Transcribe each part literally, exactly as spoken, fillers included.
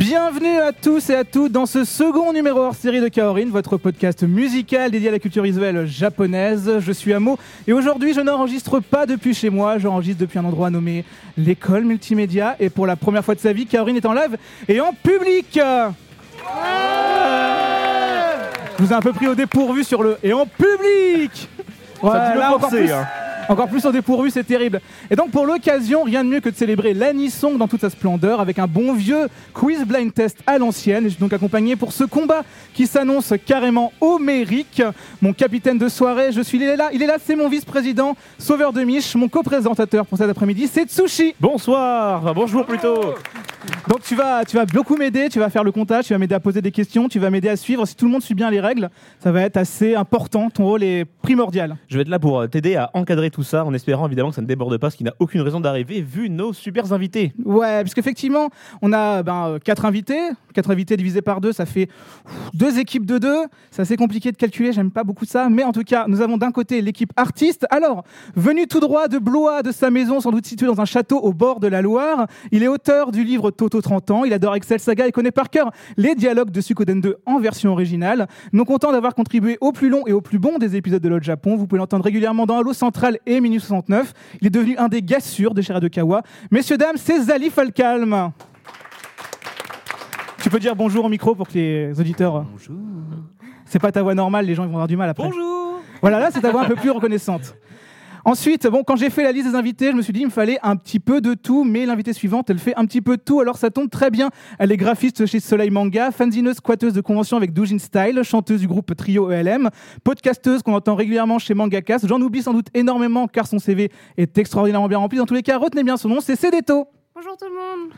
Bienvenue à tous et à toutes dans ce second numéro hors série de Kaorin, votre podcast musical dédié à la culture visuelle japonaise. Je suis Amo et aujourd'hui je n'enregistre pas depuis chez moi, j'enregistre depuis un endroit nommé l'école multimédia et pour la première fois de sa vie, Kaorin est en live et en public. Ouais. Je vous ai un peu pris au dépourvu sur le et en public. Ouais, ça dit là, le encore forcer, plus. hein. Encore plus au dépourvu, c'est terrible. Et donc pour l'occasion, rien de mieux que de célébrer l'Anisong dans toute sa splendeur avec un bon vieux quiz blind test à l'ancienne. Je suis donc accompagné pour ce combat qui s'annonce carrément homérique. Mon capitaine de soirée, je suis il est là, il est là, c'est mon vice-président, Sauveur de Mich, mon co-présentateur pour cet après-midi, c'est Tsushi. Bonsoir, enfin, bonjour plutôt. Donc tu vas, tu vas beaucoup m'aider, tu vas faire le comptage, tu vas m'aider à poser des questions, tu vas m'aider à suivre. Si tout le monde suit bien les règles, ça va être assez important, ton rôle est primordial. Je vais être là pour t'aider à encadrer tout ça en espérant évidemment que ça ne déborde pas, ce qui n'a aucune raison d'arriver vu nos super invités. Ouais, parce qu'effectivement, on a ben, quatre invités, quatre invités divisés par deux, ça fait deux équipes de deux. C'est assez compliqué de calculer, j'aime pas beaucoup ça, mais en tout cas, nous avons d'un côté l'équipe artiste. Alors, venu tout droit de Blois, de sa maison, sans doute située dans un château au bord de la Loire, il est auteur du livre Toto trente ans, il adore Excel Saga et connaît par cœur les dialogues de Suikoden deux en version originale. Non content d'avoir contribué au plus long et au plus bon des épisodes de l'O Japon, vous pouvez l'entendre régulièrement dans Halo Central et Minus soixante-neuf. Il est devenu un des gars sûrs de Shiradokawa. Messieurs, dames, c'est Zali Falcalm. Tu peux dire bonjour au micro pour que les auditeurs... Bonjour. C'est pas ta voix normale, les gens ils vont avoir du mal après. Bonjour. Voilà, là c'est ta voix un peu plus reconnaissante. Ensuite, bon, quand j'ai fait la liste des invités, je me suis dit il me fallait un petit peu de tout, mais l'invitée suivante, elle fait un petit peu de tout, alors ça tombe très bien. Elle est graphiste chez Soleil Manga, fanzineuse, squatteuse de convention avec Doujin Style, chanteuse du groupe Trio E L M, podcasteuse qu'on entend régulièrement chez Mangacast. J'en oublie sans doute énormément car son C V est extraordinairement bien rempli. Dans tous les cas, retenez bien son nom, c'est Cédéto. Bonjour tout le monde.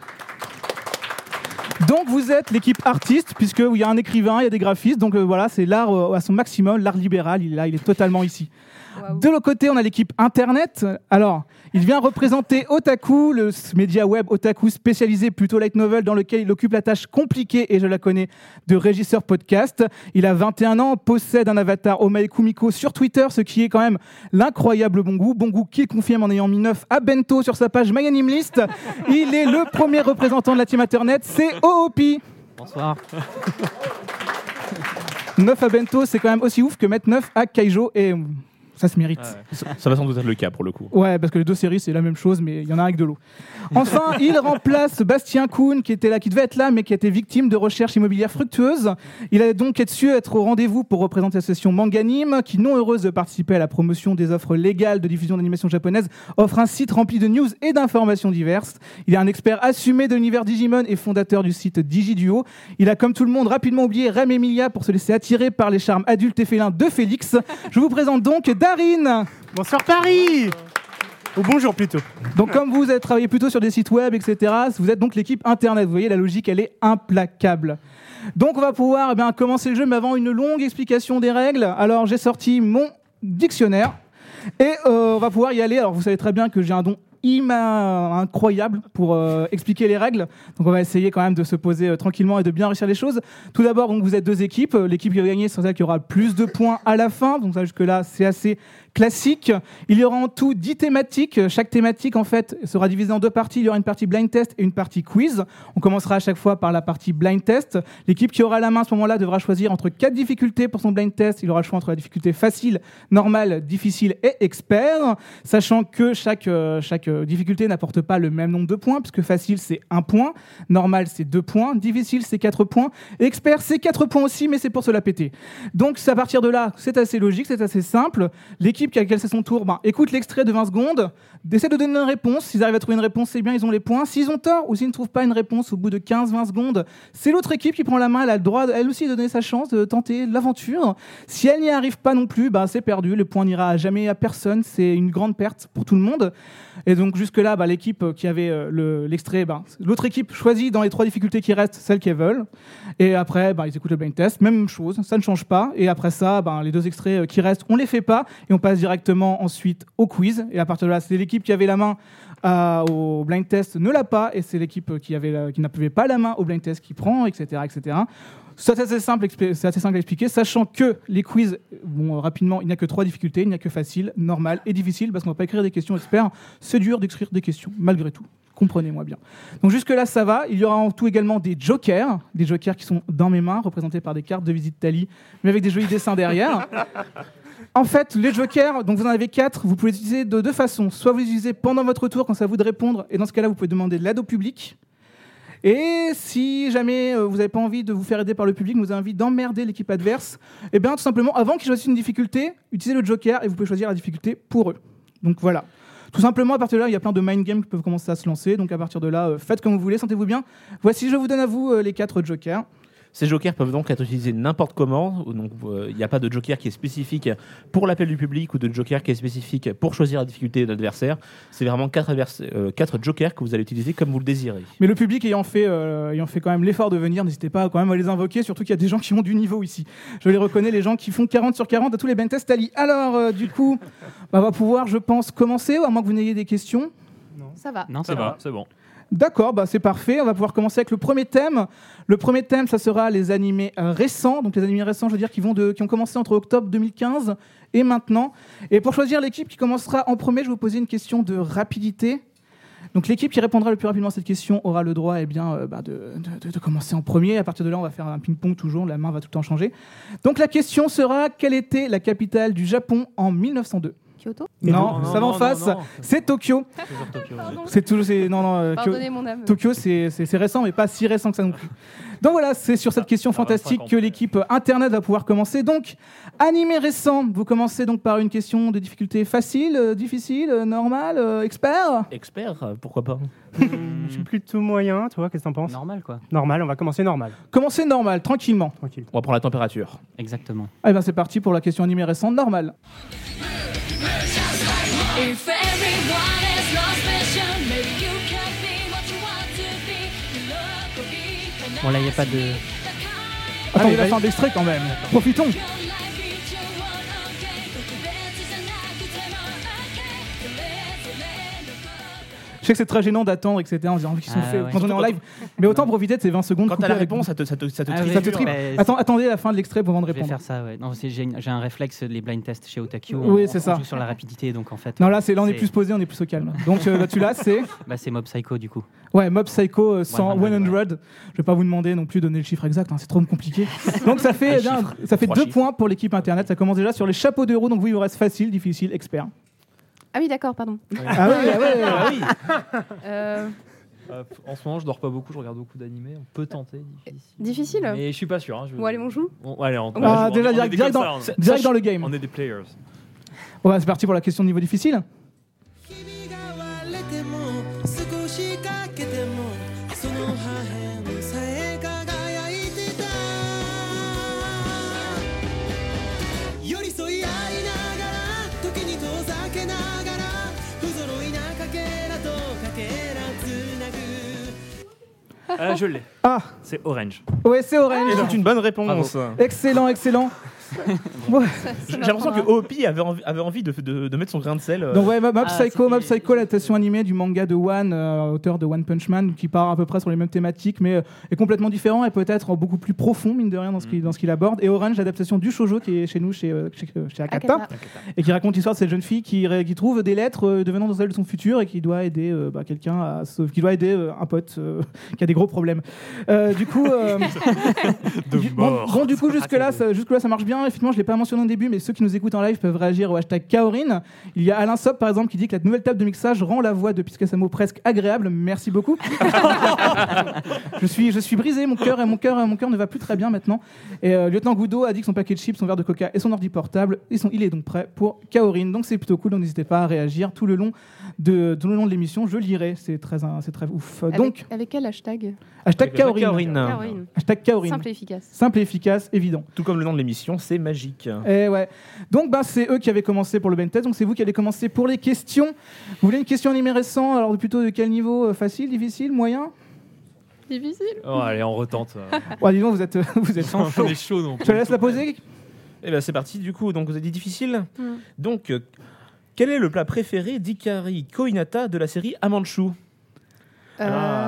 Donc vous êtes l'équipe artiste, puisqu'il y a un écrivain, il y a des graphistes, donc euh, voilà, c'est l'art euh, à son maximum, l'art libéral, il est là, il est totalement ici. Wow. De l'autre côté, on a l'équipe Internet. Alors, il vient représenter Otaku, le média web Otaku spécialisé plutôt light novel dans lequel il occupe la tâche compliquée, et je la connais, de régisseur podcast. Il a vingt et un ans, possède un avatar Omae Kumiko sur Twitter, ce qui est quand même l'incroyable bon goût. Bon goût qu'il confirme en ayant mis neuf à Bento sur sa page My Anime List. Il est le premier représentant de la team Internet, c'est O O P. Bonsoir. neuf à Bento, c'est quand même aussi ouf que mettre neuf à Kaijo et... Ça se mérite. Ah ouais. ça, ça va sans doute être le cas pour le coup. Ouais, parce que les deux séries, c'est la même chose, mais il y en a un avec de l'eau. Enfin, il remplace Bastien Kuhn, qui était là, qui devait être là, mais qui a été victime de recherches immobilières fructueuses. Il a donc su être au rendez-vous pour représenter l'association Manganime, qui, non heureuse de participer à la promotion des offres légales de diffusion d'animation japonaise, offre un site rempli de news et d'informations diverses. Il est un expert assumé de l'univers Digimon et fondateur du site DigiDuo. Il a, comme tout le monde, rapidement oublié Rem Emilia pour se laisser attirer par les charmes adultes et félins de Félix. Je vous présente donc Darine. Bonsoir Paris. Ou bonjour plutôt. Donc comme vous avez travaillé plutôt sur des sites web, et cetera, vous êtes donc l'équipe Internet. Vous voyez, la logique, elle est implacable. Donc on va pouvoir eh bien, commencer le jeu, mais avant une longue explication des règles. Alors j'ai sorti mon dictionnaire et euh, on va pouvoir y aller. Alors vous savez très bien que j'ai un don Ima incroyable pour euh, expliquer les règles. Donc on va essayer quand même de se poser euh, tranquillement et de bien réussir les choses. Tout d'abord, donc, vous êtes deux équipes. L'équipe qui va gagner, c'est celle qui aura plus de points à la fin. Donc ça, jusque-là, c'est assez classique. Il y aura en tout dix thématiques. Chaque thématique, en fait, sera divisée en deux parties. Il y aura une partie blind test et une partie quiz. On commencera à chaque fois par la partie blind test. L'équipe qui aura la main à ce moment-là devra choisir entre quatre difficultés pour son blind test. Il aura le choix entre la difficulté facile, normale, difficile et expert. Sachant que chaque, euh, chaque difficulté n'apporte pas le même nombre de points, puisque facile c'est un point, normal c'est deux points, difficile c'est quatre points, expert c'est quatre points aussi, mais c'est pour se la péter. Donc à partir de là, c'est assez logique, c'est assez simple. L'équipe qui a laquelle c'est son tour, ben, écoute l'extrait de vingt secondes, essaie de donner une réponse. S'ils arrivent à trouver une réponse, c'est bien, ils ont les points. S'ils ont tort ou s'ils ne trouvent pas une réponse au bout de quinze vingt secondes, c'est l'autre équipe qui prend la main, elle a le droit, elle aussi, de donner sa chance de tenter l'aventure. Si elle n'y arrive pas non plus, ben, c'est perdu, le point n'ira jamais à personne, c'est une grande perte pour tout le monde. Et donc jusque-là, bah, l'équipe qui avait euh, le, l'extrait, bah, l'autre équipe choisit dans les trois difficultés qui restent celle qu'elles veulent. Et après, bah, ils écoutent le blind test, même chose, ça ne change pas. Et après ça, bah, les deux extraits qui restent, on les fait pas et on passe directement ensuite au quiz. Et à partir de là, c'est l'équipe qui avait la main euh, au blind test ne l'a pas, et c'est l'équipe qui avait la, qui n'avait pas la main au blind test qui prend, et cetera, et cetera. C'est assez simple, c'est assez simple à expliquer, sachant que les quiz, bon, rapidement, il n'y a que trois difficultés, il n'y a que facile, normal et difficile, parce qu'on ne va pas écrire des questions experts. C'est dur d'écrire des questions, malgré tout. comprenez-moi bien. Donc jusque-là, ça va. Il y aura en tout également des jokers, des jokers qui sont dans mes mains, représentés par des cartes de visite Thalie, mais avec des jolis dessins derrière. En fait, les jokers, donc vous en avez quatre, vous pouvez les utiliser de deux façons. Soit vous les utilisez pendant votre tour, quand c'est à vous de répondre, et dans ce cas-là, vous pouvez demander de l'aide au public. Et si jamais euh, vous n'avez pas envie de vous faire aider par le public, vous avez envie d'emmerder l'équipe adverse, eh bien tout simplement, avant qu'ils choisissent une difficulté, utilisez le joker et vous pouvez choisir la difficulté pour eux. Donc voilà. Tout simplement, à partir de là, il y a plein de mind games qui peuvent commencer à se lancer. Donc à partir de là, euh, faites comme vous voulez, sentez-vous bien. Voici, je vous donne à vous euh, les quatre jokers. Ces jokers peuvent donc être utilisés n'importe comment. Donc, il euh, n'y a pas de joker qui est spécifique pour l'appel du public ou de joker qui est spécifique pour choisir la difficulté de l'adversaire. C'est vraiment quatre, advers- euh, quatre jokers que vous allez utiliser comme vous le désirez. Mais le public ayant fait, euh, ayant fait quand même l'effort de venir, n'hésitez pas quand même à les invoquer, surtout qu'il y a des gens qui ont du niveau ici. Je les reconnais, les gens qui font quarante sur quarante à tous les ben tests Thalie. Alors, euh, du coup, bah, on va pouvoir, je pense, commencer, à moins que vous n'ayez des questions. Ça va. Non, ça va, c'est bon. D'accord, bah c'est parfait. On va pouvoir commencer avec le premier thème. Le premier thème, ça sera les animés euh, récents. Donc les animés récents, je veux dire, qui, vont de, qui ont commencé entre octobre deux mille quinze et maintenant. Et pour choisir l'équipe qui commencera en premier, je vais vous poser une question de rapidité. Donc l'équipe qui répondra le plus rapidement à cette question aura le droit eh bien, euh, bah, de, de, de commencer en premier. À partir de là, on va faire un ping-pong toujours. La main va tout le temps changer. Donc la question sera, quelle était la capitale du Japon en mille neuf cent deux ? Kyoto. Non, non, ça va non, en face. non, non. C'est Tokyo. Toujours Tokyo, Pardon. C'est toujours, c'est, non, non, euh, Kyo- Pardonnez mon âme. Tokyo, c'est, c'est, c'est récent, mais pas si récent que ça non plus. Donc voilà, c'est sur cette question ça va, fantastique cinquante. que l'équipe Internet va pouvoir commencer. Donc, animé récent, vous commencez donc par une question de difficulté facile, euh, difficile, euh, normale, euh, expert. Expert, euh, pourquoi pas. Je suis plutôt moyen, toi, qu'est-ce que t'en penses ? Normal, quoi. Normal, on va commencer normal, Commencez normal, tranquillement. tranquille. On va prendre la température. Exactement. Eh ben c'est parti pour la question animée récente, normale. If everyone is lost vision, maybe you can be what you want to be. You look or be, Bon, là, il n'y a pas de. Attendez mais la vas-y. fin de l'extrait quand même. Profitons. your life is your one, okay.特別じゃなくても okay. So let's let it go. Je sais que c'est très gênant d'attendre, et cetera. En disant qu'ils sont Ah, faits ouais. quand on est en live. Mais autant profiter de ces vingt secondes. Quand coupées t'as la avec- réponse, ça te, ça te, ça te Ah tripe. oui, ça te oui, tripe. bah, Attends, attendez la fin de l'extrait pour avant de Je vais répondre. faire ça, ouais. Non, c'est- j'ai, une- j'ai un réflexe, les blind tests chez Otakyo. Oui, on- c'est on ça. joue sur la rapidité, donc en fait. Non, là, c'est, là on est c'est- plus posé, on est plus au calme. Donc euh, là-dessus, là, c'est. Bah, c'est Mob Psycho, du coup. Ouais, Mob Psycho euh, cent, cent, cent. Je vais pas vous demander non plus de donner le chiffre exact, hein, c'est trop compliqué. Donc ça fait, Les eh bien, chiffres. ça fait Trois deux chiffres. points pour l'équipe Internet. Ça commence déjà sur les chapeaux de héros. Donc vous, il vous reste facile, difficile, expert. Ah oui, d'accord, pardon. Ah oui, ah ouais, Ah oui. Euh, Euh, en ce moment, je dors pas beaucoup, je regarde beaucoup d'animés. On peut tenter. Difficile. Difficile. Mais je suis pas sûr. Hein, je... Bon, allez, on joue. On- allez, on, Ah, on- déjà, on est direct, des direct comme dans, ça, on- direct dans le game. On est des players. Bon, bah, c'est parti pour la question de niveau difficile. 君が割れても少しかけてもその破片さえ輝いてた寄り添い合いながら時に遠ざけながら不揃いなかけらとかけらつなぐ Ah, je l'ai. Ah, C'est Orange. ouais, c'est Orange. Et c'est une bonne réponse. Excellent, excellent. Ouais. J'ai l'impression que O P avait envie, avait envie de, de, de mettre son grain de sel. euh, Donc ouais, Mob Mob Ah, Psycho, Mob c'était- Psycho, l'adaptation animée du manga de One, euh, auteur de One Punch Man, qui part à peu près sur les mêmes thématiques, mais euh, est complètement différent et peut-être beaucoup plus profond, mine de rien, dans ce qu'il, dans ce qu'il aborde. Et Orange, l'adaptation du shoujo qui est chez nous, chez, euh, chez, chez Akata, Akata. et qui raconte l'histoire de cette jeune fille qui, ré- qui trouve des lettres euh, devenant dans elle de son futur et qui doit aider euh, bah, quelqu'un, à, se- qui doit aider euh, un pote euh, qui a des gros problèmes. Euh, du coup, euh, du, bon, bon, du coup jusque là, ça, jusque là, ça marche bien. Effectivement, je l'ai pas mentionné au début, mais ceux qui nous écoutent en live peuvent réagir au hashtag Kaorin. Il y a Alain Sop, par exemple, qui dit que la nouvelle table de mixage rend la voix de Piscasamo presque agréable. Merci beaucoup. je suis, je suis brisé. Mon cœur, mon cœur, mon cœur ne va plus très bien maintenant. Et euh, Lieutenant Goudo a dit que son paquet de chips, son verre de coca et son ordi portable, ils sont, il est donc prêt pour Kaorin. Donc c'est plutôt cool. Donc n'hésitez pas à réagir tout le long de, tout le long de l'émission. Je lirai. C'est très, c'est très ouf. Avec, Donc avec quel hashtag hashtag Avec le Kaorin. Kaorin. Caroline. Hashtag Kaorin. Simple et efficace. Simple et efficace, évident. Tout comme le nom de l'émission, c'est magique. Et ouais. Donc bah, c'est eux qui avaient commencé pour le Ben test, donc c'est vous qui allez commencer pour les questions. Vous voulez une question animée récent, alors plutôt de quel niveau? euh, Facile, difficile, moyen? Difficile. Oh, allez, on retente. euh. Ouais, dis donc, vous êtes, euh, vous êtes on chaud. est chaud, non Je te laisse la poser. Et ben c'est parti du coup. Donc vous avez dit difficile. Mm. Donc euh, quel est le plat préféré d'Ikari Kohinata de la série Amanchu? Euh, Ah.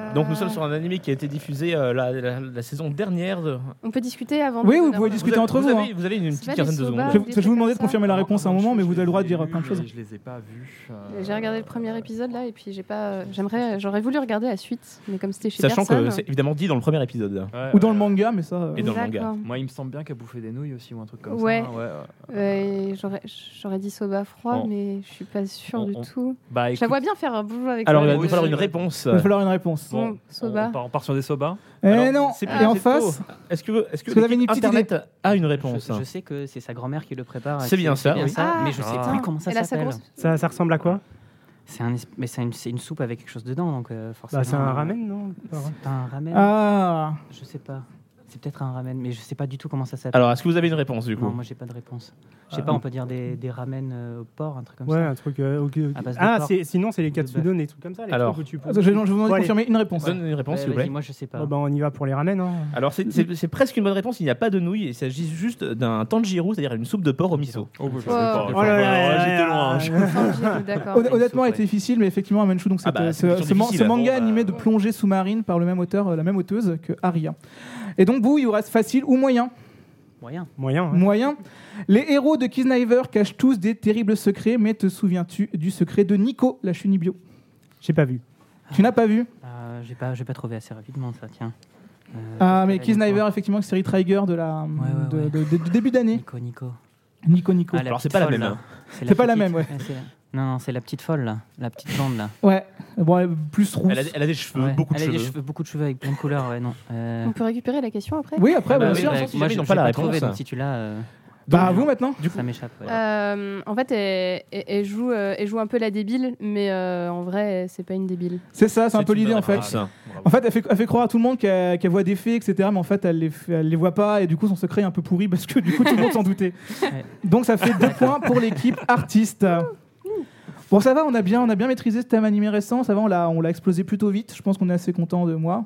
Donc nous sommes sur un animé qui a été diffusé euh, la, la- la saison dernière. De... On peut discuter avant. Oui, de- vous d'avoir- pouvez discuter avez- entre vous, avez, hein. vous avez une C'est petite pas quinzaine des de soba, secondes. Je, des je trucs vous demandais de comme ça. confirmer la réponse à un moment, mais vous avez le droit de dire Je plein de les- choses. Je les ai pas vus. euh, J'ai regardé le premier épisode là et puis j'ai pas. J'aimerais, j'aurais voulu regarder la suite, mais comme c'était chez Sachant personne. que c'est évidemment dit dans le premier épisode. ouais, Ou dans ouais. le manga, mais ça. euh, Et dans le manga. D'accord. Moi, il me semble bien qu'elle bouffait des nouilles aussi ou un truc comme Ouais. ça. Ouais, ouais. Euh, j'aurais, j'aurais dit soba froid, Bon. mais je suis pas sûre On- du on- tout. Bah, Je la écoute, vois bien faire un boulot avec. Alors il le- va oui, nous falloir oui, une oui. réponse. Il va falloir une réponse. bon, Bon, on, soba. on part, on part sur des soba. Eh Alors, non. c'est Et plus- en c'est face, faux. Est-ce que, est-ce que Est-ce que vous avez une l'équipe petite idée Internet a une réponse Je, je sais que c'est sa grand-mère qui le prépare. C'est qui- bien ça, bien oui. Ah, mais je sais Ah. plus comment ça Elle a sa s'appelle. grosse- Ça, ça ressemble à quoi? C'est un, es- mais c'est une, c'est une soupe avec quelque chose dedans, donc euh, forcément. Bah, c'est un euh, ramen, non? C'est pas un ramen. Ah. Je sais pas. C'est peut-être un ramen, mais je sais pas du tout comment ça s'appelle. Alors est-ce que vous avez une réponse du coup? Non, moi j'ai pas de réponse. Je sais Ah. pas, on peut dire des, des ramen euh, au porc, un truc comme Ouais, ça. un truc. euh, ok, ok. À base de Ah, porc. c'est- sinon, c'est les De katsudon, des trucs comme ça. Les Alors. trucs où tu peux- Attends, je, je vous demande Bon, de allez. confirmer une réponse. Donne une réponse Ouais, s'il vous vas-y, plaît. moi je sais pas. Bon, bah, on y va pour les ramen. Hein. Alors c'est- c'est c'est presque une bonne réponse, il n'y a pas de nouilles, il s'agit juste d'un tanjiro, c'est-à-dire une soupe de porc au miso. Oh, bah, je sais Wow. pas. Oh là là là là J'étais là loin. là je- là. Sanji, D'accord. Hon- Honnêtement, soupe, elle était difficile, mais effectivement, Manchu, donc Ah c'était bah, ce, c'est une question ce man- difficile, ce manga bon, bah, animé de ouais. plongée sous-marine par le même auteur, euh, la même auteuse que Aria. Et donc, vous, il vous reste facile ou moyen. Moyen. Moyen. hein. Moyen. Les héros de Kisniver cachent tous des terribles secrets, mais te souviens-tu du secret de Nico, la Shunibyo? J'ai pas vu. Tu n'as pas vu? Euh, j'ai pas, j'ai pas trouvé assez rapidement ça, tiens. Euh, Ah, mais quelle est Kisniver, l'histoire effectivement, série Trigger de la, ouais, de- ouais. de- de- du début d'année. Nico, Nico. Nico, Nico. Ah, la Alors, c'est petite pas la folle, même, là. hein. C'est pas la petite- même, ouais. c'est la- Non, non, c'est la petite folle là, la petite blonde là. Ouais. Bon, elle est plus rousse. Elle a, elle a des cheveux, Ouais. beaucoup de Elle a cheveux. des cheveux, beaucoup de cheveux avec plein de couleurs, ouais, non. Euh, On peut récupérer la question après. Oui, après, Ah bah bien oui, sûr. bah, ouais, si moi, jamais je ils n'ont j'ai pas la pas réponse. trouvé, donc si tu l'as, euh, Bah, à vous maintenant. Du coup, ça m'échappe. ouais. Euh, en fait, elle, elle- elle joue, euh, elle joue un peu la débile, mais euh, en vrai, c'est pas une débile. C'est ça, c'est un peu une l'idée bonne en fait. réponse. En fait, elle fait, elle fait croire à tout le monde qu'elle qu'elle voit des fées, et cetera. Mais en fait, elle les, fait- elle les voit pas et du coup, son secret est un peu pourri parce que du coup, tout le monde s'en doutait. Ouais. Donc, ça fait deux points pour l'équipe artiste. Bon, ça va, on a bien, on a bien maîtrisé ce thème animé récent. Ça va, on l'a, on l'a explosé plutôt vite. Je pense qu'on est assez content de moi.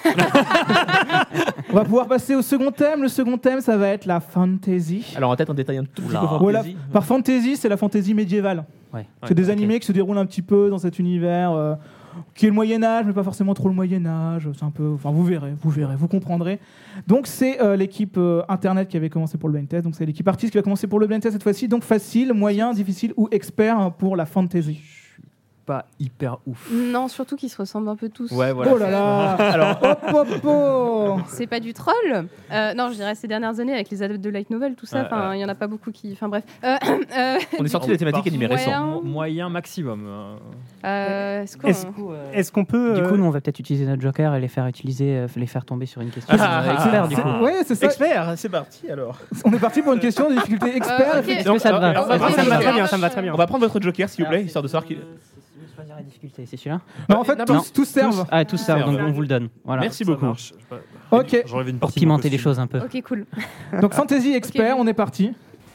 On va pouvoir passer au second thème. Le second thème, ça va être la fantasy. Alors, en tête, on détaille un tout petit Oula. peu pour Voilà, fantasy. par fantasy, c'est la fantasy médiévale. Ouais. C'est des ok. animés qui se déroulent un petit peu dans cet univers euh, qui est le Moyen-Âge, mais pas forcément trop le Moyen-Âge. C'est un peu. Enfin, vous verrez, vous verrez, vous comprendrez. Donc, c'est euh, l'équipe euh, Internet qui avait commencé pour le blind test. Donc, c'est l'équipe artiste qui va commencer pour le blind test cette fois-ci. Donc, facile, moyen, difficile ou expert hein, pour la fantasy. Pas hyper ouf. Non, surtout qu'ils se ressemblent un peu tous. Ouais, voilà. Oh là là. Alors, hop, hop, hop. C'est pas du troll. Euh, non, je dirais ces dernières années avec les adeptes de light novel, tout ça. Ouais, Enfin, il y en a pas beaucoup qui. Enfin bref. Euh, euh, On est sorti des thématiques animées Moyen. récentes. Mo- Moyen maximum. euh. euh, est-ce qu'on- Est-ce Est-ce qu'on peut. Du euh, coup, nous, on va peut-être utiliser notre joker et les faire utiliser, euh, les faire tomber sur une question Ah, euh, expert, du C'est- coup. Ouais, c'est ça. Expert, c'est parti alors. On est parti pour une question de difficulté expert. Euh, ok. effectivement. Donc, ça te va alors, Ouais, alors, ça me va ouais, très bien, ouais. ça me va très bien. On va prendre votre joker s'il vous plaît, histoire de savoir qui. Je vais choisir la difficulté, c'est celui-là. Non, en fait, N'importe- tous, tous servent. Ah, tous ça, servent. donc on vous le donne. Voilà. Merci Ça beaucoup. marche. Ok. J'enlève une Pour partie de mon pimenter les costume. choses un peu. Ok, cool. Donc, fantasy expert, Ok. on est parti.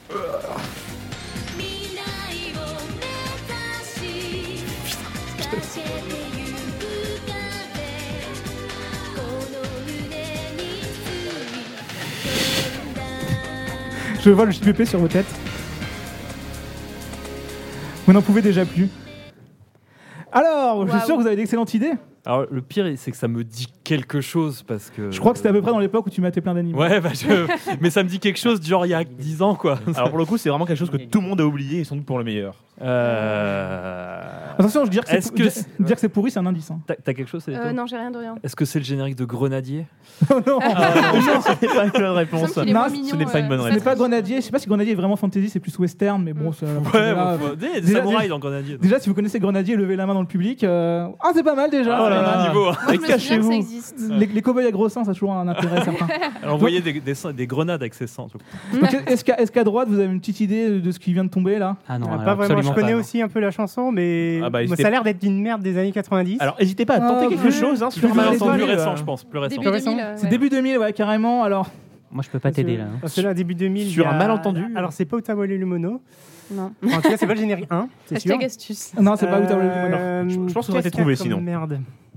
未来を目指し駆けてゆく風この胸に吹いてんだ Je vois le J P P sur vos têtes. Vous n'en pouvez déjà plus. Alors, je suis Waouh. sûr que vous avez d'excellentes idées. Alors, le pire, c'est que ça me dit quelque chose parce que. Je crois que c'était à peu près dans l'époque où tu matais plein d'animés. Ouais, bah, je- mais ça me dit quelque chose, genre il y a dix ans, quoi. Alors pour le coup, c'est vraiment quelque chose que tout le monde a oublié et sans doute pour le meilleur. Euh... Attention, je dire que c'est Est-ce pou- que dire- c'est- dire que c'est pourri, c'est un indice. hein. T'as t'as quelque chose, Céléto Euh, non, j'ai rien de rien. Est-ce que c'est le générique de Grenadier? Oh non, Ce n'est pas une bonne Il me réponse. semble qu'il est Non, moins ce mignon, n'est pas une bonne euh, ce réponse. n'est pas Grenadier. Je sais pas si Grenadier est vraiment fantasy, c'est plus western, mais bon. c'est- Ouais, là, bon, faut- des, des déjà- samouraïs dans Grenadier. Déjà, si vous connaissez Grenadier, levez la main dans le public. euh, Ah, c'est pas mal déjà. Oh là c'est là. un niveau. hein. Moi, je me souviens que Cachez-vous. ça existe. Les, les cow-boys à gros seins, ça a toujours un intérêt certain. Elle envoyait des, des, des grenades avec ses sangs. Donc, est-ce qu'à est-ce qu'à droite, vous avez une petite idée de ce qui vient de tomber là? Ah non, Ah, alors pas vraiment. Je absolument connais pas, non. aussi un peu la chanson, mais Ah bah, moi, n'hésitez- ça a l'air d'être une merde des années quatre-vingt-dix. Alors n'hésitez pas à tenter Ah, quelque plus- chose hein, sur plus un dans les malentendu. Plus étoiles, euh, récent, je pense. Plus récent. Début deux mille. C'est ouais. début deux mille, ouais, carrément. Alors, Moi, je peux pas t'aider là. Parce que là, début deux mille. Sur il y a- un malentendu. Alors, c'est pas Otawa Lumono. Non. En tout cas, c'est pas le générique un, c'est sûr. Hashtag astuce. non, c'est pas où t'as Euh, Je- je pense que ça aurait été qu'est-ce qu'il y a trouvé, comme sinon. Merde.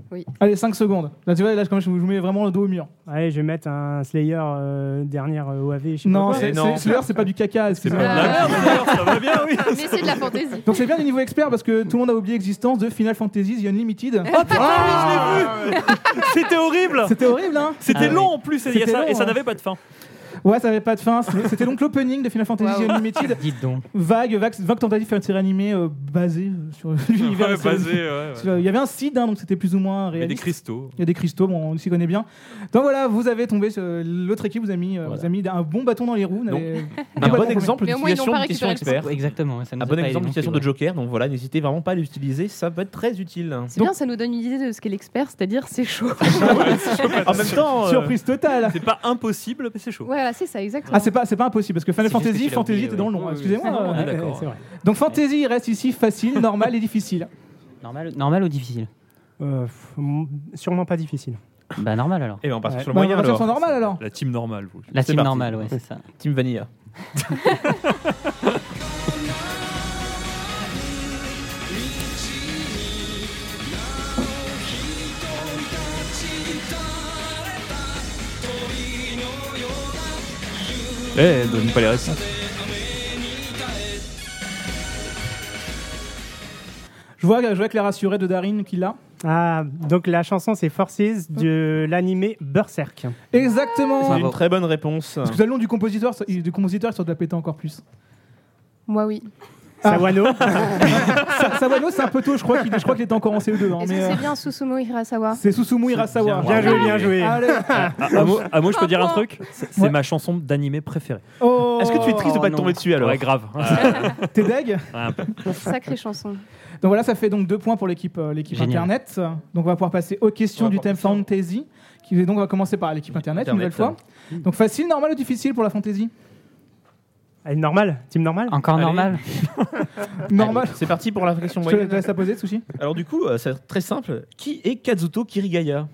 Oui. Allez, cinq secondes. Là, tu vois, là, quand je vous mets vraiment le dos au mur. Allez, je vais mettre un Slayer euh, dernière euh, O A V. Je sais Non, pas quoi. c'est, non. c'est, Slayer, c'est pas du caca. C'est excusez-moi. pas de la merde, d'ailleurs, ça va bien, oui. Mais c'est de la fantaisie. Donc c'est bien du niveau expert parce que tout le monde a oublié l'existence de Final Fantasy The Unlimited. Oh putain, oui, je l'ai vu. C'était horrible. C'était horrible, hein. C'était Ah, long oui. en plus, et, il y a C'était ça, long, et ça hein. n'avait pas de fin. Ouais, ça avait pas de fin. C'était, c'était donc l'opening de Final Fantasy Wow. The Unlimited. Dites donc. Vague, vague, vague tentative de faire une série animée euh, basée sur l'univers. de Ouais, la série. basé, ouais, ouais. Sur- Il y avait un seed, hein, donc c'était plus ou moins Il y avait des réaliste. cristaux. Il y a des cristaux, bon, on s'y connaît bien. Donc voilà, vous avez tombé sur l'autre équipe, vous a mis, euh, Voilà. vous a mis un bon bâton dans les roues. vous Donc, n'avez- Un pas bon compris. exemple Mais au moins, ils n'ont d'utilisation pas de question récupéré le expert. Exactement. Ça nous Un a bon pas aidé exemple non d'utilisation plus, de ouais. Joker, donc voilà, n'hésitez vraiment pas à l'utiliser, ça peut être très utile. C'est bien, ça nous donne une idée de ce qu'est l'expert, c'est-à-dire c'est chaud. En même temps, euh, Surprise totale. C'est pas impossible, mais c'est chaud. Voilà, c'est ça, exactement. Ah, c'est pas, c'est pas impossible parce que Final C'est juste que Fantasy, tu l'as Fantasy oublié, était dans le nom. ouais. Excusez-moi. Oui, oui, euh, oui. Ouais, d'accord. c'est vrai. Donc Fantasy, il reste ici facile, normal et difficile. Normal, normal ou difficile? Euh, pff, m- sûrement pas difficile. Bah normal alors. et ben on passe Ouais. sur le Bah, on moyen va faire alors. sur normal alors. La team normale. vous. La C'est team parti. normale, ouais, c'est ça. Team Vanilla. Eh, donne pas les réponses. Je vois, je vois que les rassurés de Darin qui l'a. Ah, donc la chanson c'est Forces de l'animé Berserk. Exactement. C'est Bravo. une très bonne réponse. Parce que t'as le nom du compositeur, ça- du compositeur, ça doit péter encore plus. Moi, oui. Ah. Sawano. Sa- Sawano, c'est un peu tôt, je crois qu'il, je crois qu'il était encore en C E deux. hein, Est-ce mais, que euh, c'est bien Susumu Hirasawa? c'est Susumu Hirasawa. bien Bien joué, bien joué. Allez. Ah, un mot, un mot, je peux dire un Un point. truc. C'est c'est Ouais. ma chanson d'animé préférée. Oh. Est-ce que tu es triste de pas Oh, te non. tomber dessus alors Ouais, grave. T'es deg? Un peu. Sacrée chanson. Donc voilà, ça fait donc deux points pour l'équipe, euh, l'équipe Génial. Internet. Donc on va pouvoir passer aux questions On va du pouvoir thème Fantasy. Qui, donc on va commencer par l'équipe Internet, une nouvelle fois. Internet. Donc facile, normal ou difficile pour la Fantasy? Elle est normale, team normale. Encore Allez. normal? Normal. C'est parti pour la question Je te moyenne. laisse la poser, Sushi. Alors du coup, euh, c'est très simple. Qui est Kazuto Kirigaya?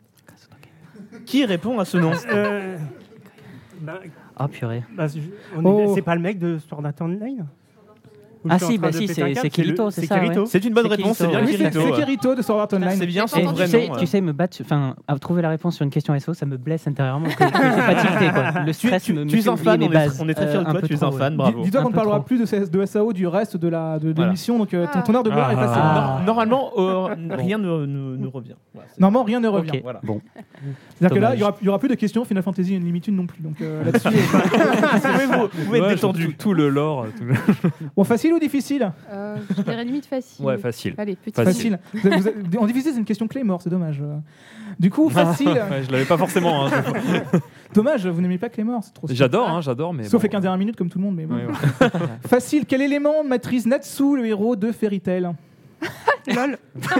Qui répond à ce nom? Euh, bah, Oh purée. bah, je- on est- Oh. C'est pas le mec de Sword Art Online? Ou Ah je suis si, en train bah de si, péter c'est- un câble, c'est le- Kirito, c'est ça, Kirito. ouais. C'est une bonne C'est réponse, c'est Kirito, bien Oui, c'est, Kirito. c'est Kirito de Sword Art Online. C'est bien J'ai son pas vrai Tu sais, nom. tu sais, me battre, enfin, à trouver la réponse sur une question S O, ça me blesse intérieurement. Que, que j'ai pas tilté, quoi. Le Tu, stress tu- me, me tu es fait un oublier fan, mes on est, bases. on est très fiers Euh, de un toi, peu tu es trop, un ouais. fan, Dis- bravo. Dis-toi Un qu'on ne peu parlera trop. plus de, C S de S A O du reste de, la, de, de Voilà. l'émission, donc euh, ton, Ah. ton heure de gloire est Ah. passée. Ah. Normalement, euh, rien ne, ne- ne revient. Voilà, c'est- Normalement, rien ne revient. Ok, Voilà. bon. C'est-à-dire que là, Dommage. il n'y aura, il y aura plus de questions Final Fantasy Unlimited non plus. Donc euh, là-dessus, Vous pouvez être Ouais, détendu. Tout, tout le lore. tout le- bon, facile ou difficile? Euh, je dirais limite facile. Ouais, facile. Allez, petit. Facile. Facile. Vous avez- vous avez- en difficile, c'est une question Claymore, c'est dommage. Euh, Du coup, facile. Ouais, je l'avais pas forcément. hein. Dommage, vous n'aimez pas Claymore, c'est trop. J'adore, hein, j'adore, mais. Sauf bon. les quinze dernières minutes, comme tout le monde. Mais bon. Ouais, ouais. Facile. Quel élément maîtrise Natsu, le héros de Fairy Tail? Lol.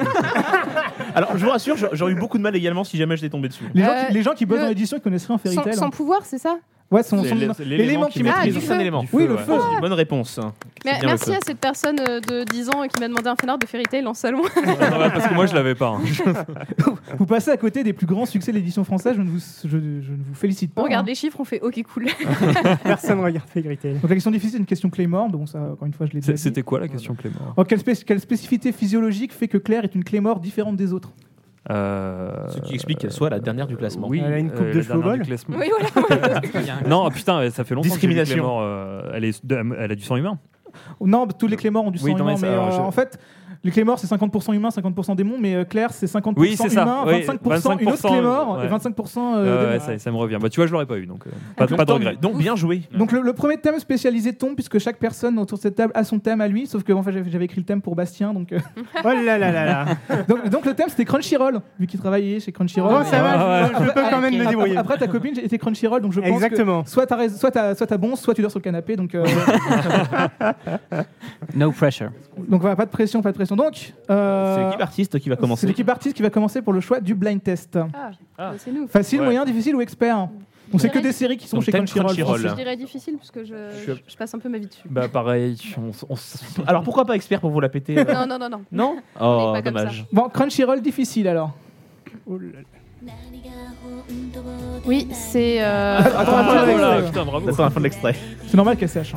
Alors, je vous rassure, j'a- j'aurais eu beaucoup de mal également si jamais j'étais tombé dessus. Les, gens Euh, qui, les gens qui bossent le- dans l'édition, ils connaissent rien Fairy Sans, Tail. sans pouvoir, c'est ça? Ouais, son, C'est son- l'é- l'élément l'élément qui qui maîtrise. maîtrise. C'est du un feu. élément. Du Oui, le ouais. feu. C'est une bonne réponse. Mais bien le merci feu. à cette personne euh, de dix ans qui m'a demandé un fanart de Fairy Tail en salon. Ah, ouais, parce que moi, je l'avais pas. hein. Vous passez à côté des plus grands succès de l'édition française, je ne vous, je, je ne vous félicite pas. On regarde hein. les chiffres, on fait ok, cool. Personne regarde Fairy Tail. Donc la question difficile, c'est une question Claymore. Bon, ça, encore une fois, je l'ai déjà C'est- dit. C'était quoi la question, Clément Oh, quelle, spé- quelle spécificité physiologique fait que Claire est une Claymore différente des autres? Euh, Ce qui explique qu'elle soit la dernière du classement. Oui, Elle a une coupe euh, de la cheveux au dernière bol. du classement. Oui, voilà. Non, ah, putain, ça fait longtemps Discrimination. que j'ai vu Clément, euh, elle, est, de- elle a du sang humain. Non, tous les Claymores ont du sang Oui, non, humain, mais ça, mais alors, euh, je- en fait, les Claymores c'est cinquante pour cent humain, cinquante pour cent démon, mais euh, Claire c'est cinquante pour cent Oui, c'est ça, humain, oui, vingt-cinq pour cent une autre vingt-cinq pour cent, Claymore ouais. et vingt-cinq pour cent Euh, euh, ouais, démon. ça, ça me revient. Bah, tu vois, je l'aurais pas eu, donc euh, pas, Donc, pas de tant regret. mieux. Donc, bien joué. Donc le, le premier thème spécialisé tombe puisque chaque personne autour de cette table a son thème à lui, sauf que en fait, j'avais j'avais écrit le thème pour Bastien, donc, euh, Oh là là là là. donc, donc le thème c'était Crunchyroll, vu qu'il travaillait chez Crunchyroll. Oh, ça va, Ah, je, je peux quand même me Après, débrouiller. après, ta copine était Crunchyroll, donc je pense Exactement. que soit t'as rais- soit t'as soit t'as bon, soit tu dors sur le canapé, donc euh, No pressure. donc voilà, pas de pression, pas de pression. Donc euh, C'est l'équipe artiste qui va c'est commencer. l'équipe artiste qui va commencer pour le choix du blind test. Ah, Ah. bah, c'est nous. Facile, Ouais. moyen, difficile ou expert? On sait que des séries qui sont Donc, chez thème Crunchyroll. Crunchyroll. Je dirais difficile parce que je, Je- je passe un peu ma vie dessus. Bah, pareil. On, s- on s- Alors pourquoi pas expert pour vous la péter euh Non, non, non, non. Non On Oh, est pas comme dommage. Bon, Crunchyroll difficile alors. Oh là là. Oui, c'est. euh, Attends, attends, Ah, attends, voilà, attends. putain, bravo. J'attends la fin de l'extrait. C'est normal qu'elle sèche. hein.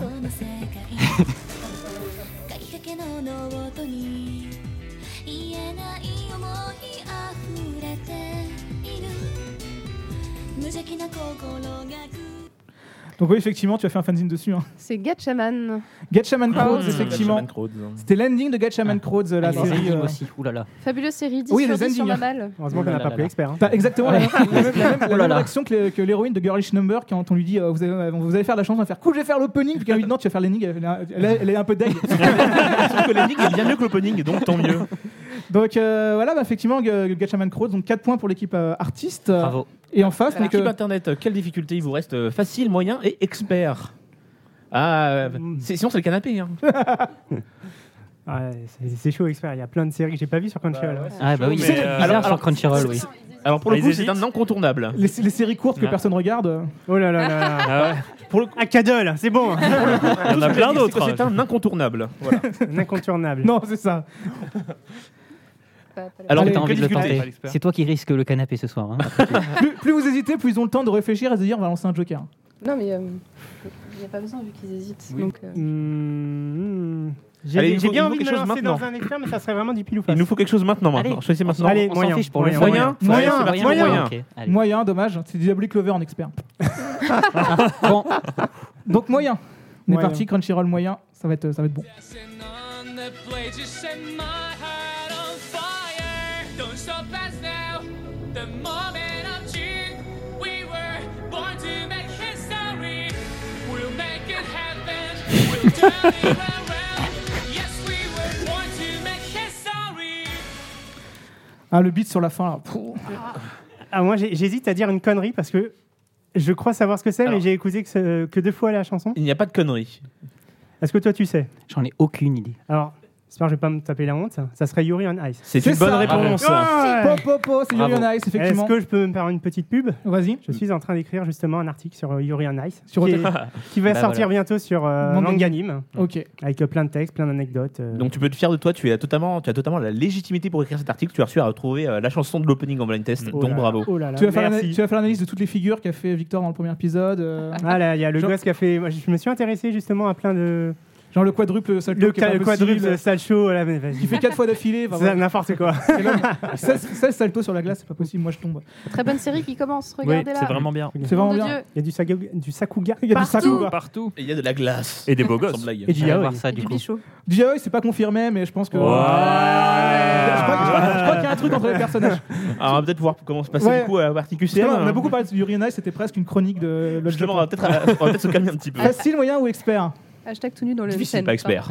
かけのノートに言えない想いあふ邪気な心が Donc oui, effectivement, tu as fait un fanzine dessus. Hein. C'est Gatchaman. Gatchaman Ah, Crowds, mmh. effectivement. Gatchaman Crowds. C'était l'ending de Gatchaman Crowds, la Ah, les série. endings euh, aussi, oulala. Fabuleuse série, dix Oui, sur les dix sur endings. ma balle. Heureusement qu'on n'a Oh là pas là pris là. expert. hein. T'as exactement la même, la même- la même- la Oh là même là. réaction que, le- que l'héroïne de Girlish Number quand on lui dit euh, vous, allez, vous allez faire la chanson, on va faire cool, je vais faire l'opening. Puis qu'elle lui dit non, tu vas faire l'ending. Elle, elle, elle- elle est un peu deg. Je trouve que l'ending est bien mieux que l'opening, donc tant mieux. Donc euh, voilà, bah, effectivement, G- Gatchaman Crowds, donc quatre points pour l'équipe euh, artiste. Bravo. Et en face, donc, L'équipe euh, internet, quelle difficulté il vous reste? euh, Facile, moyen et expert. Ah, euh, c'est- sinon c'est le canapé. Hein. Ouais, c'est- c'est chaud, expert. Il y a plein de séries que j'ai pas vues sur Crunchyroll. hein. Ah bah oui, mais, c'est euh, bizarre alors- sur Crunchyroll, oui. Alors pour le Ah, coup, ils c'est hésitent. un incontournable. les, les séries courtes que Ah. personne regarde. euh, Oh là là là là. Ah ouais. Pour le coup, Ah, Cadol, c'est bon. Il y en a plein c'est que d'autres. C'est un incontournable. Voilà. Un incontournable. Non, c'est ça. Pas- pas la- Alors, Allez, T'as quelle envie de le difficulté tenter. Pas l'expert. C'est toi qui risques le canapé ce soir. hein. plus, plus vous hésitez, plus ils ont le temps de réfléchir et de se dire on va lancer un joker. Non, mais euh, il n'y a pas besoin vu qu'ils hésitent. Oui. Donc, euh, Mmh, J'ai Allez, il j'ai faut- bien il faut envie de me quelque chose lancer maintenant. dans un expert, mais ça serait vraiment du pile ou face. Il nous faut quelque chose maintenant. maintenant. Allez, Choisissez maintenant. Allez, on moyen. s'en fiche pour le Moyen. fun. Moyen. Moyen, Ouais, c'est parti, moyen. moyen. Ok, allez. Moyen, dommage, c'est du Diabolic Clover en expert. Bon, Donc moyen. On est Moyen. parti, Crunchyroll moyen, ça va être, ça va être bon. On the blade, just set my heart on fire. Don't stop us now. The moment of June, we were born to make history. We'll make it happen. We'll turn it around. Yes, we were born to make history. Ah, le beat sur la fin, là. Pouh. Ah, moi, j'ai- j'hésite à dire une connerie parce que je crois savoir ce que c'est, Alors. mais j'ai écouté que, ce- que deux fois la chanson. Il n'y a pas de conneries. Est-ce que toi, tu sais? j'en ai aucune idée. Alors, j'espère que je vais pas me taper la honte. Ça serait Yuri on Ice. C'est C'est une bonne ça. réponse. Ouais. Po, po, po, c'est Yuri Bravo. on Ice, effectivement. Est-ce que je peux me faire une petite pub? Vas-y. Je suis en train d'écrire justement un article sur euh, Yuri on Ice Sur qui, est- Otaku. qui va Bah sortir voilà. bientôt sur euh, Manga. Manganim, Ok. avec euh, plein de textes, plein d'anecdotes. euh. Donc tu peux être fier de toi, tu, es totalement, tu as totalement la légitimité pour écrire cet article, tu as reçu à retrouver euh, la chanson de l'opening en blind test, Oh donc là bravo. là, oh là là, Tu vas, faire l'ana- merci. tu vas faire l'analyse de toutes les figures qu'a fait Victor dans le premier épisode. euh, Ah là, il y a le Genre- gosse qui a fait. Moi, je me suis intéressé justement à plein de. genre le quadruple salto Le, qui est pas ca- le quadruple possible, sale show, là, mais vas-y. qui fait quatre fois d'affilée. enfin, C'est voilà. n'importe quoi. seize seize saltos sur la glace, c'est pas possible, moi je tombe. très bonne série qui commence. Oui, Regardez-la. c'est vraiment bien. C'est vraiment Nom de bien. Dieu. Il y a du, saga- du Sakuga. Il y a du Partout. Sakuga. Partout. Et il y a de la glace. Et des beaux Sans gosses. blague. Et du J'irai yaoi. voir ça Et du du coup. bichot. Du yaoi, c'est pas confirmé, mais je pense que. Ouais. Je crois, que- je crois que- je crois qu'il y a un truc entre les personnages. Alors on va peut-être voir comment se passer Ouais. du coup à partie Q C M. Parce que là, on a beaucoup parlé de Yuri on Ice, c'était presque une chronique de Lodge Justement, on va Japon. peut-être on va peut-être se calmer un petit peu. Facile, moyen ou expert? Hashtag tout nu dans le Difficile, scène. pas expert.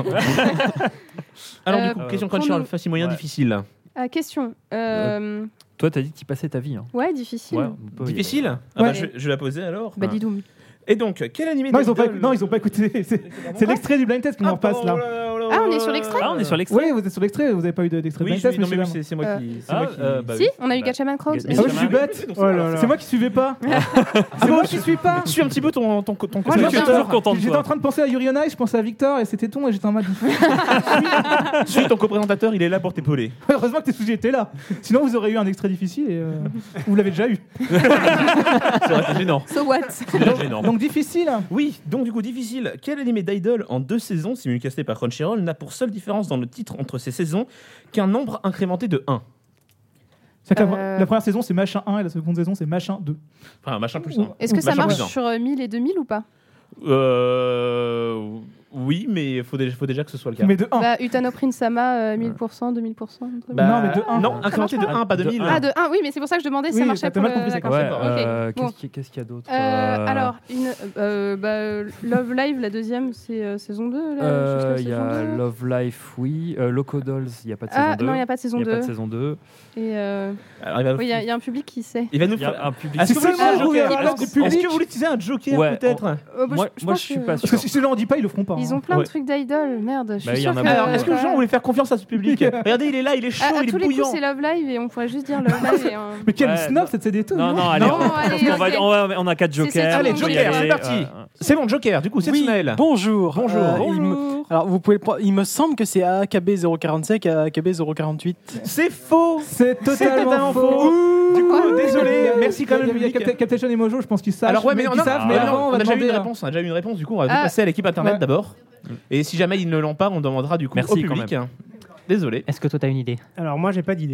Alors Euh, du coup, euh, question pour Crunchyroll, nous- facile, moyen, Ouais. difficile. Ah, question. Euh, Toi, t'as dit que tu passais ta vie. Hein. Ouais, difficile. Ouais, on peut y Difficile Ah Ouais. bah, je, je vais la poser alors. Bah, dis donc. Et donc, quel animé Non, ils ont pas, d'idole- non, ils ont pas écouté. C'est c'est l'extrait du blind test qui nous Ah, repasse là. oh là là là Ah, on est là sur là l'extrait là. Ah, on est sur l'extrait. Oui, vous êtes sur l'extrait, vous avez pas eu de- d'extrait Oui, blind je test, suis- non, mais monsieur oui, c'est c'est moi Euh, qui. c'est Ah, moi qui- euh, bah Si, oui. on a eu Bah, Gatchaman Crowds. Gatchaman Et Ah, moi, c'est- je suis bête. Oh là là. C'est moi qui suivais pas. C'est moi qui suis pas. Je suis un petit peu ton ton ton. Moi, ton- je ton- suis toujours content de J'étais toi. en train de penser à Yuri on Ice, je pensais à Victor et c'était ton et j'étais en mode. Je suis ton co-présentateur, il est là pour t'épauler. Heureusement que tes sujets étaient là. Sinon, vous aurez eu un extrait difficile et euh, vous l'avez déjà eu. Ça aurait été gênant. So what? C'est bien gênant. Donc difficile. Oui, donc du coup difficile. Quel animé d'Idol en deux saisons, simulcasté par Crunchyroll, n'a pour seule différence dans le titre entre ces saisons qu'un nombre incrémenté de un? C'est que la, Euh. la première saison c'est machin un et la seconde saison c'est machin deux. Enfin, machin plus un. Est-ce que ça Machin marche plus un. sur euh, mille et deux mille ou pas? Euh... Oui, mais il faut déjà, faut déjà que ce soit le cas. Mais de un. Bah, Utano Prince-sama, euh, mille pour cent, deux mille pour cent. un truc. Bah, Non, mais de un. Non, incrémenté de marche un, pas de De mille. un. Ah, de un, oui, mais c'est pour ça que je demandais si Oui, ça marchait t'as pour mal le... compris, c'est d'accord. Ouais, Ok, euh, bon. qu'est-ce qu'il qu'est-ce qu'il y a d'autre Euh, Euh, Alors, une, euh, bah, Love Live, la deuxième, c'est euh, saison deux là, euh, jusqu'à il y saison a deux. Love Life, oui. Euh, Loco Dolls, il n'y a pas de saison Ah deux. non, il n'y a pas de saison Il y a pas deux. de saison deux. Et euh, Alors, il va, oui, il y, a- il y a un public qui sait. il va nous Il y a faire. un public. Est-ce que, C'est vous seulement voulez- vous, il y a Est-ce un que- public. est-ce que vous voulez utiliser un joker Ouais, peut-être Euh, bah, Moi, je, je moi, pense je suis que- pas Parce sûr. que si je leur dis pas, ils le feront pas. Ils hein. ont plein Ouais. de trucs d'idol, merde. Je suis Bah, il y sûre en a que- beaucoup. Alors, est-ce que les gens voulaient faire confiance à ce public Regardez, il est là, il est chaud, à, à il tous est les coups, bouillant. c'est Love Live et on pourrait juste dire Love Live. Et un... Mais quel Ouais, snob non. cette C D T. Non, non, allez, Non, on, je allez, pense qu'on va- ok. on, va- on a quatre C'est- c'est jokers. tout, Allez, on peut y joker, aller. c'est parti. C'est mon joker, du coup, c'est Oui, Ismaël. bonjour. Bonjour. Euh, il me- Bonjour. Alors, vous pouvez le prendre- il me semble que c'est A K B zéro quarante-cinq à A K B zéro quarante-huit. C'est faux. C'est C'est totalement faux. Du coup, Quoi désolé, merci quand même. Il y a public. Captain- Captain et Mojo, je pense qu'ils savent. Alors ouais, mais, mais on, ils a, savent, ah, mais non, avant, on on va a déjà eu demander. une à- réponse. On a déjà eu une réponse. Du coup, on va Ah. passer à l'équipe internet Ouais. d'abord. Et si jamais ils ne l'ont pas, on demandera du coup Merci au quand public. Désolé. Est-ce que toi, t'as une idée? Alors, moi, j'ai pas d'idée.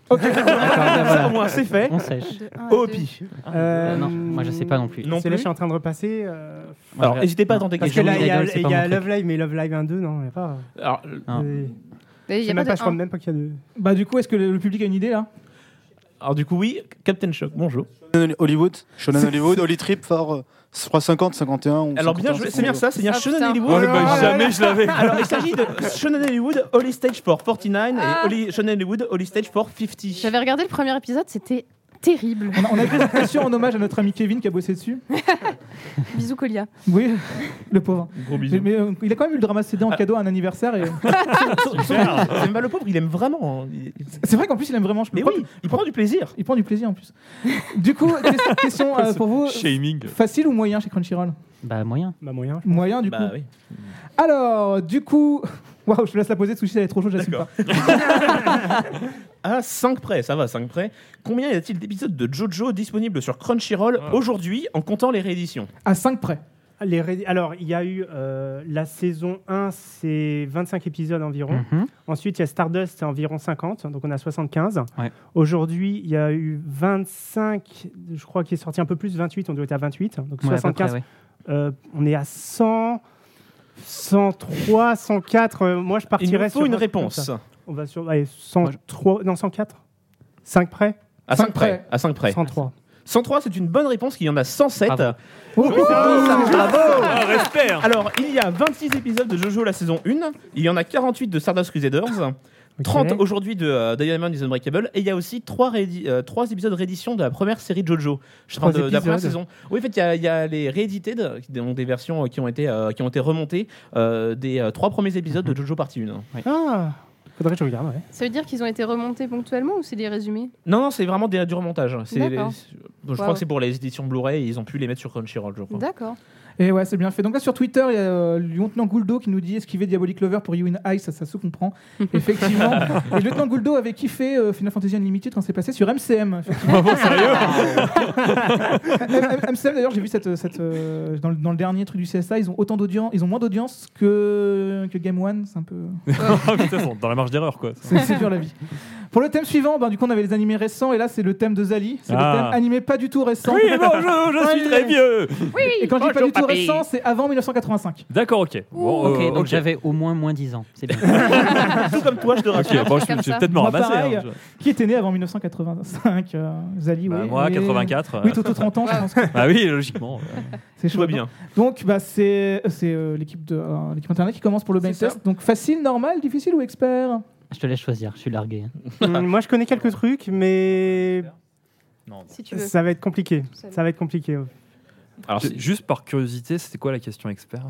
Ok. D'accord, ben Ça, voilà. au moins, c'est fait. On sèche. De un à deux. Opi. Euh, Euh, non, moi je sais pas non plus. Non c'est là, plus. je suis en train de repasser. euh, Moi, Alors, je- n'hésitez pas à tenter Parce quelque que chose. là, il y a, Idol, c'est il pas y a mon truc. Love Live, mais Love Live un deux, non, il n'y a pas. Alors, Ah. Euh, Mais il Je y sais a même pas pas, de je crois un. même pas qu'il y a deux. Bah du coup, est-ce que le, le public a une idée là? alors, du coup, oui, Captain Shock, bonjour. Hollywood, Shonen Hollywood, Holy Trip, for euh, je crois cinquante, cinquante et un. ou Alors, bien cinquante et un, joué, c'est bien ça, c'est bien Ah, Shonen putain. Hollywood. Ouais, bah, Ah, jamais je l'avais. Alors, il s'agit de Shonen Hollywood, Holy Stage for quarante-neuf Ah. et Holy, Shonen Hollywood, Holy Stage for cinquante. J'avais regardé le premier épisode, c'était terrible. On a, on a écrit cette question en hommage à notre ami Kevin qui a bossé dessus. Bisous Colia. Oui, le pauvre. Gros Mais, bisous. mais, euh, il a quand même eu le drama C D en Ah. cadeau à un anniversaire. Et... C'est pas le pauvre, il aime vraiment. Il- C'est vrai qu'en plus il aime vraiment. Je Mais crois oui, il prend du plaisir. Il prend du plaisir en plus. Du coup, que- question euh, pour vous. Shaming. Facile ou moyen chez Crunchyroll? Bah moyen. Bah, moyen. Moyen du Bah coup. oui. Alors, du coup. Waouh, je te laisse la poser, Sushi, elle est trop chaude, j'assume pas. D'accord. À cinq près, ça va, cinq près. Combien y a-t-il d'épisodes de JoJo disponibles sur Crunchyroll Ah. aujourd'hui en comptant les rééditions? À cinq près. Les ré- Alors, il y a eu euh, la saison un, c'est vingt-cinq épisodes environ. Mhm. Ensuite, il y a Stardust, c'est environ cinquante, donc on a soixante-quinze. Ouais. Aujourd'hui, il y a eu vingt-cinq, je crois qu'il est sorti un peu plus, vingt-huit, on doit être à vingt-huit. Donc Ouais, à peu soixante-quinze, près, ouais. euh, on est à cent, cent trois, cent quatre. euh, moi, je Il partirais nous faut sur une un truc comme réponse. ça. On va sur allez, cent trois, non, cent quatre, cinq près, À Cinq cinq près. près. À cinq près. cent trois. cent trois, c'est une bonne réponse, il y en a cent sept. Bravo. Oh, Ah, respect. hein. Alors, il y a vingt-six épisodes de JoJo la saison un, il y en a quarante-huit de Stardust Crusaders, trente aujourd'hui de euh, Diamond is Unbreakable, et il y a aussi trois épisodes de réédition de la première série de JoJo. Je Trois de, de la première épisodes. saison. Oui, en fait, il y a- il y, a les réédités, de- donc des versions euh, qui ont été, euh, qui ont été remontées euh, des euh, trois premiers épisodes de JoJo partie un. Ah, faudrait que je regarde, ouais. Ça veut dire qu'ils ont été remontés ponctuellement ou c'est des résumés? Non, non, c'est vraiment des, du remontage. C'est les- D'accord. je crois Wow. que c'est pour les éditions Blu-ray et ils ont pu les mettre sur Crunchyroll, je crois. D'accord. Et ouais, c'est bien fait. Donc là sur Twitter, il y a euh, le lieutenant Gouldo qui nous dit esquiver Diabolic Lover pour You in Ice, ça, ça se comprend. Effectivement. Et le lieutenant Gouldo avait kiffé euh, Final Fantasy Unlimited quand c'est passé sur M C M. effectivement. M- M C M d'ailleurs, j'ai vu cette, cette, euh, dans, le, dans le dernier truc du C S A, ils ont autant d'audience, ils ont moins d'audience que, que Game One. C'est un peu. Ah, putain, ils sont dans la marge d'erreur, quoi. C'est c'est dur la vie. Pour le thème suivant, ben, du coup on avait les animés récents et là c'est le thème de Zali. C'est Ah. le thème animé pas du tout récent. Oui, bon, je, je suis Ouais. très vieux. Et quand je dis pas Bonjour, du tout papy. récent, c'est avant mille neuf cent quatre-vingt-cinq. D'accord, ok. Bon, Ok, euh, donc ok. j'avais au moins moins dix ans. C'est bien. Tout comme toi, je te rassure. Ok, bon, je, Comme je vais ça. peut-être me Moi, ramasser. pareil. hein, je- Qui était né avant mille neuf cent quatre-vingt-cinq euh, Zali, Bah, oui. moi, Et- quatre-vingt-quatre. euh, Oui, Toto trente ans, je pense. que Ah oui, logiquement. C'est Tout chaud. va bien. Donc, bah, c'est c'est, euh, l'équipe de euh, l'équipe internet qui commence pour le blind C'est ça. test. Donc, facile, normal, difficile ou expert? Je te laisse choisir, je suis largué. Hum, moi, je connais quelques trucs, mais Non. Si tu veux. ça va être compliqué. Ça Ça va être compliqué. Alors, Ju- c'est- Juste par curiosité, c'était quoi la question expert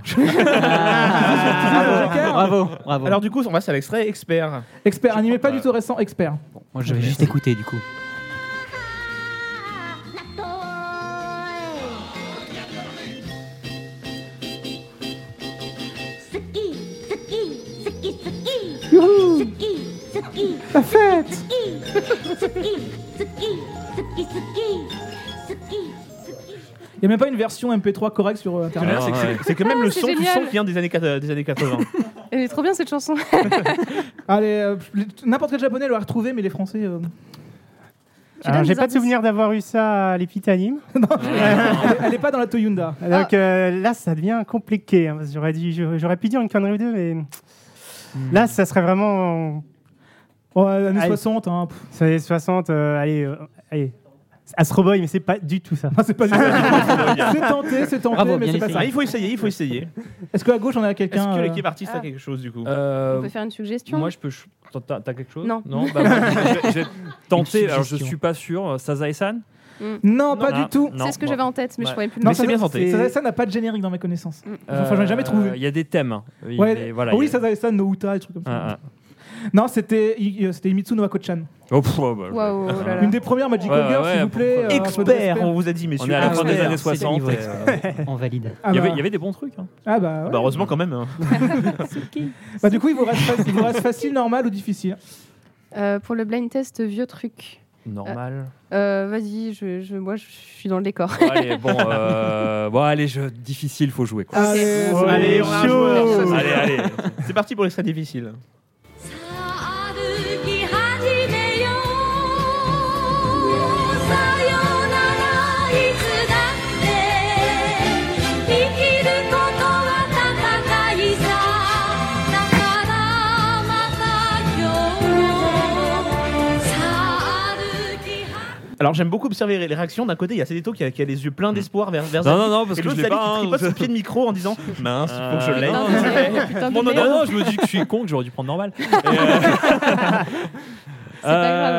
Ah, bravo, bravo, bravo. alors, du coup, on passe à l'extrait expert. Expert, animé pas pas. du tout récent, expert. Moi je vais juste écouter du coup. Youhou, la fête! Il n'y a même pas une version M P trois correcte sur euh, C'est internet. bien, c'est que ouais. c'est- c'est que même Ah, le c'est son, tu génial. sens qu'il vient des années, quat- des années quatre-vingts. Elle est trop bien cette chanson. Allez, euh, les- n'importe quel japonais l'aurait retrouvé, mais les français. euh, donnes Alors, j'ai des pas de indices. souvenir d'avoir eu ça à l'Epitanime. elle, est- elle est pas dans la Toyunda. Donc euh, là, ça devient compliqué. hein, parce que j'aurais, dit, j'aurais j'aurais pu dire une connerie ou deux, mais là, ça serait vraiment. Oh, années Allez. soixante, hein. pff. Ça fait soixante. euh, allez, euh, allez. Astro Boy, mais c'est pas du tout ça. Ah, c'est pas du tout. C'est tenté, c'est tenté, Bravo, mais bien c'est pas essayé. ça. Ah, il faut essayer, il faut essayer. Est-ce qu'à gauche on a Est-ce quelqu'un que euh, l'équipe artiste a Ah. quelque chose du coup On Euh, peut faire une suggestion. Moi, je peux. je- T'as t'as quelque chose Non. Non. Bah, moi, je vais- je vais tenter. Une Alors, je suggestion. suis pas sûr. Sazae-san Non, pas Non. du tout. Non, C'est ce que bon. j'avais en tête, mais je Ouais. trouvais plus. Non, Mais ça, c'est bien ça- tenté. Ça, ça n'a pas de générique dans mes connaissances. Mm. Enfin, j'en ai jamais trouvé. Euh, Il y a des thèmes. Oui, Ouais, mais voilà, oui, il y a- ça, ça, no Uta, des trucs comme ça. Ah, ah. Non, c'était i- euh, c'était Imitsu no Hako-chan. Oh, pff, oh, bah, je- Waouh, oh là là. Une des premières Magical Ouais, ouais, Girls, ouais, s'il vous plaît. pourquoi- euh, un peu de Expert, respect. on vous a dit, messieurs. On est à la fin des expert. années C'est soixante. niveau et, expert. euh, On valide. Ah Il y avait- bah, il y avait des bons trucs. hein. ah bah, ouais. Bah, heureusement quand même. hein. Bah, du coup, il vous reste, fa- il vous reste facile, normal ou difficile. Euh, pour le blind test, vieux truc. Normal. Euh, Vas-y, je, je, moi je suis dans le décor. Bon, allez, bon, euh, bon, allez, jeu difficile, faut jouer. Quoi. Allez, Oh, allez, on a un joueur. chaud. Allez, allez. C'est parti pour l'extrait difficile. さあ歩き始めよう Alors j'aime beaucoup observer les réactions. D'un côté, il y a Cédéto qui a, qui a les yeux pleins d'espoir vers, vers Non, Zali. non, non, parce et que l'autre, je l'ai Zali pas, qui hein, tripote vous- son pied de micro en disant mince, il faut que je Euh, l'aie. non, Putain, mais- putain, Mon mais honneur. Non, non, je me dis que je suis con, que j'aurais dû prendre normal. Et, euh, C'est pas grave.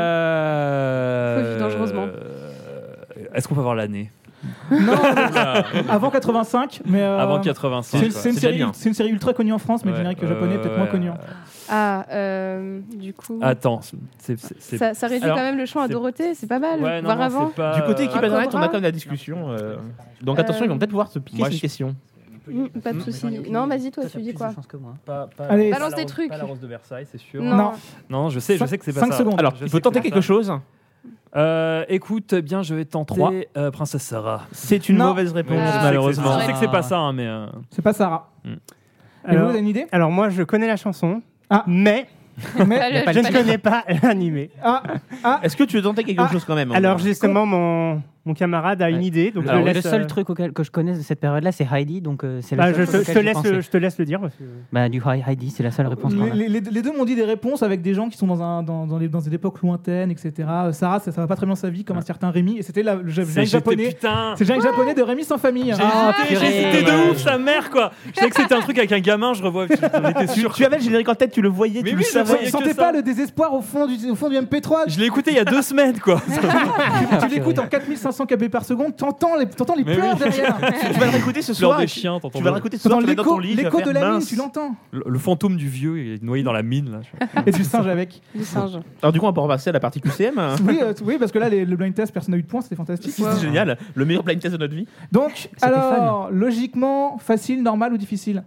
euh, Faut vivre dangereusement. euh, Est-ce qu'on peut avoir l'année Non, avant quatre-vingt-cinq, mais euh, Avant c'est quatre-vingt-cinq. une, quoi. c'est une C'est série, déjà bien. c'est une série ultra connue en France, mais le Ouais, générique ouais, japonais peut-être ouais, moins ouais. connu. Ah, euh, du coup. Attends, c'est. c'est- c'est- Ça, ça réduit Alors, quand même le champ à c'est- Dorothée, c'est pas mal. Ouais, non, Voir non, avant. c'est pas- Du côté équipe Ah, Internet, on Cobra a quand même la discussion. euh, Donc Euh, attention, ils vont peut-être pouvoir se piquer moi, cette je- question. Mm, pas de soucis. Non, vas-y, toi, tu dis quoi Pas, pas- Allez. pas Balance la des rose- trucs. Pas la rose de Versailles, c'est sûr. Non. Non. Non, je sais, je Cinq- sais que c'est pas cinq ça. secondes. Alors, Je il sais faut que tenter c'est pas quelque ça. chose. Euh, écoute, eh bien, je vais tenter Trois. euh, Princesse Sarah. C'est une Non. mauvaise réponse, Ah. malheureusement. Je sais que c'est pas ça, hein, mais. euh, C'est pas Sarah. Hmm. Et vous, Alors, vous avez une idée alors moi, je connais la chanson, Ah. mais Mais- Pas le- je ne pas le- connais pas l'animé. Ah, ah, Est-ce que tu veux tenter quelque Ah. chose quand même? Alors justement, mon, mon camarade a une Ouais. idée, donc Le, je le laisse, seul euh, truc auquel, que je connais de cette période-là, c'est Heidi. Donc, euh, c'est la bah, seule je, chose te, je, auquel te j'ai laisse pensé. le, je te laisse le dire. Parce que... Bah, du Hi- Heidi, c'est la seule réponse. qu'on a. les, les- les deux m'ont dit des réponses avec des gens qui sont dans, un, dans, dans, les, dans des époques lointaines, et cetera. Euh, Sarah, ça, ça va pas très bien sa vie, comme un certain Rémi. Et c'était la- le C'est générique j'étais- japonais. Putain. C'est le générique japonais de Rémi sans famille. J'ai Ah, hésité, purée. j'ai hésité de ouf, sa mère quoi. Je savais que c'était un truc avec un gamin, je revois. J'en étais Tu, sûr. tu avais le générique en tête, tu le voyais, Mais tu oui, le je savais. voyais Vous que sentez ça. pas le désespoir au fond du, au fond du M P trois? Je l'ai écouté il y a deux semaines quoi. Tu l'écoutes en quatre mille cinq cents kilobits par seconde, t'entends les, t'entends les Mais pleurs oui. derrière. Tu vas le réécouter ce Fleur soir. des et tu- chiens, t'entends Tu vas le le- réécouter ce soir, T'entends tu vas être dans l'écho ton lit. tu vas l'écho faire de la mine, mince. tu l'entends. Le, le fantôme du vieux, il est noyé dans la mine là. Et du singe avec. Du singe. Alors du coup, on peut repasser à la partie Q C M. Oui, euh, oui, parce que là, les- le blind test, personne n'a eu de points, c'était fantastique. C'était génial, le meilleur blind test de notre vie. Donc, alors, logiquement, facile, normal ou difficile?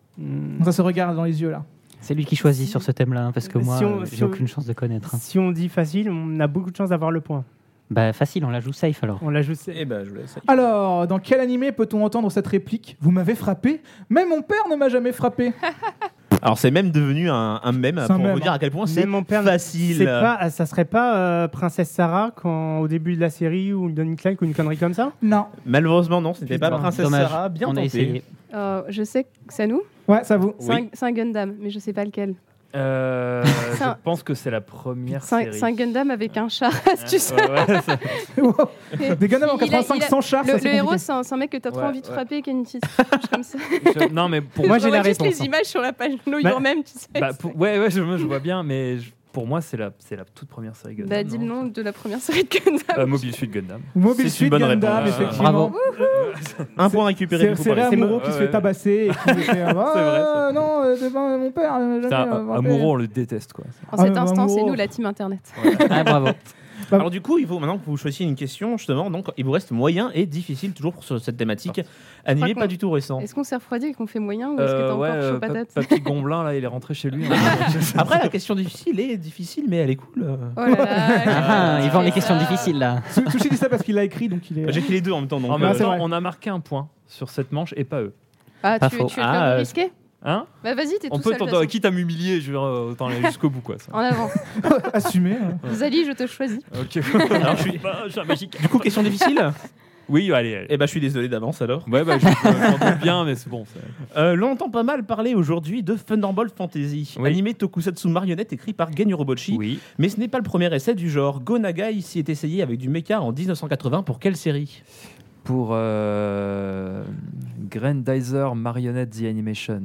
Ça se regarde dans les yeux là. C'est lui qui choisit sur ce thème-là, hein, parce que moi, Si on- euh, si j'ai on- aucune chance de connaître. hein. Si on dit facile, on a beaucoup de chance d'avoir le point. Bah, facile, on la joue safe alors. On la joue. Eh ben, je vous laisse. Alors, dans quel animé peut-on entendre cette réplique? Vous m'avez frappé? Même mon père ne m'a jamais frappé. Alors c'est même devenu un, un mème C'est un pour mème, vous dire hein. à quel point Même c'est mon père, facile. C'est pas, ça serait pas euh, Princesse Sarah quand au début de la série ou Donny Clark ou une connerie comme ça? Non. Malheureusement non, ce n'était pas Putain, Princesse dommage. Sarah. Bien On a tenté. essayé. Euh, je sais que c'est à nous. Ouais, ça vous. C'est un- Oui. c'est un Gundam, mais je sais pas lequel. Euh, C'est un- je pense que c'est la première C'est un, série. c'est un Gundam avec un chat, astuce. Ouais, ouais, ça- Wow. Et Des Gundam en il a- quatre-vingt-cinq il a- sans char, Le, ça c'est le héros, compliqué. c'est un, c'est un mec que t'as trop Ouais, envie de ouais. frapper, qui a une petite touche comme ça. je- non mais pour Moi, Je j'ai la vois juste réponse, les hein. images sur la page No Bah, Your Même, tu sais. bah, pour- ouais ouais je, je vois bien mais je- pour moi c'est la c'est la toute première série Gundam. Bah, dis le non nom de la première série de Gundam. Euh, Mobile Suit Gundam. Mobile C'est une Suit bonne Gundam, réponse. effectivement. Bravo. Un point récupéré. C'est du coup, c'est par les- Ray C'est Amuro mo- qui se ouais, fait ouais. tabasser et qui fait ah, C'est vrai, ça. non, euh, c'est pas mon père. euh, C'est jamais, un, euh, Amuro, père. on le déteste quoi. En cet Ah, instant, c'est Amuro. nous, la team internet. Ah, bravo. Alors du coup, il faut maintenant que vous choisissiez une question justement. Donc il vous reste moyen et difficile toujours pour ce- cette thématique. Animé crois pas qu'on- du tout récent. Est-ce qu'on s'est refroidi et qu'on fait moyen ou est-ce que Euh, t'es encore ouais, chaud euh, pa- patate Papy Gomblin là il est rentré chez lui. hein. Après la question difficile est difficile, mais elle est cool. euh. Oh là là, Ah, il vend les ça. questions difficiles là. Su- Sushi dit ça parce qu'il l'a écrit, donc il est. J'ai fait les deux en même temps. Donc, En Ah, même c'est temps, vrai. on a marqué un point sur cette manche et pas eux. Ah, Pas tu, faux. tu veux Ah, le faire euh, risquer Hein? Bah vas-y, t'es On tout peut seul. de t'entendre, toute quitte à m'humilier, je veux euh, autant aller jusqu'au bout quoi. Ça. façon. En avant. assumé. euh. Zali, je te choisis. Ok. Alors, je suis- Bah, je suis un magique. Du coup, question difficile. Oui, allez. allez. Eh ben, je suis désolé d'avance alors. Ouais, bah, je je m'en doute bien, mais c'est bon. c'est- Euh, l'on entend pas mal parler aujourd'hui de Thunderbolt Fantasy, Oui. animé tokusatsu marionnette écrit par Gen Urobuchi. Oui. Mais ce n'est pas le premier essai du genre. Go Nagai s'y est essayé avec du mecha en dix-neuf cent quatre-vingts pour quelle série? Pour euh, Grandizer Marionette The Animation.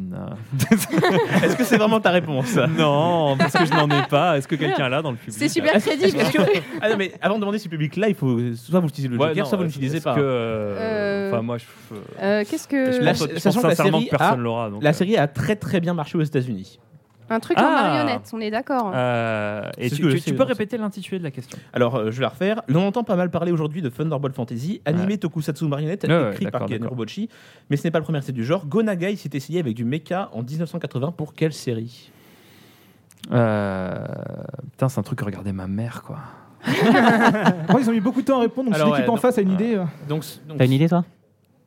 Est-ce que c'est vraiment ta réponse? Non, parce que je n'en ai pas. Est-ce que quelqu'un l'a dans le public? C'est super Est-ce- crédible. est-ce que- Ah non, mais avant de demander si le public là, il faut soit vous utilisez le Ouais, Joker, non, soit vous est-ce- n'utilisez est-ce pas. que, euh, Euh, Enfin, moi, je, Euh, Qu'est-ce je que. La- pense, je pense sachant que la sincèrement série que personne a- l'aura. donc, La euh, série a très très bien marché aux États-Unis. Un truc en Ah. marionnette, on est d'accord. euh, et C'est tu, ce que tu- je tu sais, peux non, répéter l'intitulé de la question? Alors, euh, je vais la refaire. L'on entend pas mal parler aujourd'hui de Thunderbolt Fantasy, animé tokusatsu marionnette, Ouais, ouais, écrit par d'accord, Gen d'accord. Urobuchi. Mais ce n'est pas le premier essai du genre. Go Nagai s'est essayé avec du mecha en dix-neuf cent quatre-vingts pour quelle série? Euh, Putain, c'est un truc que regardait ma mère, quoi. Après, ils ont mis beaucoup de temps à répondre, donc Alors, si l'équipe ouais, en non. face a une idée. euh, Donc, donc T'as une idée toi?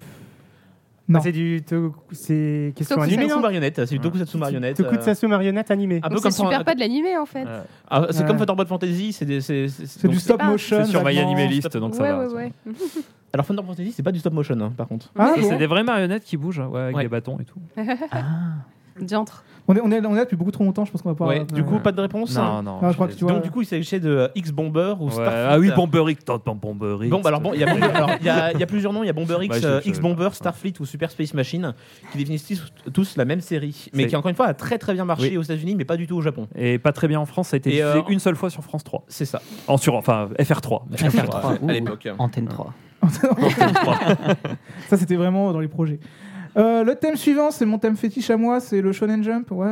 Non. Ah, c'est du. to- C'est question Tokusatsu. animée, Tokusatsu non? marionnette, c'est du tokusatsu marionnette. euh, Tokusatsu marionnette animée. un peu Donc comme c'est super Fan- pas de l'animé en fait. Euh, Ah, c'est Ouais. comme Thunderbolt Fantasy, c'est des- c'est c'est- C'est donc du stop pas- motion. c'est sur My vaguement. Animalist, donc ça ouais, va. ouais, ouais. Alors Thunderbolt Fantasy, c'est pas du stop motion, hein, par contre. Ah, Ça, bon. C'est des vraies marionnettes qui bougent, ouais, avec Ouais. des bâtons et tout. Ah. Diantre. On est, on, est, on est là depuis beaucoup trop longtemps, je pense qu'on va pas. Ouais, du coup, pas de réponse. Non, hein. non. Ah, je crois que tu vois. Donc du coup, il s'agissait de X-Bomber ou Ouais. Starfleet. Ah oui, Bomber X, tant Bomber X. Bon, bah alors bon, il y a Bomber- alors, il y a- il y a plusieurs noms. Il y a Bomber X, Bah, je- euh, je- X-Bomber, Starfleet ou Super Space Machine, qui définissent tous, tous la même série, mais C'est- qui encore une fois a très très bien marché Oui. aux États-Unis, mais pas du tout au Japon. Et pas très bien en France, ça a été Et, diffusé euh, une seule fois sur France trois. C'est ça. En sur, enfin, F R trois. F R trois, à ouh, l'époque. Antenne trois. Ça, c'était vraiment dans les projets. Euh, le thème suivant, c'est mon thème fétiche à moi, c'est le Shonen Jump. Ouais.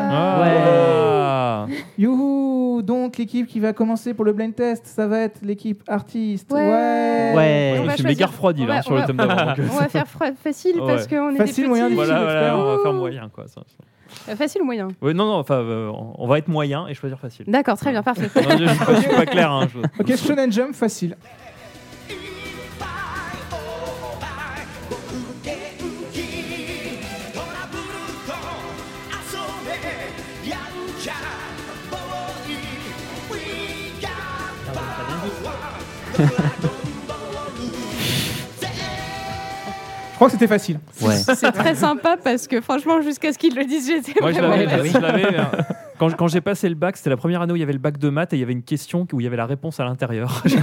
Ah. Youhou. Donc l'équipe qui va commencer pour le blind test, ça va être l'équipe artiste. Ouais. Ouais. Ouais. Je On me va suis choisir- méga refroidi on là va- sur on le va- thème d'avant. donc, euh, On va faire fra- facile Ouais. parce qu'on est Facile, des moyen, petits. difficile. Voilà, voilà, on va Ouh. faire moyen quoi. Ça, ça. Euh, Facile ou moyen Oui, non, non, enfin, euh, on va être moyen et choisir facile. D'accord, très bien, parfait. Non, je, je suis pas, je suis pas clair. Hein, je- Ok, Shonen Jump facile. Je crois que c'était facile. Ouais. C'est très sympa parce que franchement, jusqu'à ce qu'ils le disent, j'étais Moi, je vraiment... l'avais. bah oui. je l'avais, euh, quand quand j'ai passé le bac, c'était la première année où il y avait le bac de maths et il y avait une question où il y avait la réponse à l'intérieur. C'est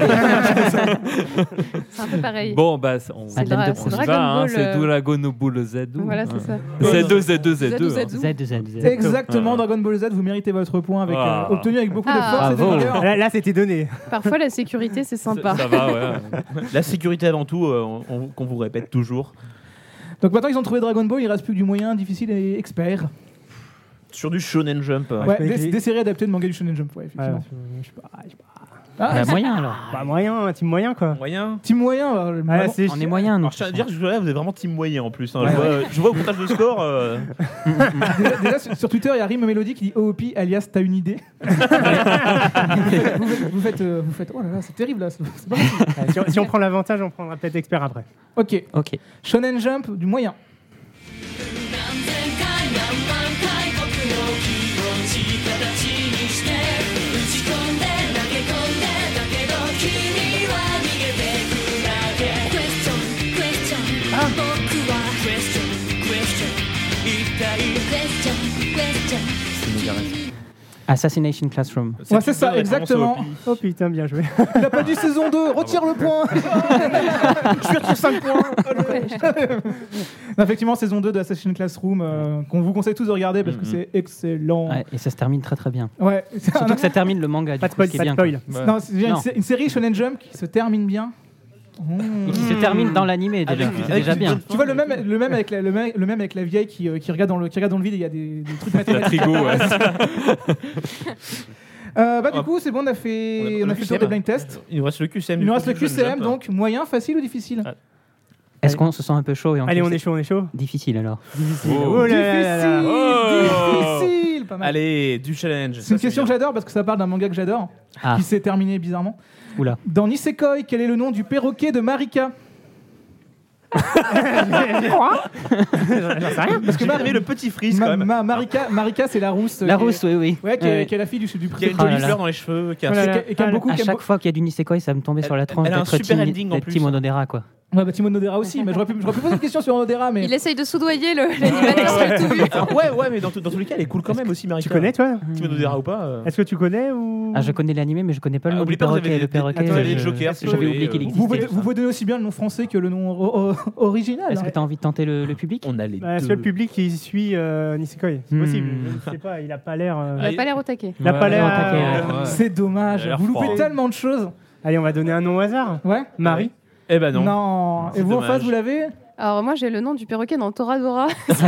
un peu pareil. Bon, bah, c'est- on, C'est Madeleine dra- de c'est Proust. on y Dragon va, hein, Ball. c'est euh, Dragon Ball Z. Voilà, c'est ça. Z deux, Z deux, Z deux. Z hein. deux. Z, Z, Z. Exactement, Dragon Ball Z, vous méritez votre point avec, Ah. euh, obtenu avec beaucoup de Ah. force et de Bravo. vigueur. Là, là, c'était donné. Parfois, la sécurité, c'est sympa. Ça, ça va, ouais. La sécurité avant tout, euh, on- on- qu'on vous répète toujours. Donc maintenant qu'ils ont trouvé Dragon Ball, il reste plus que du moyen, difficile et expert. Sur du Shonen Jump. euh, Ouais, je connais des, que- des séries adaptées de manga du Shonen Jump, ouais, Ouais, effectivement. je sais pas, je sais pas. Ah, Bah, moyen alors. Bah, moyen, team moyen quoi. Moyen. Team moyen, euh, Ah, là, vraiment. c'est- On est moyen, nous. Alors, je tiens à dire que là, vous êtes vraiment team moyen en plus. hein. Ouais, je, vois, je vois au comptage de score. euh, Déjà, déjà, sur, sur Twitter, il y a Rime Mélodie qui dit O O P alias t'as une idée. vous faites, vous faites, vous faites, euh, vous faites- oh là là, c'est terrible là. c'est- c'est pas possible. Euh, si, on, si on prend l'avantage, on prendra peut-être expert après. Ok, Ok. Shonen Jump du moyen. 何千回何万回僕の気持ち形にして打ち込んで投げ込んでだけど君は逃げてくだけ Question Question 僕は Question Question 一体 Question Question Assassination Classroom. Ouais, une c'est ça, bonne référence exactement. au Pi. Oh putain, bien joué. Il a pas dit saison deux, retire le point. Je lui retire cinq points. Non, effectivement, saison deux de Assassin's Classroom, euh, qu'on vous conseille tous de regarder parce que Mhm. c'est excellent. Ouais, et ça se termine très très bien. Ouais. C'est un- Surtout que ça termine le manga. Pas du de coup, spoil, ce qui est pas de bien, spoil. quoi. Non, c'est bien une, Non. sé- une série Shonen Jump qui se termine bien. Mmh. Et qui se termine dans l'animé déjà. Avec- C'est avec déjà une bien. bonne Tu vois le même, le même avec la, le même, le même avec la vieille qui, euh, qui regarde dans le, qui regarde dans le vide et il y a des, des trucs La mathématiques. trigo, ouais. Euh, bah du Hop. coup c'est bon, on a fait, On a- on a le fait le Q C tour M. des blind tests. Il nous reste le Q C M. Il du nous coup, reste le du Q Shonen C M, Jump. donc moyen, facile ou difficile? Ah. Est-ce qu'on se sent un peu chaud et en Allez, plus, on est chaud, on est chaud. difficile alors. Difficile. Oh. Oh là là là là. Oh. Difficile, pas mal. Allez, du challenge. C'est une question que j'adore parce que ça parle d'un manga que j'adore, Ah, qui s'est terminé bizarrement. oula. Dans Nisekoi, quel est le nom du perroquet de Marika? Parce que j'ai aimé le petit freeze Ma- quand même. ma- Marika, Marika c'est la rousse. euh, La qui est- rousse, oui, oui. Ouais, qui est, Ouais. qui est la fille du, du Qui a une Ah jolie là là. fleur dans les cheveux. Qui a un Oh là super- là. et qui aime beaucoup. À qui aime chaque beau- fois qu'il y a du Nisekoi, ça me tombait sur la tronche elle a un d'être super Tim- ending en d'être plus. Tim Onodera, quoi. Ouais, bah Timon Nodera aussi, mais j'aurais pu, j'aurais pu poser une question sur Nodera, mais. Il essaye de soudoyer le- l'animateur qui a tout vu. Alors, ouais, ouais, mais dans, tout- dans tous les cas, elle est cool quand même aussi, Marika. Tu connais toi Tu me dira ou pas euh. Est-ce que tu connais ou Ah, je connais l'animé, mais je connais pas le Ah, nom oublie du pas, vous avez perroquet. des- Le perroquet, des- vous avez des je- jokers, si vous j'avais voulez, oublié qu'il euh, Vous existait. pouvez, vous pouvez donner aussi bien le nom français que le nom o- o- original. Est-ce hein. que tu as envie de tenter le, le public On a les Bah, Est-ce deux. que le public qui suit euh, Nisekoi C'est Hmm. possible. Je ne sais pas, il a pas l'air. euh, Il a pas l'air au taquet. Il a pas Ouais, l'air. ouais, taquet, euh, ouais. C'est dommage. Il a l'air Vous loupez froid. tellement de choses. Allez, on va donner un nom au hasard. Ouais. Marie. Eh ben non. Non. C'est Et vous en dommage. face, vous l'avez? Alors moi j'ai le nom du perroquet dans Toradora.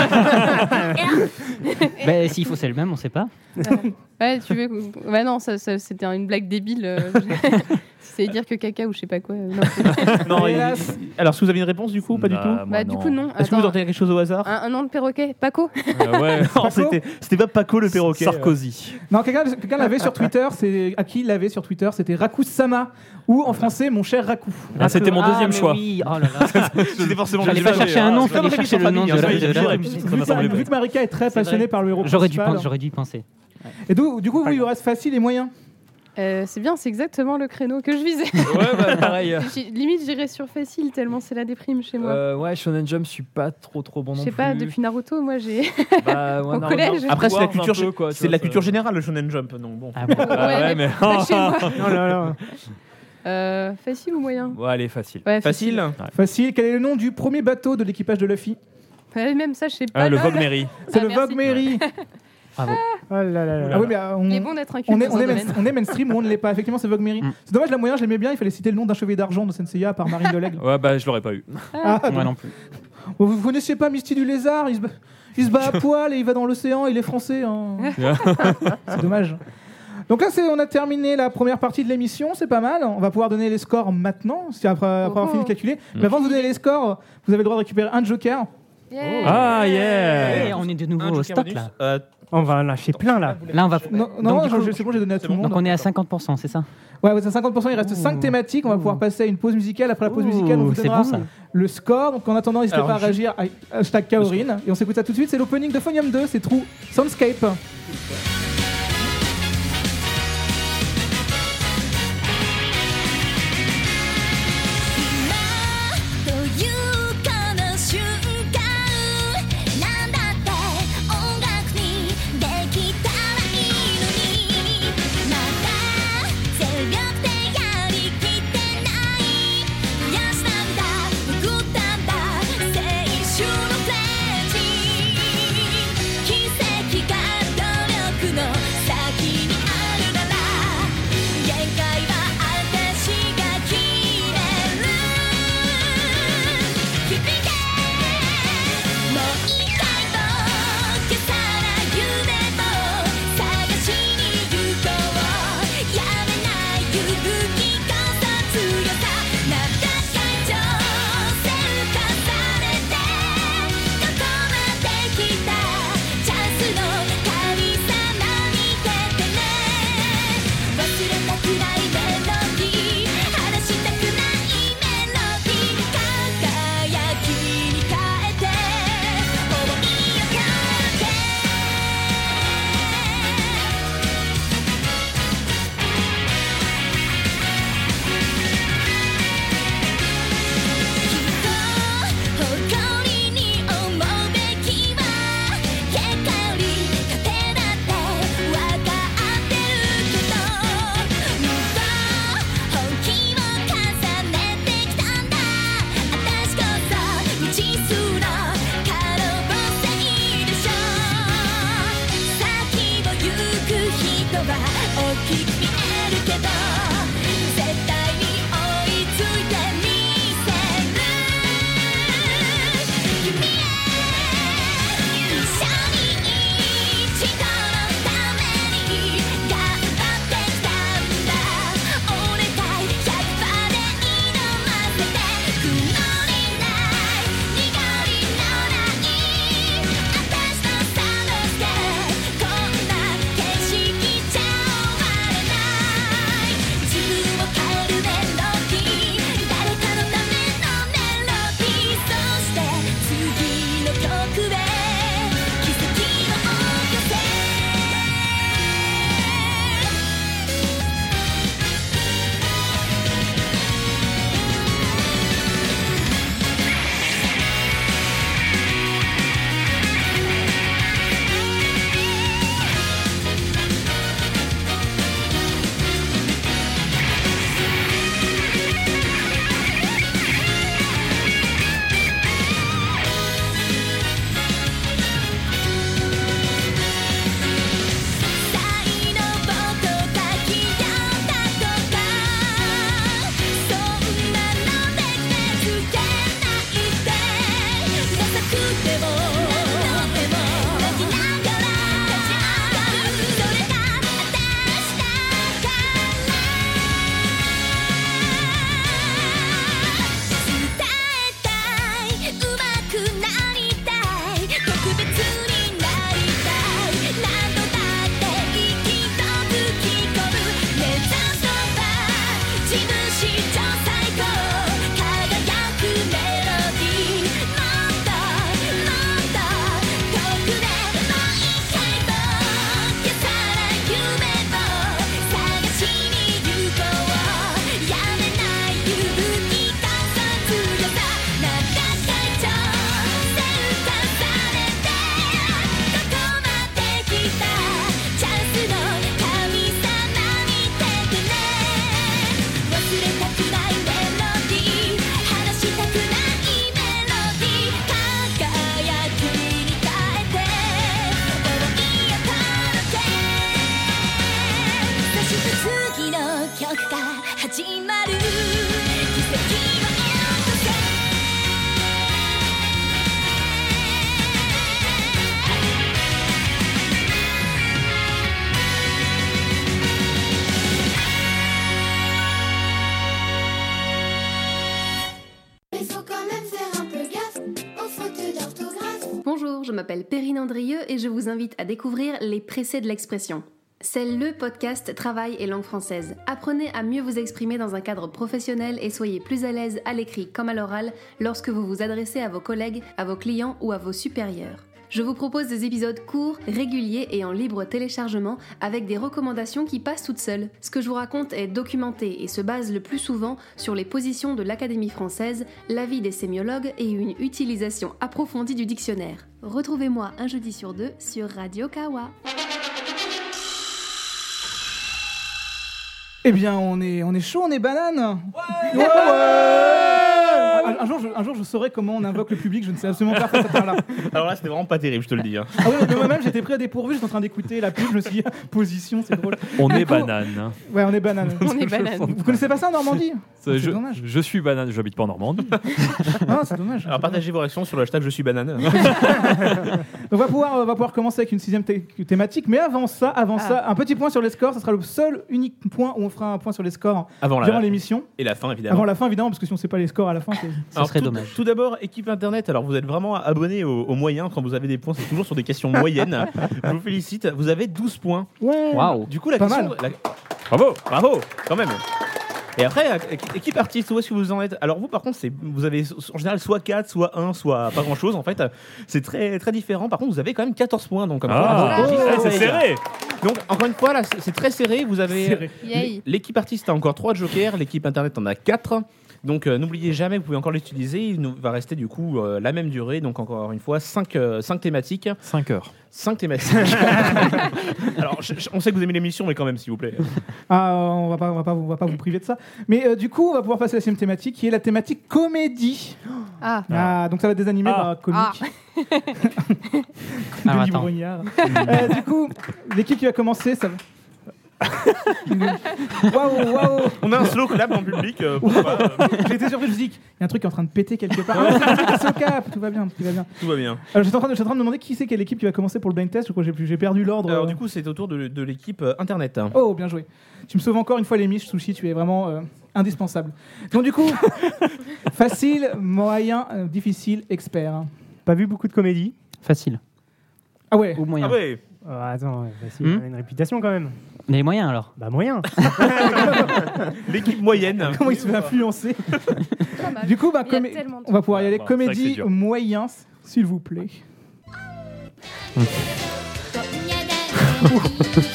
Bah, s'il faut, c'est le même, on sait pas. Ouais, tu veux... ouais non, ça, ça- c'était une blague débile. euh, C'est dire que caca ou je sais pas quoi. euh, non. Non, il- Hélas. Alors, est-ce que vous avez une réponse du coup? Pas du Bah, tout. moi, Bah du coup non. Est-ce que vous Attends, tentez quelque chose au hasard? un, un nom de perroquet, Paco. Euh, ouais. Non, c'était c'était pas Paco le perroquet. Sarkozy. Non, quelqu'un quelqu'un l'avait sur Twitter. C'est à qui il l'avait sur Twitter? C'était Raku-sama ou en français mon cher Raku. Ah, c'était mon Ah, deuxième mais choix. Oui, oh là là. C'était forcément J'allais le pas deuxième. chercher un nom, C'est comme fallait Rémi chercher le sans nom famille, de hein, la- ça, je de veux la- dire, et puis ça Vu m'a que, semblé vu vrai. que Marika est très C'est passionnée vrai. par le héros J'aurais dû, principal. penser, j'aurais dû y penser. Et donc, du coup, oui, il vous reste facile et moyen. Euh, c'est bien, c'est exactement le créneau que je visais. Ouais, bah, pareil. J'ai- Limite, j'irais sur facile tellement c'est la déprime chez moi. Euh, ouais, Shonen Jump, je suis pas trop trop bon Je non sais plus. pas, depuis Naruto, moi j'ai. Bah, ouais, au Naruto, collège. Naruto Après, c'est la Wars, culture, un peu, quoi, tu c'est vois, de la ça- culture générale, le Shonen Jump. Donc bon. Ah bon. Ah ouais, mais. pas chez moi. Oh là là. Euh, facile ou moyen? Ouais, allez, facile. Ouais, Facile. Facile. Quel est le nom du premier bateau de l'équipage de Luffy? Ouais, même ça, je sais pas. Ah, le là, Vogue là. Mary. C'est Ah, le merci. Vogue Mary. Bravo. Oh là là là. Ah oui, mais euh, on, Il est bon d'être un on, cul est, dans on, un est main- domaine. on est mainstream ou on ne l'est pas. Effectivement, c'est Vogue Mary. Mm. C'est dommage, la moyen, je l'aimais bien. Il fallait citer le nom d'un chevalier d'argent de Senseiya par Marine de l'Aigle. Ouais, bah, je l'aurais pas eu. Ah, Moi donc- non plus. Vous, vous connaissez pas Misty du Lézard? Il se, bat, il se bat à poil et il va dans l'océan. Il est français. hein. C'est dommage. Donc là, c'est, on a terminé la première partie de l'émission. C'est pas mal. On va pouvoir donner les scores maintenant, si après, après avoir Oh. fini de calculer. Mais avant de vous donner les scores, vous avez le droit de récupérer un joker. Yeah. Ah, yeah. Et on est de Un nouveau au joker stock bonus. là. Euh, On va en lâcher plein là. Là, on va. Non, Donc, non du je- coup- je- c'est bon, j'ai donné à tout le monde. Donc on est à cinquante pour cent, c'est ça? Ouais, ouais, c'est cinquante pour cent. Il reste Ouh. cinq thématiques. On va pouvoir passer à une pause musicale. Après la pause Ouh, musicale, on vous c'est donnera bon ça. le score. Donc en attendant, n'hésitez Alors, pas à je- réagir à hashtag Kaorin. Et on s'écoute ça tout de suite. C'est l'opening de Phonium deux. C'est True Soundscape. という悲瞬間なんだって音楽にできたらいいのにまだ全力でやりきってない増やしたんだ送ったんだ青春のプレッジ奇跡が努力 je m'appelle Perrine Andrieux et je vous invite à découvrir Les Pressés de l'expression. C'est le podcast Travail et langue française. Apprenez à mieux vous exprimer dans un cadre professionnel et soyez plus à l'aise à l'écrit comme à l'oral lorsque vous vous adressez à vos collègues, à vos clients ou à vos supérieurs. Je vous propose des épisodes courts, réguliers et en libre téléchargement avec des recommandations qui passent toutes seules. Ce que je vous raconte est documenté et se base le plus souvent sur les positions de l'Académie française, l'avis des sémiologues et une utilisation approfondie du dictionnaire. Retrouvez-moi un jeudi sur deux sur Radio Kawa. Eh bien, on est, on est chaud, on est banane. Ouais, ouais. Un, un jour, je, un jour, je saurai comment on invoque le public. Je ne sais absolument pas faire cette affaire-là. Alors là, c'était vraiment pas terrible, je te le dis. Hein. Ah ouais, mais moi-même, j'étais pris à dépourvu. J'étais en train d'écouter la pub. Je me suis dit, position, c'est drôle. On Du est coup- banane. Ouais, on est banane. On est banane. Vous connaissez pas ça en Normandie? C'est- C'est je, dommage. je suis banane, j'habite pas en Normandie. Ah, c'est dommage. Alors partagez vos réactions sur le hashtag je suis banane. On va pouvoir, on va pouvoir commencer avec une sixième thé- thématique. Mais avant ça, avant Ah. ça, un petit point sur les scores. Ce sera le seul unique point où on fera un point sur les scores Avant durant la, l'émission. et la fin, évidemment. Avant la fin, évidemment, parce que si on sait pas les scores à la fin, c'est... Ça Alors, serait tout, dommage. Tout d'abord, équipe internet. Alors, vous êtes vraiment abonné aux, aux moyens quand vous avez des points. C'est toujours sur des questions moyennes. Je vous félicite. Vous avez douze points. Ouais. Waouh. Du coup, la Pas question. mal. la- Bravo. Bravo, quand même. Et après, é- équipe artiste, où est-ce que vous en êtes? Alors vous, par contre, c'est, vous avez en général soit quatre, soit un, soit pas grand-chose. En fait, c'est très, très différent. Par contre, vous avez quand même quatorze points. Donc, comme Ah, quoi, eh, c'est serré. Donc, encore une fois, là, c'est, c'est très serré. Vous avez Serré. Yay. l'équipe artiste a encore trois jokers. L'équipe internet en a quatre. Donc, euh, n'oubliez jamais, vous pouvez encore l'utiliser. Il nous va rester du coup euh, la même durée. Donc, encore une fois, cinq thématiques. cinq heures. cinq thématiques. Alors, je- je- on sait que vous aimez l'émission, mais quand même, s'il vous plaît. Ah, on va pas, on va pas, on va pas vous priver de ça. Mais euh, du coup, on va pouvoir passer à la deuxième thématique, qui est la thématique comédie. Ah. Ah, donc ça va être désanimé Ah. par comique. Alors, Denis attends. Brognard. Euh, du coup, l'équipe qui va commencer, ça va. Waouh, waouh. On a un slow clap dans le public. euh, pourquoi pas, euh, J'ai été surpris, je me dis, il y a un truc qui est en train de péter quelque part. Ah, c'est un truc qui se cap. Tout va bien, tout va bien. tout va bien. Alors, j'étais en train de, j'étais en train de me demander qui c'est quelle équipe qui va commencer pour le blind test. Je crois que j'ai, plus- j'ai perdu l'ordre. Alors, du coup, c'est au tour de, de l'équipe euh, internet. Oh, bien joué. Tu me sauves encore une fois les miches, Sushi, tu es vraiment euh, indispensable. Donc du coup, facile, moyen, euh, difficile, expert. Pas vu beaucoup de comédie. Facile. Ah ouais. Ou moyen. Ah ouais. Oh, attends, ouais, facile, Hmm. on a une réputation quand même. Les moyens alors. Bah moyen. L'équipe moyenne. Comment il se fait influencer. Pas mal. Du coup, bah, Il y a comé- tellement de on va pouvoir y aller. Bon, c'est vrai que c'est Comédie dur. moyen, s'il vous plaît. 今夜がいいわ明日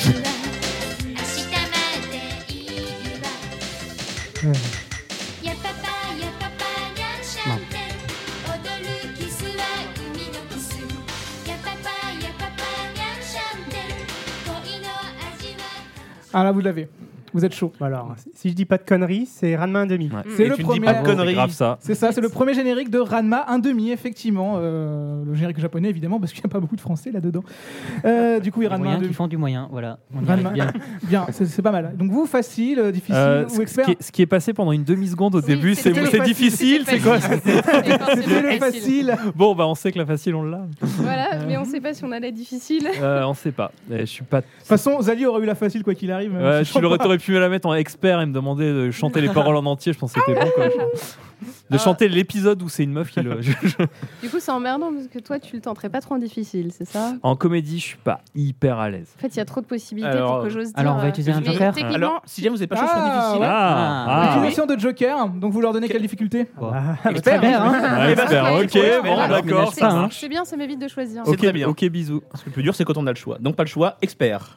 までいいわやパパやパパがシャンテ踊るキスは海のキスやパパやパパがシャンテ恋の味は Ah là, vous l'avez. Vous êtes chaud. Alors, si je dis pas de conneries, c'est Ranma un demi. Ouais. C'est Et le tu ne dis premier. pas de C'est conneries. grave ça. C'est ça, c'est le premier générique de Ranma un demi, effectivement. Euh, le générique japonais, évidemment, parce qu'il n'y a pas beaucoup de français là-dedans. Euh, du coup, il Les Ranma un moyens qui demi. font du moyen. Voilà. On y Ranma. arrive bien. Bien, c'est, c'est pas mal. Donc vous, facile, euh, difficile Euh, ou ce, ce expert? qui est, ce qui est passé pendant une demi-seconde au Oui, début, c'est, c'était le c'est facile. difficile, c'est quoi ça C'était le facile. Bon, bah on sait que la facile, on l'a. Voilà, mais on sait pas si on a la difficile. Euh, on sait pas. Euh, Je suis pas. De toute façon, Zali aurait eu la facile quoi qu'il arrive. Ouais, Je tu l'aurais, crois pas. t'aurais pu me la mettre en expert et me demander de chanter les paroles en entier. Je pense que c'était bon. Quoi. De Ah. chanter l'épisode où c'est une meuf qui le. je- je- Du coup, c'est emmerdant parce que toi, tu le tenterais pas trop en difficile, c'est ça? En comédie, je suis pas hyper à l'aise. En fait, il y a trop de possibilités Alors, pour que j'ose dire. alors, on va euh, utiliser un mais joker. techniquement, Alors, si jamais vous n'avez pas chaud sur Ah, difficile. ouais. Ah, Ah. Une ah. notion de joker, donc vous leur donnez quelle difficulté? Expert, Très bien, hein. Ah, expert, Eh ben, ok, il faut être bon, expert, alors, d'accord, ménage ça pas, hein. marche. c'est bien, ça m'évite de choisir. C'est Ok, très bien. ok, bisous. Parce que le plus dur, c'est quand on a le choix. Donc, pas le choix, expert.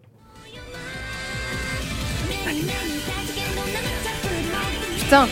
Putain,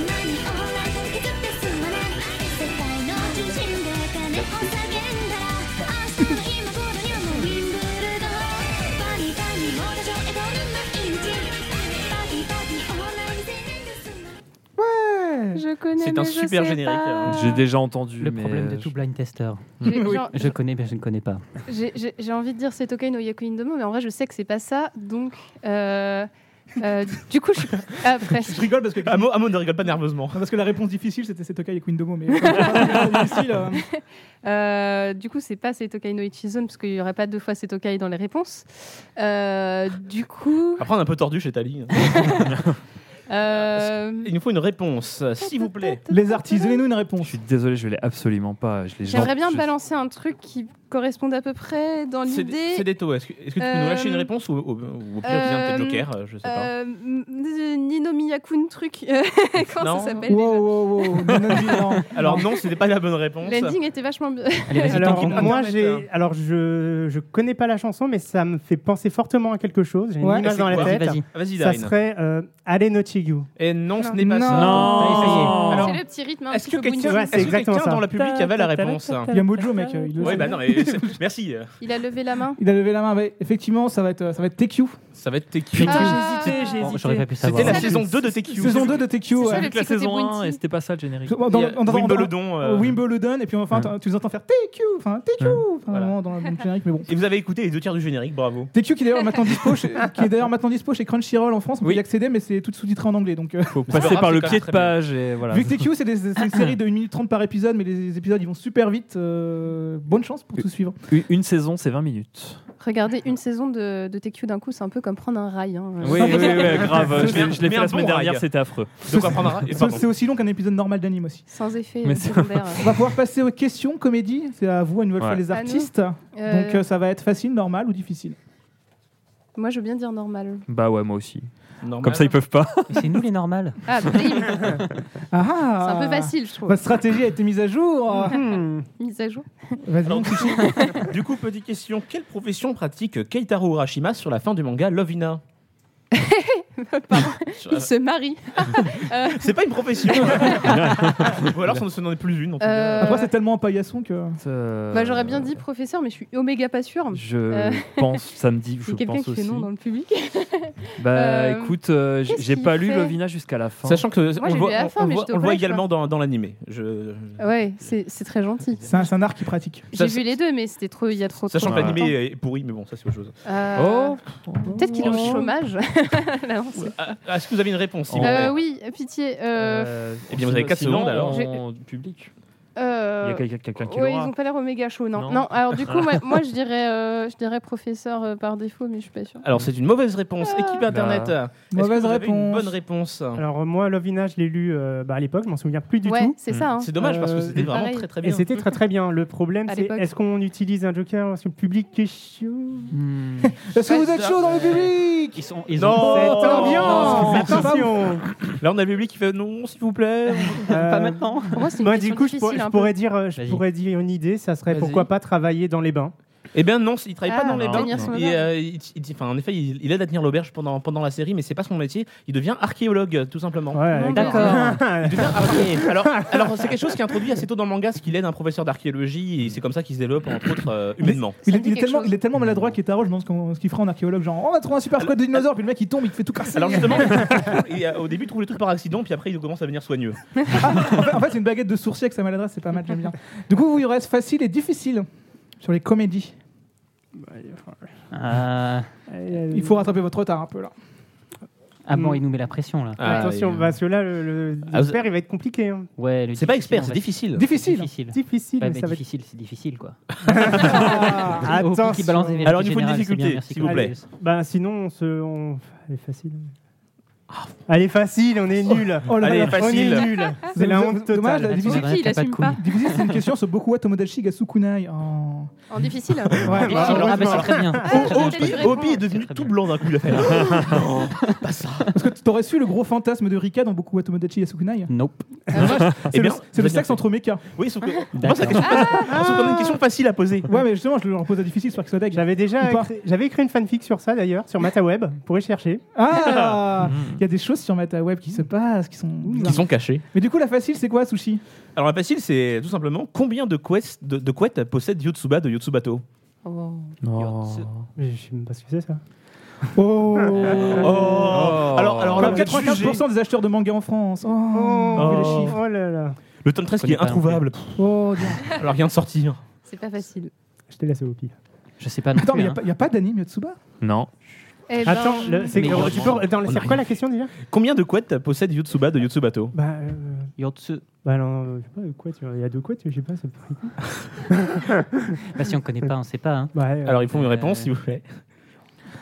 Ouais. je connais. C'est un mais je super sais générique, pas. hein. J'ai déjà entendu. Le mais problème de je- tout blind tester. J'ai- Oui. genre, Je connais, mais je ne connais pas. J'ai j'ai- j'ai envie de dire c'est Tokai no Yakuin Domo, mais en vrai, je sais que c'est pas ça. Donc, euh, euh, du coup, je suis après. Je rigole parce que, Amo, Amo ne rigole pas nerveusement. parce que la réponse difficile c'était Setokai et Queen Domo. Mais comme c'est pas difficile, euh, Euh, du coup, c'est pas Setokai no Ichizone parce qu'il y aurait pas deux fois Setokai dans les réponses. Euh, du coup, Après, on est un peu tordu chez Tali. Euh, Il nous faut une réponse, s'il vous plaît. Les artistes, donnez-nous une Je réponse. suis désolé, je l'ai absolument pas. Je l'ai J'aimerais bien je- balancer un truc qui corresponde à peu près dans C'est l'idée. c'est des taux. Est-ce que, est-ce que tu peux nous lâcher une Euh, réponse ou, ou, ou au pire, tu viens de tes euh, jokers, euh, je sais pas. Euh, m- Nino Miyakun truc. Comment Non. ça s'appelle Wow, wow, wow. Non, non, non. Alors non, c'était pas la bonne réponse. L'ending était vachement bien. Allez, vas-y, Alors, tente une. moi, Internet, j'ai. hein. Alors, je je connais pas la chanson, mais ça me fait penser fortement à quelque chose. J'ai une Ouais, image c'est dans la quoi Vas-y, tête. vas-y. Ah, Vas-y, Ça Darine. serait euh, Ale no Chigu. Et non, ce Non. n'est pas Non. ça. Allez, ça y est. Alors, C'est le petit rythme un Est-ce petit que peu quelqu'un bouncy. Ouais, c'est est-ce que exactement quelqu'un ça. dans le public avait la réponse? Il y a Mojo, mec. euh, il le Oui, sait. bah non, mais c'est- merci. Il a levé la main. Il a levé la main. Mais effectivement, ça va être, ça va être T Q. Ça va être T Q. Ah, J'ai hésité, j'ai Bon, hésité. j'aurais pas pu savoir. C'était la Ça, saison le- deux de T Q. Saison deux de T Q. C'est ça, ouais. le Vu que la petit côté saison un, bounty. et c'était pas ça le générique. Dans- dans- Il y a dans- dans- Wimbledon, euh, Wimbledon, et puis enfin, tu nous entends faire T Q, enfin T Q, Ouais. enfin, Voilà. vraiment dans, dans le générique, mais bon. Et vous avez écouté les deux tiers du générique, bravo. T Q qui est d'ailleurs maintenant dispo, chez, qui est d'ailleurs maintenant dispo chez Crunchyroll en France, on peut Oui. y accéder, mais c'est tout sous-titré en anglais, donc. euh, Faut C'est pas passer grave, par c'est le quand pied même de très bien. page et voilà. Vu que T Q c'est des, c'est une série de une minute trente par épisode, mais les épisodes ils vont super vite. euh, bonne chance pour tout suivre. Une- Une saison, c'est vingt minutes. Regardez une saison de, de T Q d'un coup, c'est un peu comme prendre un rail. hein. Oui, oui, oui, oui, grave. Je l'ai- je l'ai Mais fait un la semaine bon dernière, rail. c'était affreux. De quoi prendre un- et C'est pardon. c'est aussi long qu'un épisode normal d'anime aussi. Sans effet Mais euh, c'est- secondaire. On va pouvoir passer aux questions comédie. C'est à vous une nouvelle fois Ouais. les À nous. artistes. Euh, Donc euh, ça va être facile, normal ou difficile. Moi, je veux bien dire normal. Bah ouais, moi aussi. Normal. Comme ça, ils peuvent pas. Mais c'est nous les normales. Ah, blim. Ah C'est ah. un peu facile, je trouve. Votre stratégie a été mise à jour. Hmm. Mise à jour. Vas-y. Alors, du, coup, du coup, petite question. Quelle profession pratique Keitaro Urashima sur la fin du manga Lovina? Sur la- Il se marie. Euh, C'est pas une profession. Ou alors, ce n'en est plus une. En tout cas. euh, Après c'est tellement un paillasson que. Euh, bah, j'aurais bien dit professeur, mais je suis oméga pas sûre. Je Euh, pense, ça me dit, Il y je a quelqu'un pense qui aussi. fait non dans le public. Bah Euh, écoute, euh, j- qu'est-ce j'ai qu'il pas lu fait Lovina jusqu'à la fin. Sachant que on j'ai le voit, vu la on- fin, on mais voit- j'étais au on le voit collège, également dans, dans l'animé. Je... Ouais, c'est c'est très gentil. C'est un, c'est un art qui pratique. Ça, J'ai vu les deux, mais c'était trop. Il y a trop. Sachant trop que de l'animé est pourri, mais bon, ça c'est autre chose. temps. Euh, Oh, Peut-être qu'il est au chômage. Là, on sait. Ah, Est-ce que vous avez une réponse s'il vous Euh, plaît oui, pitié. Euh, Euh, Eh bien, vous avez quatre sinon, secondes, alors. En public. euh, Il y a quelqu'un quelqu'un qui ouais, ils l'aura. ont pas l'air oméga chaud, non. Non. Non, alors du coup, moi, moi, je dirais, euh, je dirais professeur euh, par défaut, mais je suis pas sûre. Alors, c'est une mauvaise réponse. Équipe Internet. Est-ce que Mauvaise vous avez une réponse. bonne réponse. Alors, moi, Lovina, je l'ai lu euh, bah, à l'époque, je m'en souviens plus du ouais, tout. c'est ça. Hein. C'est dommage parce que Euh, c'était vraiment pareil. très très Et bien. c'était très très bien. Le problème, À c'est l'époque. est-ce qu'on utilise un joker sur le public qui est chaud Hmm. Est-ce que Ouais, vous êtes ça, chaud dans le ouais. public? Ils sont, ils Non. ont. Cette Oh, ambiance non, c'est pas Attention Là, on a le public qui fait non, s'il vous plaît. Euh, Pas maintenant. Pour moi, c'est une Moi, question du coup, je, difficile. pour- je un peu. pourrais dire, euh, je Vas-y. pourrais dire une idée, ça serait Vas-y. pourquoi pas travailler dans les bains. Eh bien non, il travaille Ah, pas dans les non, bains. tenir son Et, auberge. euh, il, il- enfin, en effet, il, il aide à tenir l'auberge pendant, pendant la série, mais c'est pas son métier. Il devient archéologue, tout simplement. Ouais, Non, D'accord. Il devient arché- Alors, alors c'est quelque chose qui est introduit assez tôt dans le manga, ce qu'il aide un professeur d'archéologie, et c'est comme ça qu'il se développe, entre autres, euh, humainement. Il Ça est, me dit il est quelque tellement, chose. il est tellement maladroit qu'Etaro, je me demande ce, qu'on- ce qu'il fera en archéologue. Genre, on va trouver un super squat de dinosaures, puis le mec il tombe, il te fait tout casser. Alors justement, et, euh, au début, il trouve le truc par accident, puis après, il commence à devenir soigneux. en fait, en fait, c'est une baguette de sourcier avec sa maladresse, c'est pas mal, j'aime bien. Du coup, il reste facile et difficile sur les comédies. Euh, Il faut rattraper votre retard un peu là. Ah bon, Mm. il nous met la pression là. Ah, Attention, oui. parce que là, le, le Ah, vous- expert, il va être compliqué. hein. Ouais, le C'est pas difficile, expert, on c'est va- difficile. Difficile. Difficile. Difficile, Ouais, mais mais ça va être... difficile, c'est difficile quoi. Ah, Au Attention. qui balance des vérités Alors, il nous faut une générales, c'est difficulté, bien, merci, s'il vous plaît. Cornelius. Bah, sinon, on se... on- Elle est facile. Elle est facile, on est nul. Oh là Allez, là. facile. On est nul. C'est la Vous- honte dommage, totale. la Ah, difficile, c'est vrai, il t'as pas de assume couilles. pas. difficile, c'est une question sur Bokuwa Tomodachi ga Sukunai. En... En difficile. Ouais, Ah, bah, bah, heureusement. ah, bah, c'est très bien. Ah, C'est très j'avais bien. peut-être Obi, une réponse. Obi est devenu très tout bien. blanc d'un coup, il a fait. Non, pas ça. Parce que t'aurais su le gros fantasme de Rika dans Bokuwa Tomodachi ga Sukunai. Nope. C'est Eh le, bien, c'est le vous avez sexe bien entre mechas. Oui, sauf que. Moi, D'accord. c'est la question facile. Sauf qu'on a une question facile à poser. Ouais, mais justement, je leur pose la difficile, j'espère que ça deg. J'avais déjà Ou pas. écrit, j'avais écrit une fanfic sur ça d'ailleurs, sur MataWeb, vous pourrez chercher. Ah, il y a des choses sur MetaWeb qui se passent, qui sont. Qui bizarres. sont cachés. Mais du coup, la facile, c'est quoi, Sushi? Alors, la facile, c'est tout simplement combien de couettes, de, de couettes possède Yotsuba de Yotsubato? Oh. Mais je sais même pas ce que c'est ça. Oh, Oh Alors, alors là, Comme vous êtes quatre-vingt-quinze pour cent jugé. des acheteurs de manga en France. Oh, Oh, vu les chiffres. oh là là. Le tome treize qui est Je connais pas non introuvable. Oh, bien. Alors, rien de sortir. C'est pas facile. Je te laisse au pire. Je sais pas non Attends, plus. mais il hein. n'y a, pas d'anime Yotsuba? Non. Eh ben, Attends, le- c'est mais que- il- tu peux- dans le- on c'est a quoi rien la question déjà? Combien de couettes possède Yotsuba de Yotsubato? Bah, euh, Yotsu. bah non, euh, je sais pas, quoi, tu vois, il y a deux quoi, je sais pas, ça me fait Bah, si on connaît pas, on sait pas. Hein. Ouais, euh, Alors, il faut une Euh, réponse, s'il vous plaît.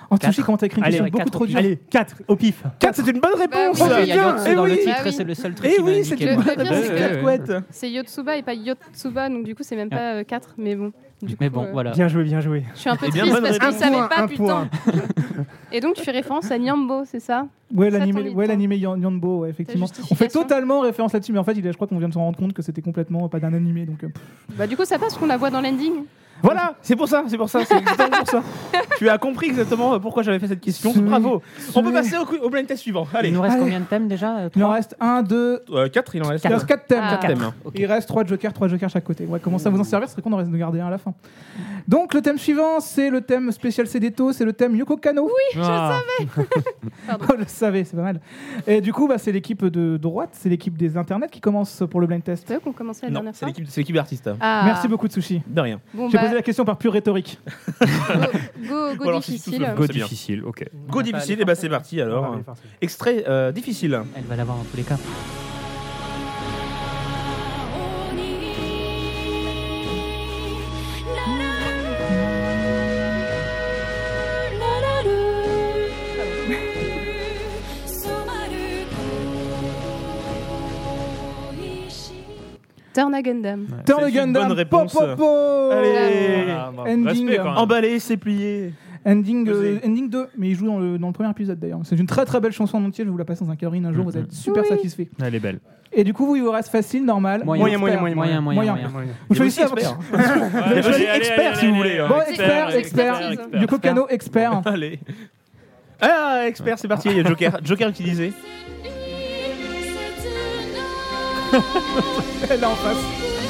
En Tsushi, comment t'as écrit une Allez, question ouais, beaucoup quatre trop au pif. dure. Allez, quatre au pif. quatre, c'est une bonne réponse. Bah oui. Il y a bien. Yotsu Eh dans le oui. titre, Ah oui. c'est le seul truc Eh qui va oui, indiquer c'est Le- une le bonne pire, réponse. c'est C'est que- cacahuète. C'est Yotsuba et pas Yotsuba, donc du coup, c'est même pas quatre, mais bon. Du Mais coup, bon, euh, voilà. Bien joué, bien joué. Je suis un peu Eh bien, triste bonne parce que je réponse. savais Un pas, point, un putain. point. Et donc, tu fais référence à Nyambo, c'est ça Ouais, Ça, l'animé, t'en ouais, dis l'animé Yan- Yanbo, ouais, effectivement. On fait justification totalement référence là-dessus, mais en fait, il est- je crois qu'on vient de se rendre compte que c'était complètement pas d'un animé. Donc, euh, pff. Bah, du coup, ça passe qu'on la voit dans l'ending. Voilà, c'est pour ça, c'est pour ça, c'est exactement pour ça. Tu as compris exactement pourquoi j'avais fait cette question. Ce- Bravo. On peut ce- passer au, cou- au blind test suivant. Allez. Il nous reste Allez. combien de thèmes déjà euh, Il en trois reste un, deux. quatre, il en reste. Il reste quatre thèmes. Ah. Quatre thèmes. Ok. Il reste trois jokers, trois jokers chaque côté. Ouais, comment ça vous en servir, ce serait qu'on en reste de garder un à la fin. Donc le thème suivant, c'est le thème spécial Cédéto, c'est le thème Yoko Kanno. Oui, Ah. Pardon. je le savais, c'est pas mal. Et du coup, bah, c'est l'équipe de droite, c'est l'équipe des internets qui commence pour le blind test. C'est eux qu'on commençait la Non, dernière c'est fois. l'équipe, c'est l'équipe d'artistes. Ah. Merci beaucoup Tsushi. De rien. Bon, J'ai bah, posé la question par pure rhétorique. go, go, go Ou alors, si c'est tout difficile. seul. Go C'est bien. difficile, ok. Go difficile, et bah c'est parti alors. Ah, bah, oui, Extrait euh, difficile. Elle va l'avoir dans tous les cas. Turn a Gundam. Turn C'est the une Gundam. bonne réponse. Po, po, po. Allez. Voilà, bah, Ending. respect, quand même. Emballé, c'est plié. Ending, euh, Osez. ending deux, mais il joue dans le, dans le premier épisode d'ailleurs. C'est une très très belle chanson en entier, je vais vous la passer dans un Kaorin un jour, vous allez être super Oui. satisfait. Elle est belle. Et du coup, vous, il vous reste facile, normal. Moyen, moyen, expert. moyen, Moyen, moyen, Moyen. moyen. Vous Il y a choisissez aussi votre- expert. Vous avez Allez, choisi allez, expert allez, si vous allez, voulez. allez, Bon, allez. expert, expert. Expertise. Yoko Kanno, expert. Allez. Ah, expert, c'est parti. Il y a Joker, Joker utilisé. Elle est en face.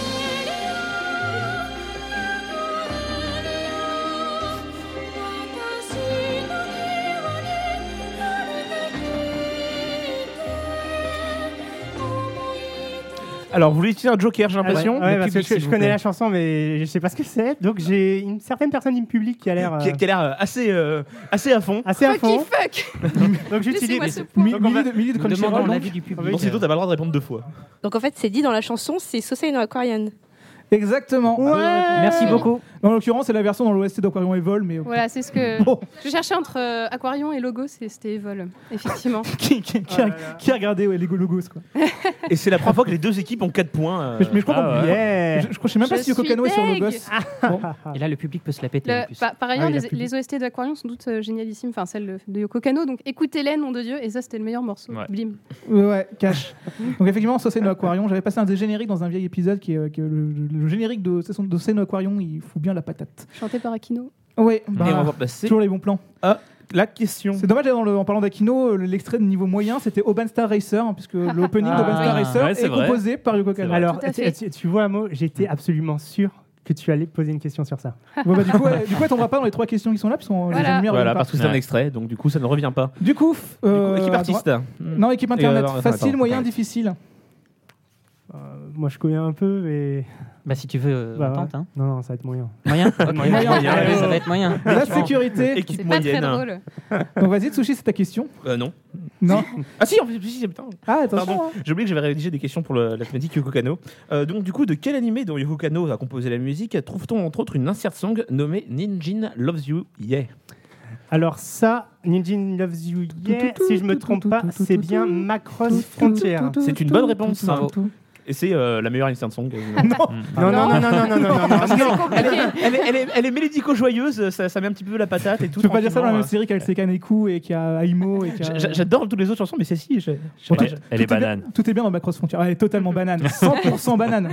Alors, vous voulez utiliser un Joker, j'ai l'impression. Ouais, ouais, Le parce que public, je, s'il je vous connais plaît. la chanson, mais je sais pas ce que c'est. Donc j'ai une certaine personne du public qui a l'air euh, Qui, qui a l'air euh, assez, euh, assez à fond. assez à Fucky fond. fuck. Donc j'utilise. Laissez-moi ce point. Mi- Donc, on va- Millie de, Millie de Nous demandons Crunchyroll. donc. l'avis du public. Bon, sinon, t'as pas le droit de répondre deux fois. Donc en fait, c'est dit dans la chanson, c'est Sosei no Aquarian. Exactement. Ouais. Merci beaucoup. En l'occurrence, c'est la version dans l'O S T d'Aquarium Evol, mais. Voilà, c'est ce que. Bon. Je cherchais entre euh, Aquarion et Logo, c'est- c'était Evol. Effectivement. qui, qui- qui Oh a, là là. qui a regardé ouais, Lego Logos quoi. Et c'est la première fois que les deux équipes ont quatre points. euh, Mais, je- mais je crois ah qu'on- ouais. Yeah. je, je, je sais même pas Je si Yoko suis Kanno est sur deg. Logos. Bon. Et là, le public peut se la péter en Le- plus. par, par ailleurs, Ah oui, la les, pub. les O S T d'Aquarion sont toutes euh, génialissimes, enfin celle de, de Yoko Kanno, donc écoutez-les, nom de Dieu, et ça c'était le meilleur morceau. Ouais. Blim. Ouais, ouais, cash. Donc effectivement, Sosei no Aquarion, j'avais passé un des génériques dans un vieil épisode qui est, euh, qui est le, le générique de Sosei no Aquarion, il fout bien la patate. Chanté par Akino. Ouais, Et on bah, va passer toujours les bons plans. à la question. C'est dommage, dans le- en parlant d'Akino, euh, l'extrait de niveau moyen, c'était Oban Star Racer, hein, puisque l'opening Ah. d'Oban Star Ouais, Racer c'est est vrai. composé par Yoko Kanno. Alors, Tout à tu, fait. tu- tu vois, Mo, j'étais absolument sûr que tu allais poser une question sur ça. Bon, bah, du coup, ouais, du coup, elle tombera pas dans les trois questions qui sont là, puisqu'on les Voilà. lumières Voilà, reviennent pas. parce que c'est un Ouais. extrait, donc du coup, ça ne revient pas. Du coup, f- euh, Du coup, équipe à artiste. droite- Hmm. Non, équipe internet, attends, facile, attends, moyen, attends. difficile. Euh, moi, je connais un peu, mais. Bah, si tu veux, euh, Bah, on ouais. tente. Hein. Non, non, ça va être moyen. Moyen Ok. Moyen. Moyen. Moyen. Allez, ça va être moyen. La sécurité. Équipe C'est pas très moyenne. drôle. Donc vas-y, Tsushi, c'est ta question. Euh, non. Non. Ah si, en fait, si, si, putain. Ah, attention. Pardon, hein. j'ai oublié que j'avais rédigé des questions pour le- la thématique Yoko Kanno. Euh, donc du coup, de quel animé dont Yoko Kanno a composé la musique trouve-t-on entre autres une insert song nommée Ninjin Loves You Yeah? Alors, ça, Ninjin Loves You Yeah, si je me trompe pas, c'est bien Macross Frontier. C'est une bonne réponse. Bravo. Et c'est euh, la meilleure insert song. Non. Non, non, non, non, non, non, non, non, Parce que non. elle, est, elle, est, elle, est, elle est médico-joyeuse, ça, ça met un petit peu la patate et tout. Tu peux pas dire ça dans la même tranquillement. série qu'Alsei Kaneku et qu'il y a Aimo et qu'il y a- J'a- J'adore toutes les autres chansons, mais celle-ci, je, je sais Bon, pas, tout- je- Elle est tout bien- banane. tout est bien dans Macross Frontier. Elle est totalement banane. cent pour cent banane.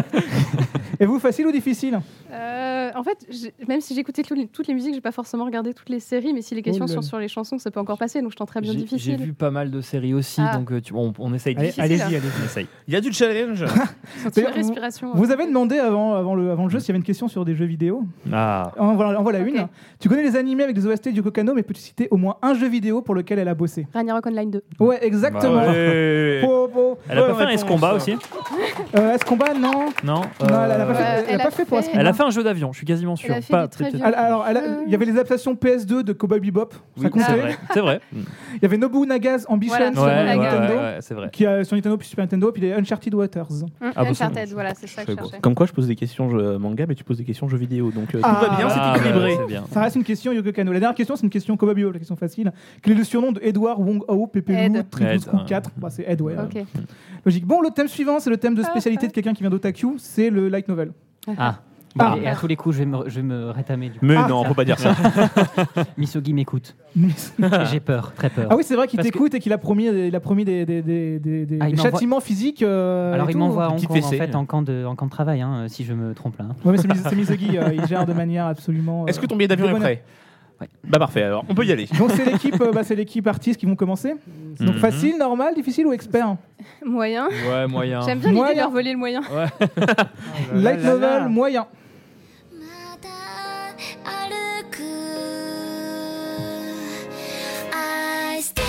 Et vous, facile ou difficile? Euh, en fait, j'ai- même si j'écoutais toutes les, toutes les musiques, j'ai pas forcément regardé toutes les séries, mais si les questions Oh là sont là. sur les chansons, ça peut encore passer, donc je tenterais bien J'ai j'ai difficile. vu pas mal de séries aussi, Ah. donc euh, tu- on, on essaye. Allez, de- allez-y, hein. allez-y. On essaye. Il y a du challenge. Sentir D'ailleurs, une respiration. Vous avez demandé avant, avant, le, avant le jeu s'il y avait une question sur des jeux vidéo. Ah. En voilà, en voilà Ok. une. Tu connais les animés avec des O S T de Yoko Kanno, mais peux-tu citer au moins un jeu vidéo pour lequel elle a bossé? Ragnarok Online deux. Ouais, exactement. Bah ouais. Po, po. Elle a Bonne pas fait un réponse. S-Combat aussi? Euh, Est-ce combat? Non. Non. Non, elle a pas pas fait, Euh, elle a elle pas a fait pour fait- Ascrima. Elle a fait un jeu d'avion, je suis quasiment sûr. Elle a fait Pas- du très peut-être- vieux. Elle- Alors, elle a- il y avait les adaptations P S deux de Cowboy Bebop, ça Oui, comptait. c'est vrai. C'est vrai. Il y avait Nobunaga's Ambition Voilà, sur Ouais, ouais, Nintendo, ouais, ouais, c'est vrai. qui a sur Nintendo puis Super Nintendo, puis les Uncharted Waters. Hum, Ah, bah, Uncharted, c'est- voilà, c'est ça que je cherchais. Comme quoi, je pose des questions jeux manga, mais tu poses des questions jeux vidéo. Donc euh, tout Ah, va bien, Ah, c'est équilibré. ouais, c'est bien. Ça reste une question Yoko Kano. La dernière question, c'est une question Cowboy Bebop, la question facile. Quel est le surnom de Edward Wong Hao, Pépé Lou, Ed. Tribus Ed, Coup hein. quatre? Bah, c'est Ed, ouais. Ok. Logique. Bon, le thème suivant, c'est le thème de spécialité de quelqu'un qui vient d'Otaku, c'est le light novel. Ah. Ah. Et à tous les coups, je vais me, je vais me rétamer. Du coup. Mais Ah. non, faut pas dire ça. Misogi m'écoute. ah J'ai peur, très peur. oui, c'est vrai qu'il Parce t'écoute et qu'il a promis, il a promis des, des, des, des, des- Ah, il des m'envoie- châtiments physiques. euh, Alors et il tout. m'envoie en, petite en fessée. fait en camp de, en camp de travail, hein, si je me trompe là. hein. Ouais, mais c'est Mis- c'est Misogi, euh, il gère de manière absolument. Est-ce que ton euh, billet d'avion de est bonne- prêt? Ouais. Bah parfait, alors on peut y aller. Donc c'est l'équipe, euh, bah, c'est l'équipe artiste qui vont commencer. Donc Mhm. facile, normal, difficile ou expert? Moyen. Ouais, moyen. J'aime bien l'idée de Moyen. leur voler le moyen. Light novel, moyen. 歩く I stay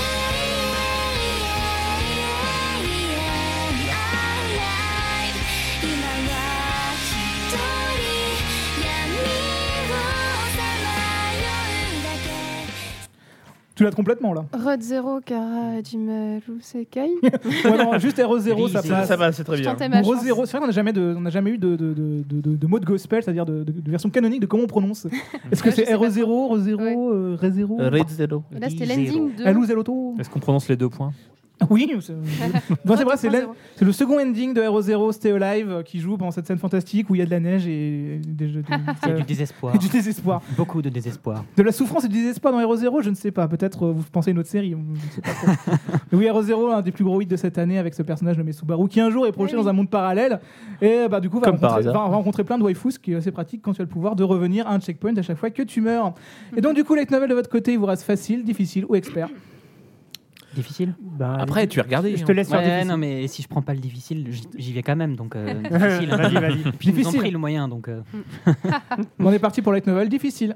alive 今は一人闇をさまようだけ Tu l'as complètement là. Rod Zero, Kara, Hajime, Sekai. Ouais, non, juste R E zéro, ça Gris, passe. Ça va, c'est très Je bien. tentais ma Bon, chance. Rose Zero, c'est vrai qu'on n'a jamais, de, on n'a jamais eu de, de, de, de, de, de mot de gospel, c'est-à-dire de, de, de version canonique de comment on prononce. Est-ce que Ouais, je c'est sais R E pas zéro, R E zéro, Ouais. euh, Ré zéro Red Zero. Là, c'était Zero. l'ending de. Alou Zeloto? Est-ce qu'on prononce les deux points? Oui, c'est non, c'est vrai, c'est, Rod l'en- Zero. c'est le second ending de R E zéro Stay Alive euh, qui joue pendant cette scène fantastique où il y a de la neige et des jeux de, Et du désespoir. et du désespoir. Beaucoup de désespoir. De la souffrance et du désespoir dans R E zéro, je ne sais pas. Peut-être euh, vous pensez à une autre série, je ne sais pas trop. Mais oui, R E zéro, un des plus gros hits de cette année avec ce personnage nommé Subaru qui un jour est projeté Oui, oui. dans un monde parallèle et bah, du coup va Comme par rencontrer, hasard. va rencontrer plein de waifus, ce qui est assez pratique quand tu as le pouvoir de revenir à un checkpoint à chaque fois que tu meurs. Et donc du coup, light novel de votre côté, il vous reste facile, difficile ou expert? Difficile. Bah, Après, tu as regardé. je te laisse faire Ouais, difficile. non, mais si je prends pas le difficile, j'y- j'y vais quand même. Donc euh, difficile. Vas-y, vas-y. Puis ils nous ont Difficile. pris le moyen, donc. euh, On est parti pour light novel, difficile.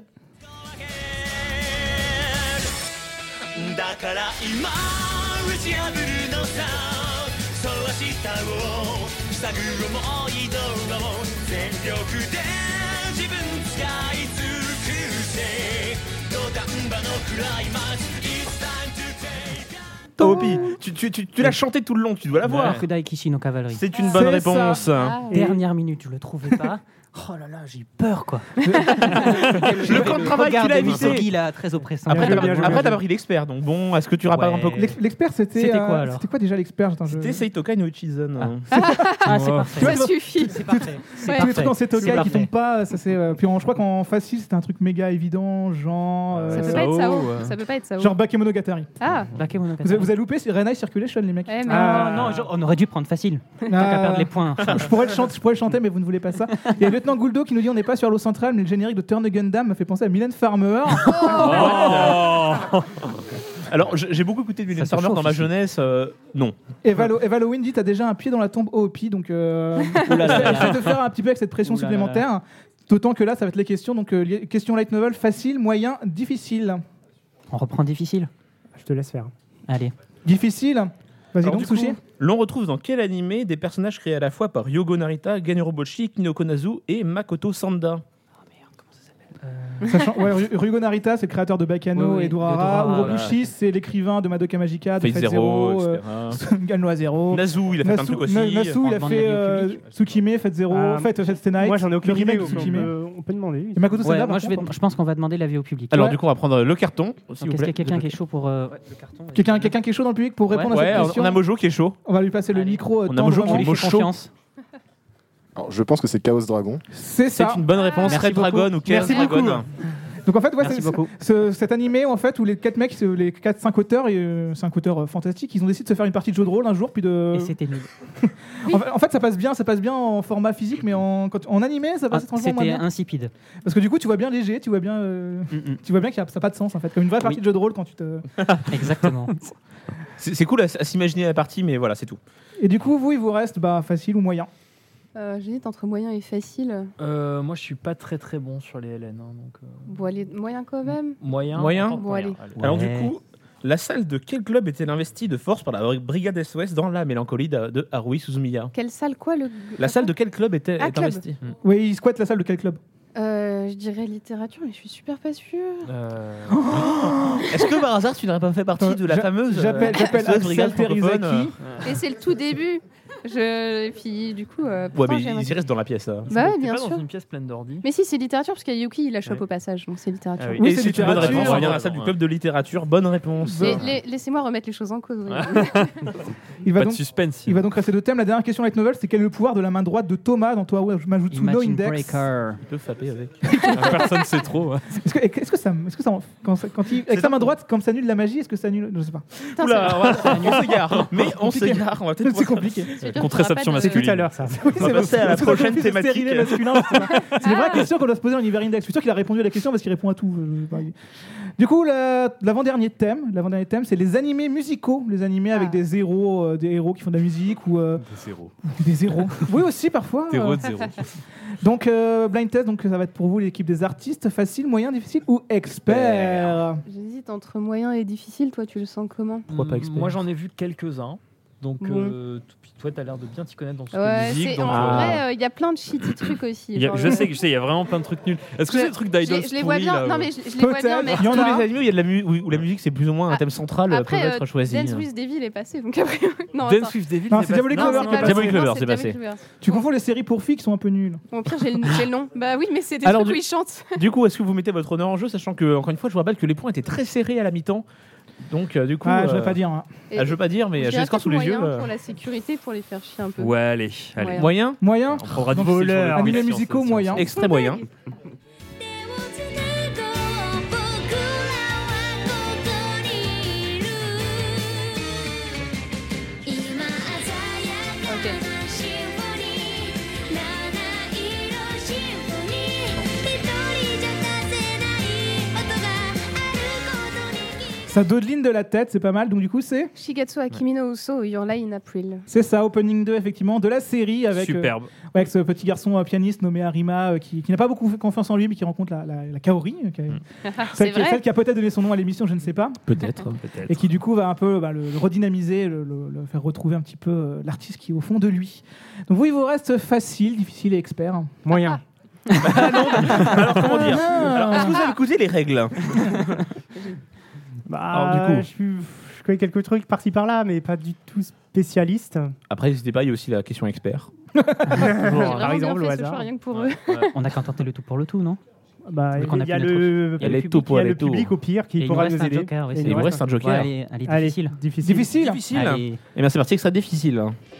だから今打ち破るのさそう明日を塞ぐ思い通ろう全力で自分使い尽くして土壇場のクライマックス It's time to take Topi, tu, tu, tu, tu l'as chanté tout le long, tu dois l'avoir. Fukuda Kishi no Cavalry. C'est une bonne C'est réponse. Ah, oui. Dernière minute, je le trouvais pas. Oh là là, j'ai eu peur quoi. Le camp de travail, tu Regard l'as de évité. Misogi, là, très oppressant. Après, Bien t'as joué, bien après, joué. t'as pris l'expert, donc bon, est-ce que tu rappelles un peu Ouais. L'ex- L'expert, c'était. C'était euh, quoi, alors C'était quoi déjà l'expert? Attends, je- C'était Seitokai no Ichizen. Ah, c'est Ouais. parfait. vois, Ça suffit. C'est parfait. C'est Ouais. Tous les trucs parfait. dans ces tokai C'est qui parfait. tombent pas, ça c'est. euh, Puis on- je crois qu'en facile c'était un truc méga évident, genre. euh, Ça peut Sao, pas être Sao. ouais. Ça peut pas être Sao. genre Bakemonogatari. Ah, Bakemonogatari. Vous avez, vous avez loupé, c'est Renai Circulation, les mecs. ouais, mais. Ah, non, je- on aurait dû prendre facile. Tant qu'à perdre les points. Je pourrais, le chanter, je pourrais le chanter, mais vous ne voulez pas ça. Il y a Lieutenant Gouldo qui nous dit on n'est pas sur l'eau centrale, mais le générique de Turn a Gundam m'a fait penser à Mylène Farmer. Alors, j- j'ai beaucoup écouté de Mylène Ça se Farmer dans chauffe ma ici. jeunesse. euh, non. Eva Lo- Eva Lowin dit t'as déjà un pied dans la tombe O O P, donc euh, Ouh là là là. je vais te faire un petit peu avec cette pression Ouh là là supplémentaire. D'autant que là, ça va être les questions. Donc, euh, li- question light novel facile, moyen, difficile. On reprend difficile. Je te laisse faire. Allez. Difficile. Vas-y Alors, donc, du coup, Sushi. l'on retrouve dans quel animé des personnages créés à la fois par Yogo Narita, Gen Urobuchi, Kinoko Nazu et Makoto Sanda? Sachant, ouais, Ry- Ryugo Narita, c'est le créateur de Bakano Oui, oui, et Durara. de Durara, Urobuchi, c'est l'écrivain de Madoka Magica, de Fate Fate Zero, Zero, et cetera. euh, Galnoa Zero. Nazu, il a fait plein de Nasu, trucs aussi. Na- Nasu, il a Vendre fait la vie au euh, public. Tsukime, Fate Zero, Ah, Fate Fate Stay Night. Moi, j'en ai aucune le remake idée. de On Tsukime. peut, on peut demander. Et Makoto Ouais, Sanda, moi, par je, vais, contre, je pense qu'on va demander l'avis au public. Alors, Ouais. du coup, on va prendre le carton. s'il Donc, vous Est-ce qu'il y plaît. a quelqu'un qui est chaud pour. euh, ouais, le carton Quelqu'un quelqu'un qui est chaud dans le public pour répondre Ouais, à cette on- question. on a Mojo qui est chaud. On va lui passer le Allez. micro. euh, On a Mojo tendrement. qui Je lui Mojo fais chaud. confiance. Alors, je pense que c'est Chaos Dragon. C'est C'est ça. une bonne réponse. Merci Red beaucoup. Dragon ou Chaos Merci beaucoup. Dragon. Donc en fait, ouais, Merci c'est- beaucoup. ce- cet animé en fait où les quatre mecs, les quatre cinq auteurs, et euh, cinq auteurs euh, fantastiques, ils ont décidé de se faire une partie de jeu de rôle un jour, puis de. Et c'était nul. En fait, en fait, ça passe bien, ça passe bien en format physique, mais en, quand- en animé, ça Ah, passe étrangement moins C'était bien. insipide. Parce que du coup, tu vois bien léger, tu vois bien, euh, Mm, mm. tu vois bien qu'il y a, ça n'a pas de sens en fait, comme une vraie partie Oui. de jeu de rôle quand tu te. Exactement. C'est c'est cool à, à s'imaginer la partie, mais voilà, c'est tout. Et du coup, vous, il vous reste bah, facile ou moyen. Euh, J'hésite entre moyen et facile. Euh, moi, je suis pas très très bon sur les L N. hein, donc, euh, Bon, allez, moyen quand même. moyen. Moyen encore Bon, allez. Alors, du Ouais. coup, La salle de quel club est-elle investie de force par la brigade S O S dans la mélancolie de, de Haruhi Suzumiya? Quelle salle, quoi le... La salle de quel club était Ah, est club. investie? Oui, il squatte la salle de quel club? Euh, je dirais littérature, mais je suis super pas sûre. Euh... Est-ce que par hasard tu n'aurais pas fait partie de la J'a- fameuse j'appelle- euh, j'appelle S O S brigade Axel francophone, Terizaki. euh, Et c'est le tout début. Je... Et puis du coup. Euh, Ouais, pourtant, mais j'ai il un- il reste dans la pièce. Là. Bah ouais, T'es bien pas sûr. dans une pièce pleine d'ordi. Mais si, c'est littérature, parce qu'il y a Yuki, il la chope Ouais. au passage, donc c'est littérature. Ah oui. Oui, Et c'est c'est une bonne littérature. réponse. On revient à la Ouais. salle du club de littérature. Bonne réponse. Et les- Laissez-moi remettre les choses en cause. oui. Il va, Pas de donc, suspense. il va donc rester deux thèmes. La dernière question light novel, c'est quel est le pouvoir de la main droite de Thomas dans Toa Majutsu no Imagine Index? Breaker. Il peut frapper avec. Personne ne sait trop. ouais. Est-ce que, est-ce que ça, est-ce que ça, quand, ça- quand il, avec sa main droite, comme ça annule la magie, est-ce que ça annule? Je sais pas. Putain, Oula, c'est- on, va- on s'égare. Mais on compliqué. s'égare. On va peut-être C'est pouvoir- compliqué. c'est sûr, Contraception t'auras pas de- C'est tout à masculine. l'heure, ça. On va passer à la C'est pas prochaine confus de thématique. stérilet masculin, c'est pas- c'est une vraie question qu'on doit se poser en Hiver Index. Je suis sûr qu'il a répondu à la question parce qu'il répond à tout. je- je- pareil. Du coup, le- l'avant-dernier thème, l'avant-dernier thème, c'est les animés musicaux, les animés avec Ah. des héros, euh, des héros qui font de la musique ou euh, Zéro. des héros. Oui aussi parfois. Zéro euh. de zéro. Donc euh, blind test, donc ça va être pour vous l'équipe des artistes, facile, moyen, difficile ou expert. J'hésite entre moyen et difficile. Toi, tu le sens comment? Pourquoi pas expert? Moi, j'en ai vu quelques-uns. Donc, Bon. euh, t- puis toi, tu as l'air de bien t'y connaître dans ce Ouais, musique. c'est- donc, en euh, vrai, il y a plein de shitty trucs aussi. il y a- genre, je euh, sais, que- je sais, il y a vraiment plein de trucs nuls. Est-ce que je- c'est le truc je les- d'Idol Je les vois bien. Non, mais je, je les vois bien, mais. Il y en Tous a. les animés où il y a de la mu- où où la musique c'est plus ou moins un Ah, thème central euh, Après, peuvent être euh, choisis. Dance with Devil est passé, donc après. Non, Dance attends. with Devil. Non, c'est c'est pas- Diabolic non, Lover non, qui est non, passé. Diabolic Non, Lover, c'est c'est passé. Diabolic Lover. Tu confonds les séries pour filles qui sont un peu nulles. Bon, au pire, j'ai le, j'ai le nom. Bah oui, mais c'est des Alors, trucs du- où ils chantent. Du coup, est-ce que vous mettez votre honneur en jeu, sachant que, encore une fois, je vous rappelle que les points étaient très serrés à la mi-temps. Donc, euh, du coup. Ah, je euh, vais pas dire. hein. Et ah, je veux pas dire, mais je j'ai dirais le score sous les peut-être yeux. moyen euh. pour la sécurité, pour les faire chier un peu. Ouais, allez, allez. Ouais. Moyen Moyen. On prendra Donc, difficile sur voleur. les Animés sciences, musicaux, sciences. moyen. Extrait moyen. Ça dodeline de la tête, c'est pas mal. Donc du coup, c'est Shigatsu Akimi no Uso, Your Lie in April. c'est ça, opening deux effectivement de la série avec euh, Superbe. ouais, avec ce petit garçon euh, pianiste nommé Arima euh, qui, qui n'a pas beaucoup fait confiance en lui mais qui rencontre la, la, la Kaori, euh, qui a- C'est celle, qui, vrai. celle qui a peut-être donné son nom à l'émission, je ne sais pas, Peut-être. Peut-être. et qui du coup va un peu bah, le, le redynamiser, le, le- le faire retrouver un petit peu euh, l'artiste qui est au fond de lui. Donc vous, il vous reste facile, difficile et expert. Moyen. Alors, comment dire Ah. Alors, est-ce que vous avez écouté les règles Bah, Alors, du coup- je, suis- je connais quelques trucs par-ci par-là, mais pas du tout spécialiste. Après, n'hésitez pas, il y a aussi la question expert. J'ai par vraiment exemple, bien au fait ce choix hasard. rien que pour eux. On n'a qu'à tenter le tout pour le tout, non? Bah, Vu qu'on a il y a pu le, Il y a les public- taux pour il y a les le taux. public au pire Et qui il nous pourra reste nous un aider. joker, oui, Et c'est Il vous vrai. reste un Ouais, joker. allez, allez, Allez, difficile. difficile. Difficile. Difficile. Allez. Eh bien, c'est parti, que ça difficile.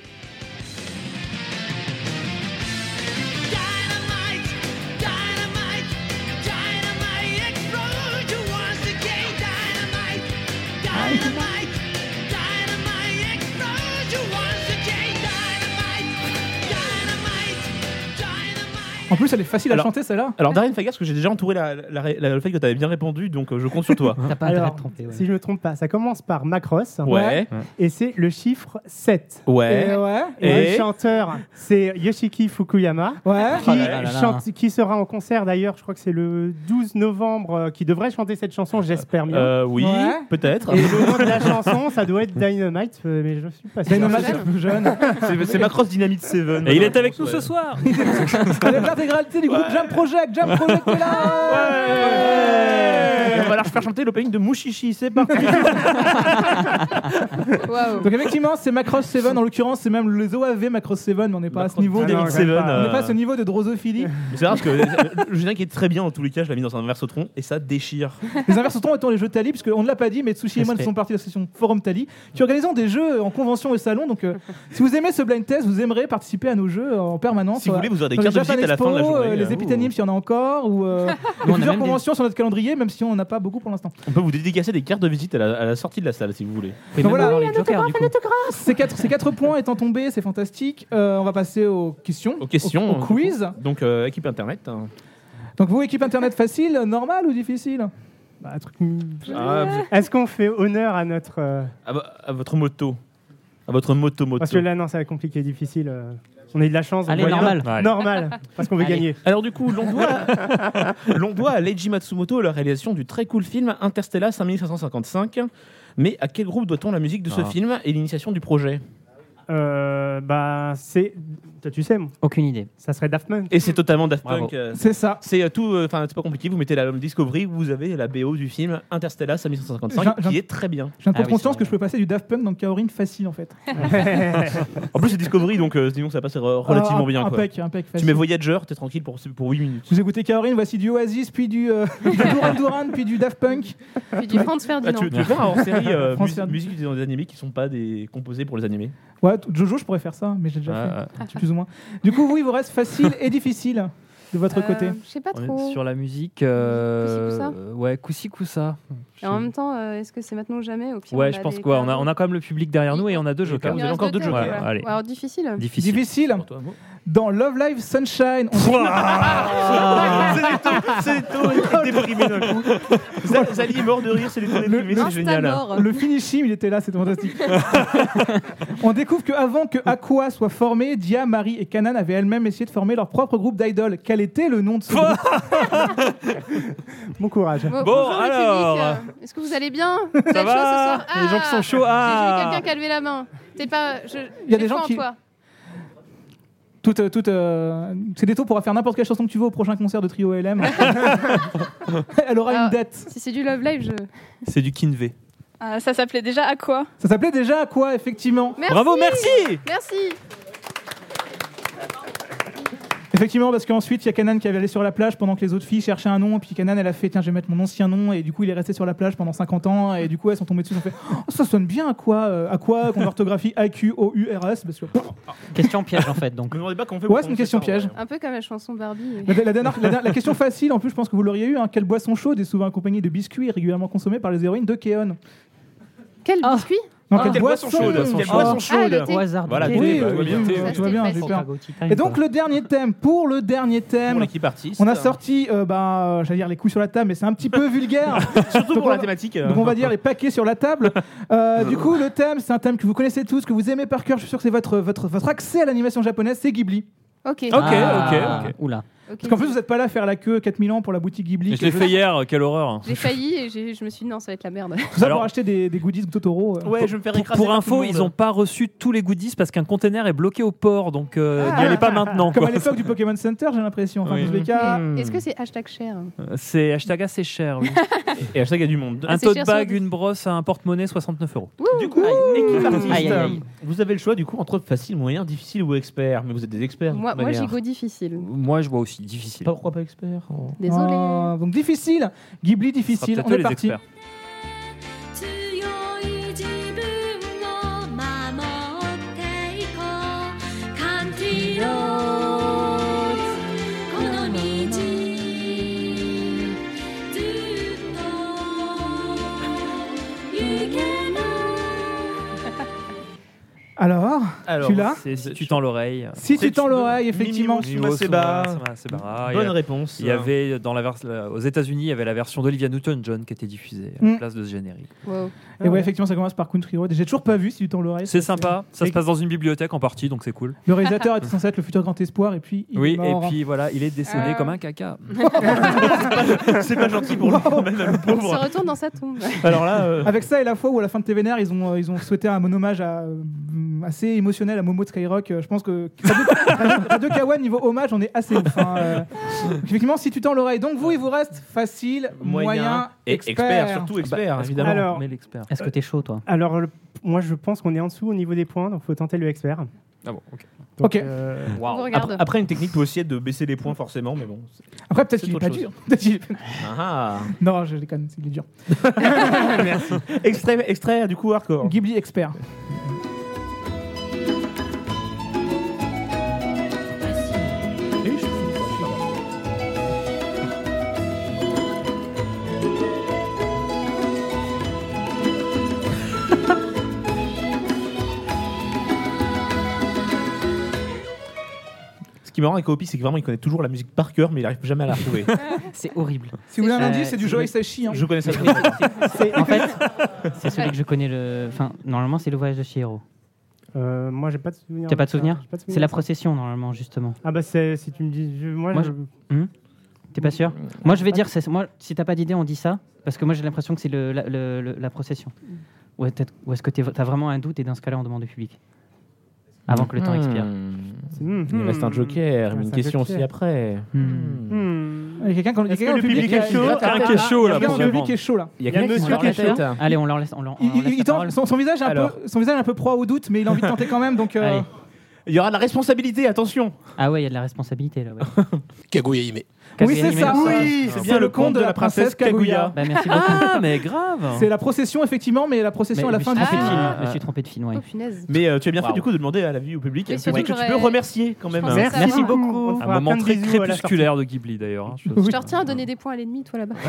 Dynamite, dynamite, dynamite, explode you once again. Dynamite, dynamite, dynamite, explode you once again. Dynamite, dynamite, dynamite. En plus, elle est facile à Alors- chanter celle-là. Alors, Darren Fagas, parce que j'ai déjà entouré la, la- la- le fait que tu avais bien répondu, donc euh, je compte sur toi. T'as pas intérêt à Alors, te tromper. ouais. si je me trompe pas, ça commence par Macross Ouais. et c'est le chiffre sept. Ouais. Et ouais. Et, Et le chanteur, c'est Yoshiki Fukuyama. Ouais. Qui, Oh là là là là. chante- qui sera en concert d'ailleurs, je crois que c'est le douze novembre, euh, qui devrait chanter cette chanson, j'espère bien. Euh, oui, Ouais. peut-être. Et le nom de la chanson, ça doit être Dynamite, euh, mais je suis pas sûr. Dynamite, c'est plus jeune. C'est c'est Macross Dynamite sept. Et il est avec nous ce soir. Elle est l'intégralité du groupe Jump Project. Jump Project est là. Ouais. Et on va leur faire chanter l'opening de Mushishi, c'est parti. Waouh. Donc effectivement, c'est Macross sept. En l'occurrence, c'est même les O A V Macross sept, mais on n'est pas à ce niveau. de- Dynamite non, sept. j'aime pas. On n'est euh, pas à ce niveau de drosophilie. Mais c'est rare parce que euh, le générique est très bien dans tous les cas. Je l'ai mis dans un versotron et ça déchire. Les inversotons étant les jeux Tali, puisqu'on ne l'a pas dit, mais Tsushi et moi nous Respect. faisons partie de l'association Forum Tali, qui organisons des jeux en convention au salon. Donc, euh, si vous aimez ce blind test, vous aimerez participer à nos jeux en permanence. Si vous voulez, vous aurez des Dans les cartes de Japan visite à la fin de la Expo, journée. euh, les euh, Epitanimes, s'il y en a encore, ou euh, Nous, on a plusieurs même des- conventions sur notre calendrier, même si on n'en a pas beaucoup pour l'instant. On peut vous dédicacer des cartes de visite à la, à la sortie de la salle si vous voulez. Et Donc même voilà. avoir les jokers, du coup. Ces quatre, ces quatre points étant tombés, c'est fantastique. Euh, on va passer aux questions, Aux questions. au, au quiz. Donc, euh, équipe internet. hein. Donc vous, équipe internet facile, normale ou difficile? Bah, un truc- Ah, vous- Est-ce qu'on fait honneur à notre. euh, à, vo- à votre moto. À votre moto moto. Parce que là, non, ça va être compliqué, difficile. euh, On a eu de la chance. Allez, on voit normal. bien. Ouais. Normal, parce qu'on veut Allez. gagner. Alors du coup, l'on doit, l'on doit à Leiji Matsumoto la réalisation du très cool film Interstellar cinq mille cinq cent cinquante-cinq. Mais à quel groupe doit-on la musique de ce Ah. film et l'initiation du projet? Euh, bah, c'est. Toi, tu sais, Aucune idée. ça serait Daft Punk. Et c'est totalement Daft Bravo. Punk. euh, C'est ça. C'est euh, tout, enfin c'est pas compliqué. Vous mettez l'album Discovery, vous avez la B O du film Interstellar cinq mille cinq cent cinquante-cinq, J'en- qui est très bien. J'ai un Ah peu oui, conscience c'est que je peux passer du Daft Punk dans Kaorin facile en fait. En plus c'est Discovery, donc euh, disons que ça passe euh, relativement Ah, bien. Quoi. Impec, impec, Tu facile. mets Voyager, t'es tranquille pour pour huit minutes. Vous écoutez Kaorin, voici du Oasis, puis du, euh, du Duran Duran, puis du Daft Punk. Puis du Franz Ah, Ferdinand. tu, tu veux faire un hors-série euh, France mus- Ferdinand. musique dans des animés qui sont pas des composés pour les animés. Ouais, t- Jojo, je pourrais faire ça, mais j'ai déjà Ouais, fait, ouais. plus ou moins. Du coup, vous, il vous reste facile et difficile de votre Euh, côté. Je sais pas On est trop. sur la musique. euh, Coussi, coussa euh, Ouais, coussi coussa. Et en même temps, euh, est-ce que c'est maintenant ou jamais au pire, Ouais, on je a pense des quoi. On a, cadeaux. on a quand même le public derrière nous et on a deux Et jokers. vous Il avez reste encore deux têtes, jokers. Ouais, ouais. allez. Ouais, alors difficile. Difficile. Difficile. Pour toi, Mo. Dans Love Live Sunshine, on C'est les taux, c'est les taux déprimés d'un coup. Zal- Zali est mort de rire, c'est les taux déprimés, c'est Insta génial. mort. le finishing, il était là, c'était fantastique. On découvre qu'avant que Aqua soit formée, Dia, Marie et Kanan avaient elles-mêmes essayé de former leur propre groupe d'idoles. Quel était le nom de ce groupe? Bon courage. Bon, Bon, bonjour, le alors. public. Euh, Est-ce que vous allez bien? Vous êtes chaud ce va soir? Les gens qui sont chauds, ah. J'ai vu quelqu'un qui a levé la main. T'es pas. Je... Il y a j'ai des gens foi en qui- toi. Tout, euh, tout, euh, c'est des taux pour faire n'importe quelle chanson que tu veux au prochain concert de Trio L M. Elle aura Ah. une dette. Si c'est du Love Live, je. C'est du Kinvey. Ah, ça s'appelait déjà à quoi? Ça s'appelait déjà Aqua, effectivement. Merci. Bravo, merci. Merci. Effectivement, parce qu'ensuite, il y a Kanan qui avait allé sur la plage pendant que les autres filles cherchaient un nom. Et puis Kanan, elle a fait, tiens, je vais mettre mon ancien nom. Et du coup, il est resté sur la plage pendant cinquante ans. Et du coup, elles sont tombées dessus. Elles ont fait, oh, ça sonne bien, Aqua. Euh, Aqua, qu'on orthographie A Q O U R S. Parce que... Question piège en fait. Donc. Ne me demandez pas comment on fait pour Ouais, c'est une prononcer question ça, piège. ouais. Un peu comme la chanson Barbie. La, la dernière, la, dernière- la question facile, en plus, je pense que vous l'auriez eu. Hein. Quelle boisson chaude est souvent accompagnée de biscuits régulièrement consommés par les héroïnes de Keon? Quel Ah. biscuit? Non, Ah, quelle Quelle boisson chaude, boisson quelle chaude. boisson Ah, chaude. le thé. Au hasard. Voilà, donc. thé, Oui, bah, oui, tout va bien. oui, Ça, tout va c'était bien, facile. j'ai peur. Go Time, Et donc quoi. le dernier thème, pour le dernier Pour thème, l'équipe artiste. on a sorti, euh, bah, euh, j'allais dire les couilles sur la table, mais c'est un petit peu vulgaire. Surtout Donc pour on la va- thématique. Donc on va dire les paquets sur la table. Euh, du coup, le thème, c'est un thème que vous connaissez tous, que vous aimez par cœur. Je suis sûr que c'est votre, votre, votre accès à l'animation japonaise, c'est Ghibli. Ok. Ok, Ah, ok, ok. Oula. Ok. Parce qu'en plus, vous n'êtes pas là à faire la queue quatre mille ans pour la boutique Ghibli. Je l'ai fait hier, quelle horreur. J'ai failli et j'ai- je me suis dit non, ça va être la merde. Tout ça Alors- pour acheter des, des goodies de Totoro. euh. Ouais, je vais me faire Pour, écraser. pour par info, tout le ils monde. n'ont pas reçu tous les goodies parce qu'un container est bloqué au port, donc euh, n'y allez pas maintenant. Comme quoi. à l'époque du Pokémon Center, j'ai l'impression. Enfin, Oui. dans tous les cas. Mais Est-ce que c'est hashtag cher? Euh, C'est hashtag assez cher, oui. Et hashtag il y a du monde. Un c'est tote cher bag, sur- une brosse, un porte-monnaie, soixante-neuf euros. Du coup, équipe artiste, Aïe, aïe, aïe. vous avez le choix du coup entre facile, moyen, difficile ou expert. Mais vous êtes des experts. de Moi, toute moi manière. j'y go difficile. Moi, je vois aussi difficile. Pas- Pourquoi pas expert? Oh. Désolé. Ah, donc difficile. Ghibli, Ce sera difficile. peut-être On eux est les parti. experts. 強い自分を守っていこう感じろこの道ずっと行ける Alors, Alors, tu l'as C'est si tu tends l'oreille. Si tu C'est tends une- l'oreille, effectivement. Mimi Mimo Summaseba. Summa- Summaseba. Il y Bonne a- réponse. Il y avait dans la vers- la- aux États-Unis, il y avait la version d'Olivia Newton-John qui était diffusée à Mm. la place de ce générique. Wow. Et ouais, effectivement, ça commence par Country Road. Et j'ai toujours pas vu si tu tends l'oreille. C'est sympa, ça Et- se passe dans une bibliothèque en partie, donc c'est cool. Le réalisateur était censé être le futur grand espoir, et puis il Oui, est et mort. puis voilà, il est décédé Ah. comme un caca. C'est pas gentil pour le quand même, le Il se pauvre. retourne dans sa tombe. Alors là, euh, Avec ça et la fois où à la fin de T V N R, ils ont, euh, ils ont souhaité un hommage à, euh, assez émotionnel à Momo de Skyrock. Euh, Je pense que Radio, Radio Kawa, niveau hommage, on est assez ouf. Hein. Euh, donc effectivement, si tu tends l'oreille. Donc vous, il vous reste facile, moyen, moyen et expert. expert, surtout expert, Parce qu'on évidemment. Alors- met l'expert. Est-ce que t'es chaud, toi? Alors, le- moi, je pense qu'on est en dessous au niveau des points, donc il faut tenter le expert. Ah bon, ok. Donc, Ok. euh, On vous regarde. Après, après, une technique peut aussi être de baisser les points, forcément, mais bon. c'est- Après, peut-être C'est qu'il est autre pas chose. dur. Peut-être qu'il est- Ah, Non, je déconne, il est dur. merci. Extrait, extrait, du coup, hardcore. Ghibli expert. Oui, je- Ce qui est marrant avec Opi, c'est que vraiment il connaît toujours la musique par cœur, mais il n'arrive jamais à la retrouver. C'est horrible. Si vous voulez un Euh, indice, c'est du c'est- Joe Hisaishi. Hein. Je connais ça. C'est- En fait, c'est celui que je connais le. Enfin, normalement, c'est le voyage de Chihiro. Euh, moi, j'ai pas de souvenir. T'as pas de ça. souvenir J'ai pas de C'est la de ça. procession, normalement, justement. Ah bah, c'est, si tu me dis... je- moi, Moi, je... je- Hum T'es pas sûr Moi, je vais dire, c'est, moi, si t'as pas d'idée, on dit ça, parce que moi, j'ai l'impression que c'est le, la, le- le- la procession. Ou, peut-être, ou est-ce que t'es- t'as vraiment un doute, et dans ce cas-là, on demande au public avant que le temps expire. Hmm. Il reste un joker, Ah, mais une c'est un question joker. aussi après. Hmm. Il y a quelqu'un quand- Est-ce quelqu'un que dans le public qui a- est chaud il y a- Quelqu'un qui est chaud, là, Quelqu'un dans le pour public qui est chaud là. Il y a Il y a quelqu'un qui monsieur se qui est lève la chaud. tête. Allez, on leur laisse, on leur, on Il, leur il- laisse il la tente- parole. son, son visage est un Alors. peu, son visage est un peu proie au doute, mais il a envie de tenter quand même. Donc, euh, Allez. Il y aura de la responsabilité, attention. Ah ouais, il y a de la responsabilité, là. Ouais. Kaguya Hime. oui, c'est ça. Oui, c'est bien le conte de la princesse Kaguya. Bah, merci beaucoup. Ah, mais grave. C'est la procession effectivement, mais la procession Mais à la je fin me du suis trompé de film. film. Ah. Je me suis trompé de film, ouais. Oh punaise. Mais euh, tu as bien fait Wow. du coup de demander à la vie au public. Mais C'est surtout vrai que que tu peux j'aurais- remercier quand même. pense Merci, que ça va. beaucoup. On Un fera moment plein de très bisous à la crépusculaire de Ghibli, d'ailleurs. hein. Je- Je te retiens à donner des points à l'ennemi, toi là-bas.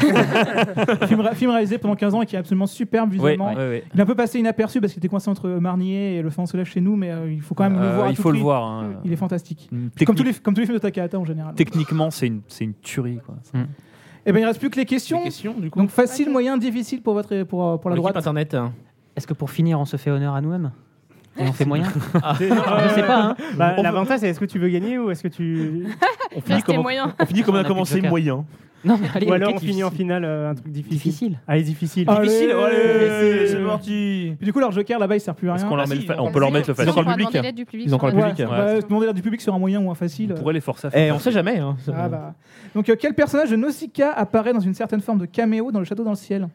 film, ré- film réalisé pendant quinze ans et qui est absolument superbe Ouais, visuellement. ouais, ouais. Il est un peu passé inaperçu parce qu'il était coincé entre Marnier et Le Fan se lève chez nous, mais euh, il faut quand même le Euh, voir. à il tout faut le prix. voir. hein. Il est fantastique. Mm, Comme technique- tous, les, comme tous les films de Takahata en général. Techniquement, c'est une, c'est une tuerie. Quoi. Et ben il reste plus que les questions. Les questions, du coup. Donc facile, Ok. moyen, difficile pour votre pour, euh, pour la L'équipe droite. internet. hein. Est-ce que pour finir, on se fait honneur à nous-mêmes Et on fait moyen Je Je sais pas, hein. Bah, l'avantage, c'est est-ce que tu veux gagner ou est-ce que tu. On finit Restez comme on, moyen. on finit comme on On a a plus de commencé joker. moyen. Non, mais allez, Ou alors ok, on finit en finale euh, un truc difficile. difficile. Allez, difficile. Allez. Difficile, allez, Difficile. c'est parti. Puis du coup leur joker là-bas il sert plus à Est-ce rien. qu'on leur Ah, met si, le fa- on on peut leur mettre le Ils ont facile. encore le On pourra public. demander l'aide du public. Ils ont encore le Ouais, public. bah, demander l'aide du public sur un moyen ou un facile. On pourrait les forcer à Eh, faire. on sait jamais. hein. Ah, bah. Donc euh, quel personnage de Nausicaa apparaît dans une certaine forme de caméo dans le château dans le ciel?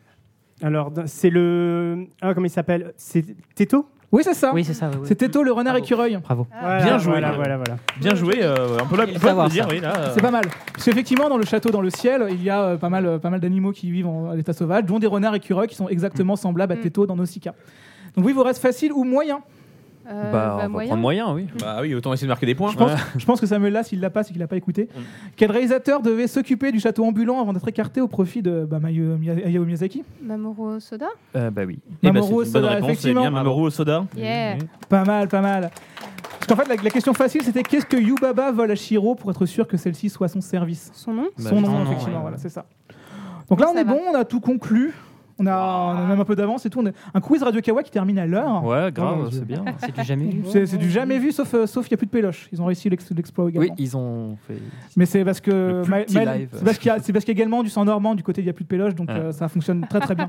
Alors, d- c'est le. Ah, comment il s'appelle? C'est Teto? Oui c'est ça. Oui, c'est ça. ouais, ouais. C'est Teto le renard Bravo. écureuil. Bravo. Voilà, Bien joué, Voilà, là. voilà, voilà. Bien joué. euh, on peut, la- Il on faut peut avoir le dire. ça. Oui, là, euh, C'est pas mal. Parce qu'effectivement, dans le château, dans le ciel, il y a euh, pas mal, euh, pas mal d'animaux qui vivent en, à l'état sauvage, dont des renards écureuils qui sont exactement semblables à Mm. Teto dans Nausicaa. Donc oui, il vous reste facile ou moyen. Euh, Bah, on va moyen. prendre moyen, oui. Bah oui, autant essayer de marquer des points. Je pense, je pense que Samuel là, s'il l'a pas, c'est qu'il l'a pas écouté. Mm. Quel réalisateur devait s'occuper du château ambulant avant d'être écarté au profit de bah, Mayu- Miya- Hayao Miyazaki? Mamoru Soda. Euh, bah oui. Eh ben, Mamoru c'est une bonne Soda, réponse, c'est effectivement. bien Mamoru Osoda. Yeah. Pas mal, pas mal. Parce qu'en fait, la, la question facile, c'était qu'est-ce que Yubaba vole à Shiro pour être sûr que celle-ci soit à son service? Son nom. Bah, Son son nom, nom, effectivement, ouais. voilà, c'est ça. Donc là, on Ça est va. bon, on a tout conclu. On a, on a même un peu d'avance et tout. On a un quiz Radio Kawa qui termine à l'heure. Ouais, grave, Oh, mon Dieu. c'est bien. C'est du jamais vu. C'est c'est du jamais vu, sauf euh, sauf qu'il n'y a plus de péloche. Ils ont réussi l'ex- l'exploit également. Oui, ils ont fait. Mais c'est parce que Le plus Ma- petit Maël- live. c'est parce qu'il y a, c'est parce qu'il y a également du sang normand du côté il n'y a plus de péloche, donc Ah. euh, ça fonctionne très très bien.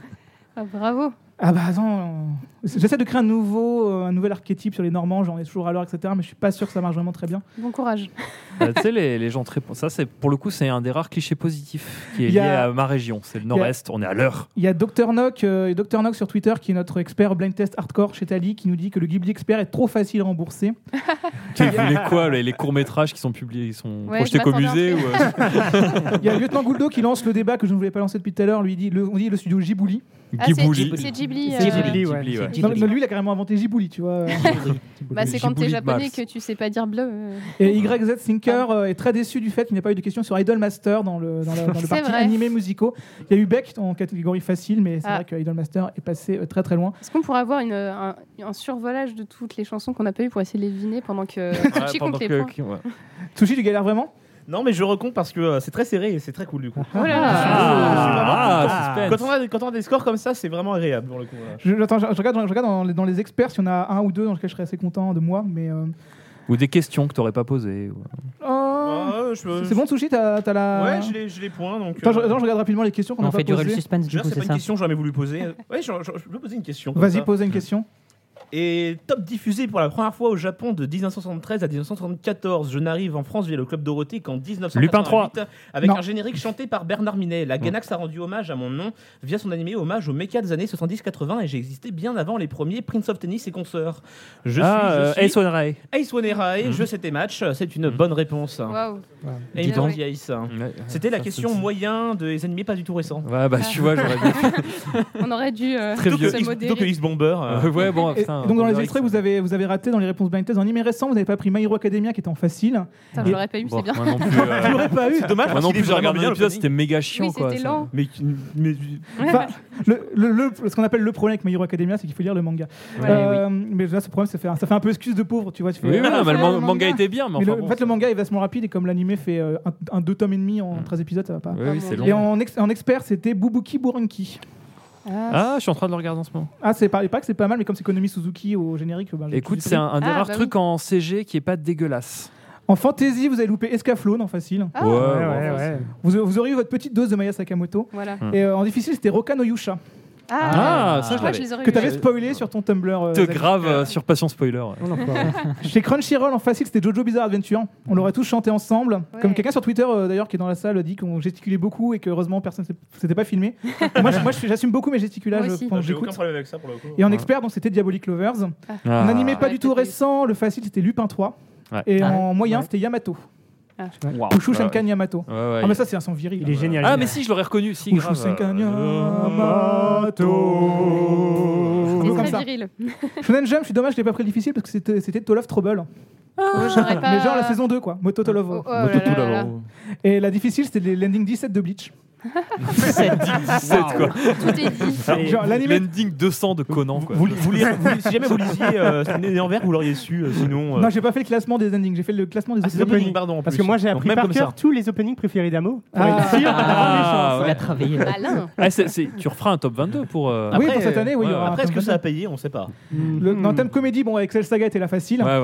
Ah, bravo. Ah bah attends, euh, j'essaie de créer un nouveau, euh, un nouvel archétype sur les Normands, j'en ai toujours à l'heure, et cetera. Mais je suis pas sûr que ça marche vraiment très bien. Bon courage. Euh, tu sais, les, les gens très. Ça, c'est pour le coup, c'est un des rares clichés positifs qui est Il y lié a- à ma région. C'est le Nord-Est. On est à l'heure. Il y a Docteur Nock, euh, et Docteur Nock sur Twitter, qui est notre expert blind test hardcore chez Tali, qui nous dit que le Ghibli Expert est trop facile à rembourser. Tu voulais quoi Les, les courts métrages qui sont publiés, ils sont Ouais, projetés je qu'au m'attendais musée à un ou, euh, Il y a Lieutenant Gouldo qui lance le débat que je ne voulais pas lancer depuis tout à l'heure. Lui dit, le, on dit le studio Ghibli. Ah, c'est Ghibli. c'est Ghibli. C'est euh, Ghibli, ouais. Ghibli, ouais. Non, mais lui, il a carrément inventé Ghibli, tu vois. Bah, c'est quand t'es Ghibli japonais Maps. que tu sais pas dire bleu. euh. Et Y Z Thinker euh, est très déçu du fait qu'il n'y ait pas eu de questions sur Idolmaster dans le, dans le, dans le C'est parti vrai. animé musicaux. Il y a eu Beck en catégorie facile, mais c'est Ah. vrai que Idolmaster est passé euh, très très loin. Est-ce qu'on pourrait avoir une, un, un survolage de toutes les chansons qu'on n'a pas eues pour essayer de les deviner pendant que Ouais, Tsuchi pendant compte les que- points? que- ouais. Sushi, tu galères vraiment? Non, mais je recompte parce que euh, c'est très serré et c'est très cool du coup. Oh là là. Ah, Quand suspense. on, a, quand on a des scores comme ça, c'est vraiment agréable pour le coup. voilà. je, attends, je, je regarde, je regarde dans, les, dans les experts s'il y en a un ou deux dans lesquels je serais assez content de moi, mais. euh, Ou des questions que t'aurais pas posées. ou- oh, Ouais, je peux- c'est bon, Sushi, t'as t'as la. Ouais, j'ai les, j'ai les points. Donc, Attends, je, euh, attends, je regarde rapidement les questions qu'on On n'a pas fait durer le posées. suspense, du déjà, coup, c'est c'est pas une ça. question que j'aurais voulu poser. Ouais, je, je- je peux poser une question. comme Vas-y, ça. pose une question. Et top diffusé pour la première fois au Japon de dix-neuf cent soixante-treize à dix-neuf cent soixante-quatorze. Je n'arrive en France via le Club Dorothée qu'en dix-neuf cent quatre-vingt-huit avec Non. un générique chanté par Bernard Minet. La Gainax a rendu hommage à mon nom via son animé hommage aux mécas des années soixante-dix quatre-vingts et j'ai existé bien avant les premiers Prince of Tennis et consorts. Je Ah, suis, je Ace suis One Ray. Ace One Rai, je sais tes matchs, c'est une bonne réponse. Waouh. Et Dis une donc. bonne vieille, ça. Ouais. C'était la Ça, question c'est- moyen des animés pas du tout récents. Ouais, bah tu vois, j'aurais bien fait. On aurait dû euh, Très vieux. se Plutôt que modérer. X-Bomber. euh, Euh, ouais, bon, Et putain. donc dans les Bomber extraits, X. vous avez, vous avez raté dans les réponses blind test. En animé récent, vous n'avez pas pris My Hero Academia qui était en facile. Putain, je l'aurais pas eu, Bon, c'est bien. Moi non plus. euh, Tu l'aurais pas eu. C'est dommage Moi parce non qu'il est plus, j'ai vraiment regardé bien, l'épisode, le c'était méga chiant. Oui, quoi, c'était ça. lent. Mais, mais- Enfin, le, le- le- ce qu'on appelle le problème avec My Hero Academia, c'est qu'il faut lire le manga. Ouais, Euh, Mais là, ce problème, ça fait, un, ça fait un peu excuse de pauvre, tu vois. Tu fais, Oui, oui, ah, non, mais le faut lire man- manga était bien, mais Mais enfin. le- bon, en fait, le manga est vachement rapide et comme l'animé fait euh, un, un deux tomes et demi en Mm. treize épisodes, ça va pas. Oui, oui, c'est Ah, long. Et en, ex- en expert, c'était Bubuki Buranki. Ah, je suis en train de le regarder en ce moment. Ah, c'est pas, pas que c'est pas mal, mais comme c'est Konami Suzuki au générique. Bah, j'ai Écoute, tout c'est un, un des Ah, rares bah trucs en C G qui est pas dégueulasse. En fantasy, vous avez loupé Escaflowne en facile. Ah. Ouais, Ouais, ouais, ouais, ouais. ouais. Vous, vous auriez eu votre petite dose de Maya Sakamoto. Voilà. Hmm. Et euh, en difficile, c'était Roka no Yusha, Ah, Ah, ça, je moi, je l'avais. les aurais que eu. tu avais spoilé sur ton Tumblr. euh, Te Zach. grave euh, sur Passion Spoiler. ouais. Oh, l'enfoiré. Chez Crunchyroll, en facile, c'était Jojo Bizarre Adventure. On l'aurait tous chanté ensemble. Ouais. Comme quelqu'un sur Twitter, euh, d'ailleurs, qui est dans la salle, dit qu'on gesticulait beaucoup et que heureusement, personne ne s'était pas filmé. moi, je- moi, je- j'assume beaucoup mes gesticulages Moi aussi. pendant que J'ai aucun j'écoute. problème avec ça pour le coup. Et en expert, donc c'était Diabolic Lovers. Ah. En animé pas Ouais, du tout peut-être récent, le facile, c'était Lupin trois. Ouais. Et Ah en moyen, ouais. c'était Yamato. Waouh. Ushu Ouais, Shenkan Yamato. ouais. Ouais, ouais. Ah, mais ça, c'est un son viril. Il est génial. Ah, mais si, je l'aurais reconnu. Si, Ushu grave. Shenkan euh, Yamato. C'est Comme très ça. viril. Shonen Jump, je suis dommage, je l'ai pas pris le difficile parce que c'était c'était To Love Trouble. Oh, j'aurais pas. Mais genre la saison deux, quoi. Moto To Love. Oh, oh Moto là tout là là. là-bas. Et la difficile, c'était les landing dix-sept de Bleach. dix-sept, quoi. Tout est dit. Genre, l'animé- L'ending deux cents de Conan, quoi. Vous, vous lirez- vous- si jamais vous lisiez euh, Né en vert, vous l'auriez su. euh, sinon. euh, Non, j'ai pas fait le classement des endings, j'ai fait le classement des Ah, c'est openings. opening, pardon. en Parce plus. que moi, j'ai Donc, appris même par comme cœur ça. tous les openings préférés d'Amo. Pour Ah. être sûr d'avoir des Ah, chances. Il ouais. a travaillé. Malin. Ah, c'est- c'est- tu referas un top vingt-deux pour. euh, Oui, Après, pour cette année, oui, il y ouais, aura un Après, est-ce top que ça a vingt-deux. payé On sait pas. Le, dans le thème comédie, bon, Excel Saga était la facile. Ouais, ouais.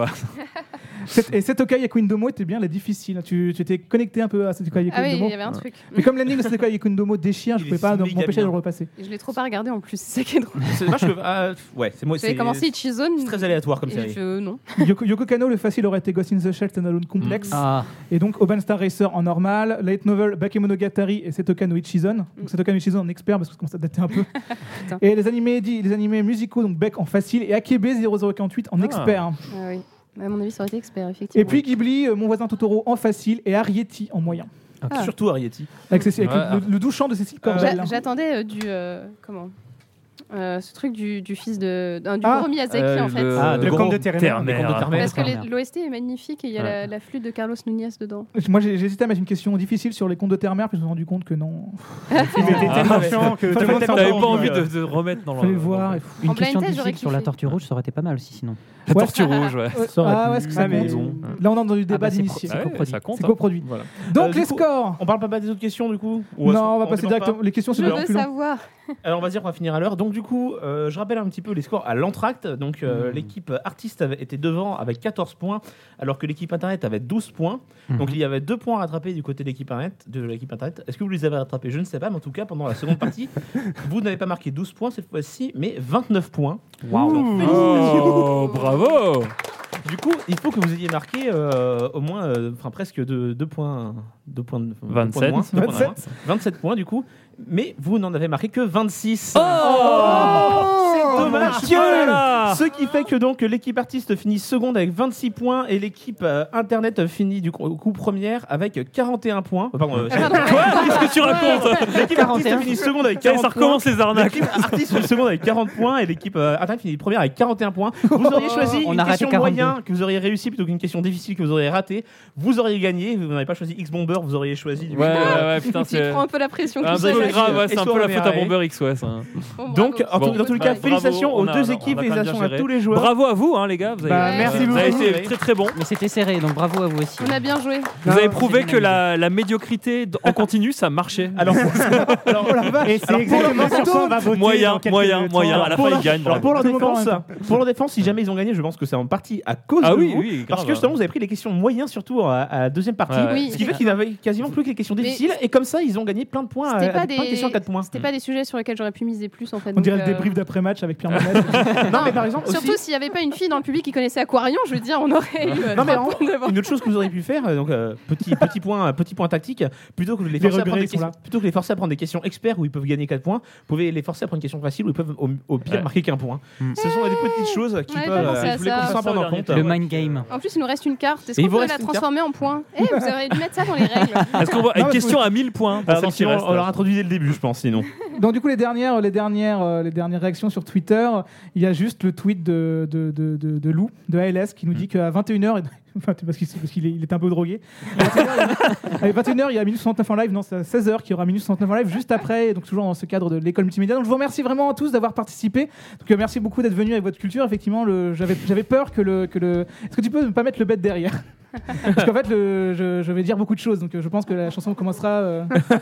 Cette- Et Setokai Yakuin Domo était bien la difficile. Tu, tu étais connecté un peu à Setokai Ah Yakuin oui, il Domo. y avait un truc. Mais comme l'ending de Setokai Yakuin Domo déchire, je Il pouvais est pas méga m'empêcher de bien. le repasser. Et je l'ai trop pas regardé en plus, c'est ça qui est drôle. C'est dommage que. ah, ouais, c'est moi. J'avais C'est commencé Ichizone. c'est très aléatoire comme et série. je- Non. Yoko, Yoko Kano, le facile aurait été Ghost in the Shell Standalone Complex. Ah, Et donc Oban Star Racer en normal, Light Novel Bakemonogatari et Setoka no Ichizone. Donc Setoka no Ichizone en expert parce que ça commence à dater un peu. et les animés, di- les animés musicaux, donc Beck en facile et Akebe zéro zéro quarante-huit en Ah. expert. Ah oui. À mon avis, ça aurait été expert, effectivement. Et puis Ghibli, euh, Mon voisin Totoro en facile et Arrietty en moyen. Ah. Surtout Arrietty. Avec, Cécile- avec Ouais, le, le doux chant de Cécile J'a- Corbel. J'attendais euh, du. euh, Comment Euh, ce truc du, du fils de d'un- du Ah, Goro Miyazaki Euh, en fait. le- Ah, le Goro conte de Terremer. Terremer, Le conte de ah. Terremer. Parce que Terremer. l'O S T est magnifique et il y a Ouais. la, la flûte de Carlos Nunez dedans. Moi j'ai j'ai hésité à mettre une question difficile sur les contes de Terre-Mère, puis je me suis rendu compte que non. Il était Ah, tellement mais- chiant que tout le monde s'en T'avais fout. pas envie de, de remettre dans le. Fallait le voir. et- une En blind question test, j'aurais difficile sur la kiffé. tortue rouge, ça aurait été pas mal aussi sinon. La Ouais. tortue rouge, ouais. Ouais. Ça aurait Ah pu- ouais, est-ce que ça Ah, mais- compte Là on entre dans du débat bah, c'est d'initié. pro- Ouais, coproduit. ça compte. C'est hein. coproduit. Voilà. Donc Euh, du les coup, scores. On parle pas des autres questions du coup Ou est-ce Non, on va qu'on passer développe directement. Les questions Je c'est beaucoup veux plus long. savoir. Alors on va dire qu'on va finir à l'heure. Donc du coup, euh, je rappelle un petit peu les scores à l'entracte. Donc euh, l'équipe artiste avait été devant avec quatorze points, alors que l'équipe internet avait douze points. Donc il y avait deux points à rattraper du côté de l'équipe internet. De l'équipe internet. Est-ce que vous les avez rattrapés Je ne sais pas, mais en tout cas pendant la seconde partie, vous n'avez pas marqué douze points cette fois-ci, mais vingt-neuf points. Waouh. Oh, bravo. Du coup, il faut que vous ayez marqué euh, au moins, euh, enfin presque deux, deux points, deux points, de- deux points de vingt-sept. moins, deux points de moins. vingt-sept. vingt-sept points du coup, mais vous n'en avez marqué que vingt-six. Oh, c'est dommage. Oh là là. Ce qui fait que donc l'équipe artiste finit seconde avec vingt-six points et l'équipe euh, internet finit du coup, coup première avec quarante et un points. Euh, pardon, euh, Ah, pardon. Quoi Qu'est-ce que tu racontes l'équipe artiste finit seconde avec Eh, quarante ça points. recommence les arnaques. L'équipe artiste finit seconde avec quarante points et l'équipe euh, internet finit première avec quarante et un points. Vous auriez choisi On une a raté question quarante-deux. moyen que vous auriez réussi plutôt qu'une question difficile que vous auriez ratée. Vous auriez gagné. Vous n'avez pas choisi X-Bomber, vous auriez choisi. Du Ouais, coup, ouais, ouais, putain, Tu c'est. prends un peu la pression. Un tout peu seul. grave, ouais, c'est un peu la faute à Bomber Bomber X, ouais. ça. Bon, Donc, en, bravo. tout- dans tous les Bah, cas, bravo, félicitations on aux a- deux on a équipes, quand même félicitations bien à géré. tous les joueurs. Bravo à vous, hein, les gars. Vous avez, Bah, merci vous avez beaucoup. été très très bons. Mais c'était serré, donc bravo à vous aussi. On a bien joué. Vous avez c'est prouvé bien que la, la médiocrité d- en continu, ça marchait. Alors, alors, Et c'est exactement sur quoi on va voter. Moyen, dans quelques moyen, temps. moyen. À la pour fin, leur- ils gagnent. alors, pour leur Tout le monde en défense, même pour leur défense, si jamais ils ont gagné, je pense que c'est en partie à cause Ah de oui, vous, oui, parce grave. que justement vous avez pris les questions moyennes surtout à, à la deuxième partie, Ouais, ouais. Oui, ce qui fait c'est qu'ils n'avaient quasiment plus que les questions Mais difficiles, et comme ça ils ont gagné plein de points, C'était à, pas avec plein de des- questions à quatre points. C'était pas des sujets sur lesquels j'aurais pu miser plus en fait. On donc, dirait le euh, débrief d'après-match avec Pierre Monette. Non mais par exemple Surtout aussi, s'il n'y avait pas une fille dans le public qui connaissait Aquarion, je veux dire, on aurait eu. euh, Non, mais trois points devant. une autre chose que vous auriez pu faire, euh, donc euh, petit petit point, petit point tactique, plutôt que de les Les forcer à regrets prendre des sont questions, là. plutôt que de les forcer à prendre des questions experts où ils peuvent gagner quatre points, vous pouvez les forcer à prendre une question facile où ils peuvent au, au pire Ouais. marquer qu'un point. Mm. Ce sont des petites choses qui Ouais, peuvent, pas pensé euh, à je voulais ça. qu'on s'en Ça, prenne au en dernier compte. Le mind game. En plus, il nous reste une carte. Est-ce Et qu'on il vous peut reste la une transformer en points Eh, vous auriez dû mettre ça dans les règles. Est-ce qu'on voit Non, une mais question à mille points pour Alors, celle qui sinon, reste on leur introduit dès le début, je pense, sinon. Donc du coup les dernières, les dernières, euh, les dernières réactions sur Twitter, il y a juste le tweet de, de, de, de, de Lou de A L S qui nous dit qu'à vingt et une heures, enfin, parce qu'il parce qu'il est, il est un peu drogué, à vingt et une heures il y a Minus soixante-neuf en live, non c'est à seize heures qu'il y aura Minus soixante-neuf en live juste après, et donc toujours dans ce cadre de l'école multimédia. Donc je vous remercie vraiment à tous d'avoir participé. Donc euh, merci beaucoup d'être venus avec votre culture. Effectivement, le, j'avais, j'avais peur que le, que le... Est-ce que tu peux ne pas mettre le bête derrière ? Parce qu'en fait, le, je, je vais dire beaucoup de choses, donc euh, je pense que la chanson commencera. Euh...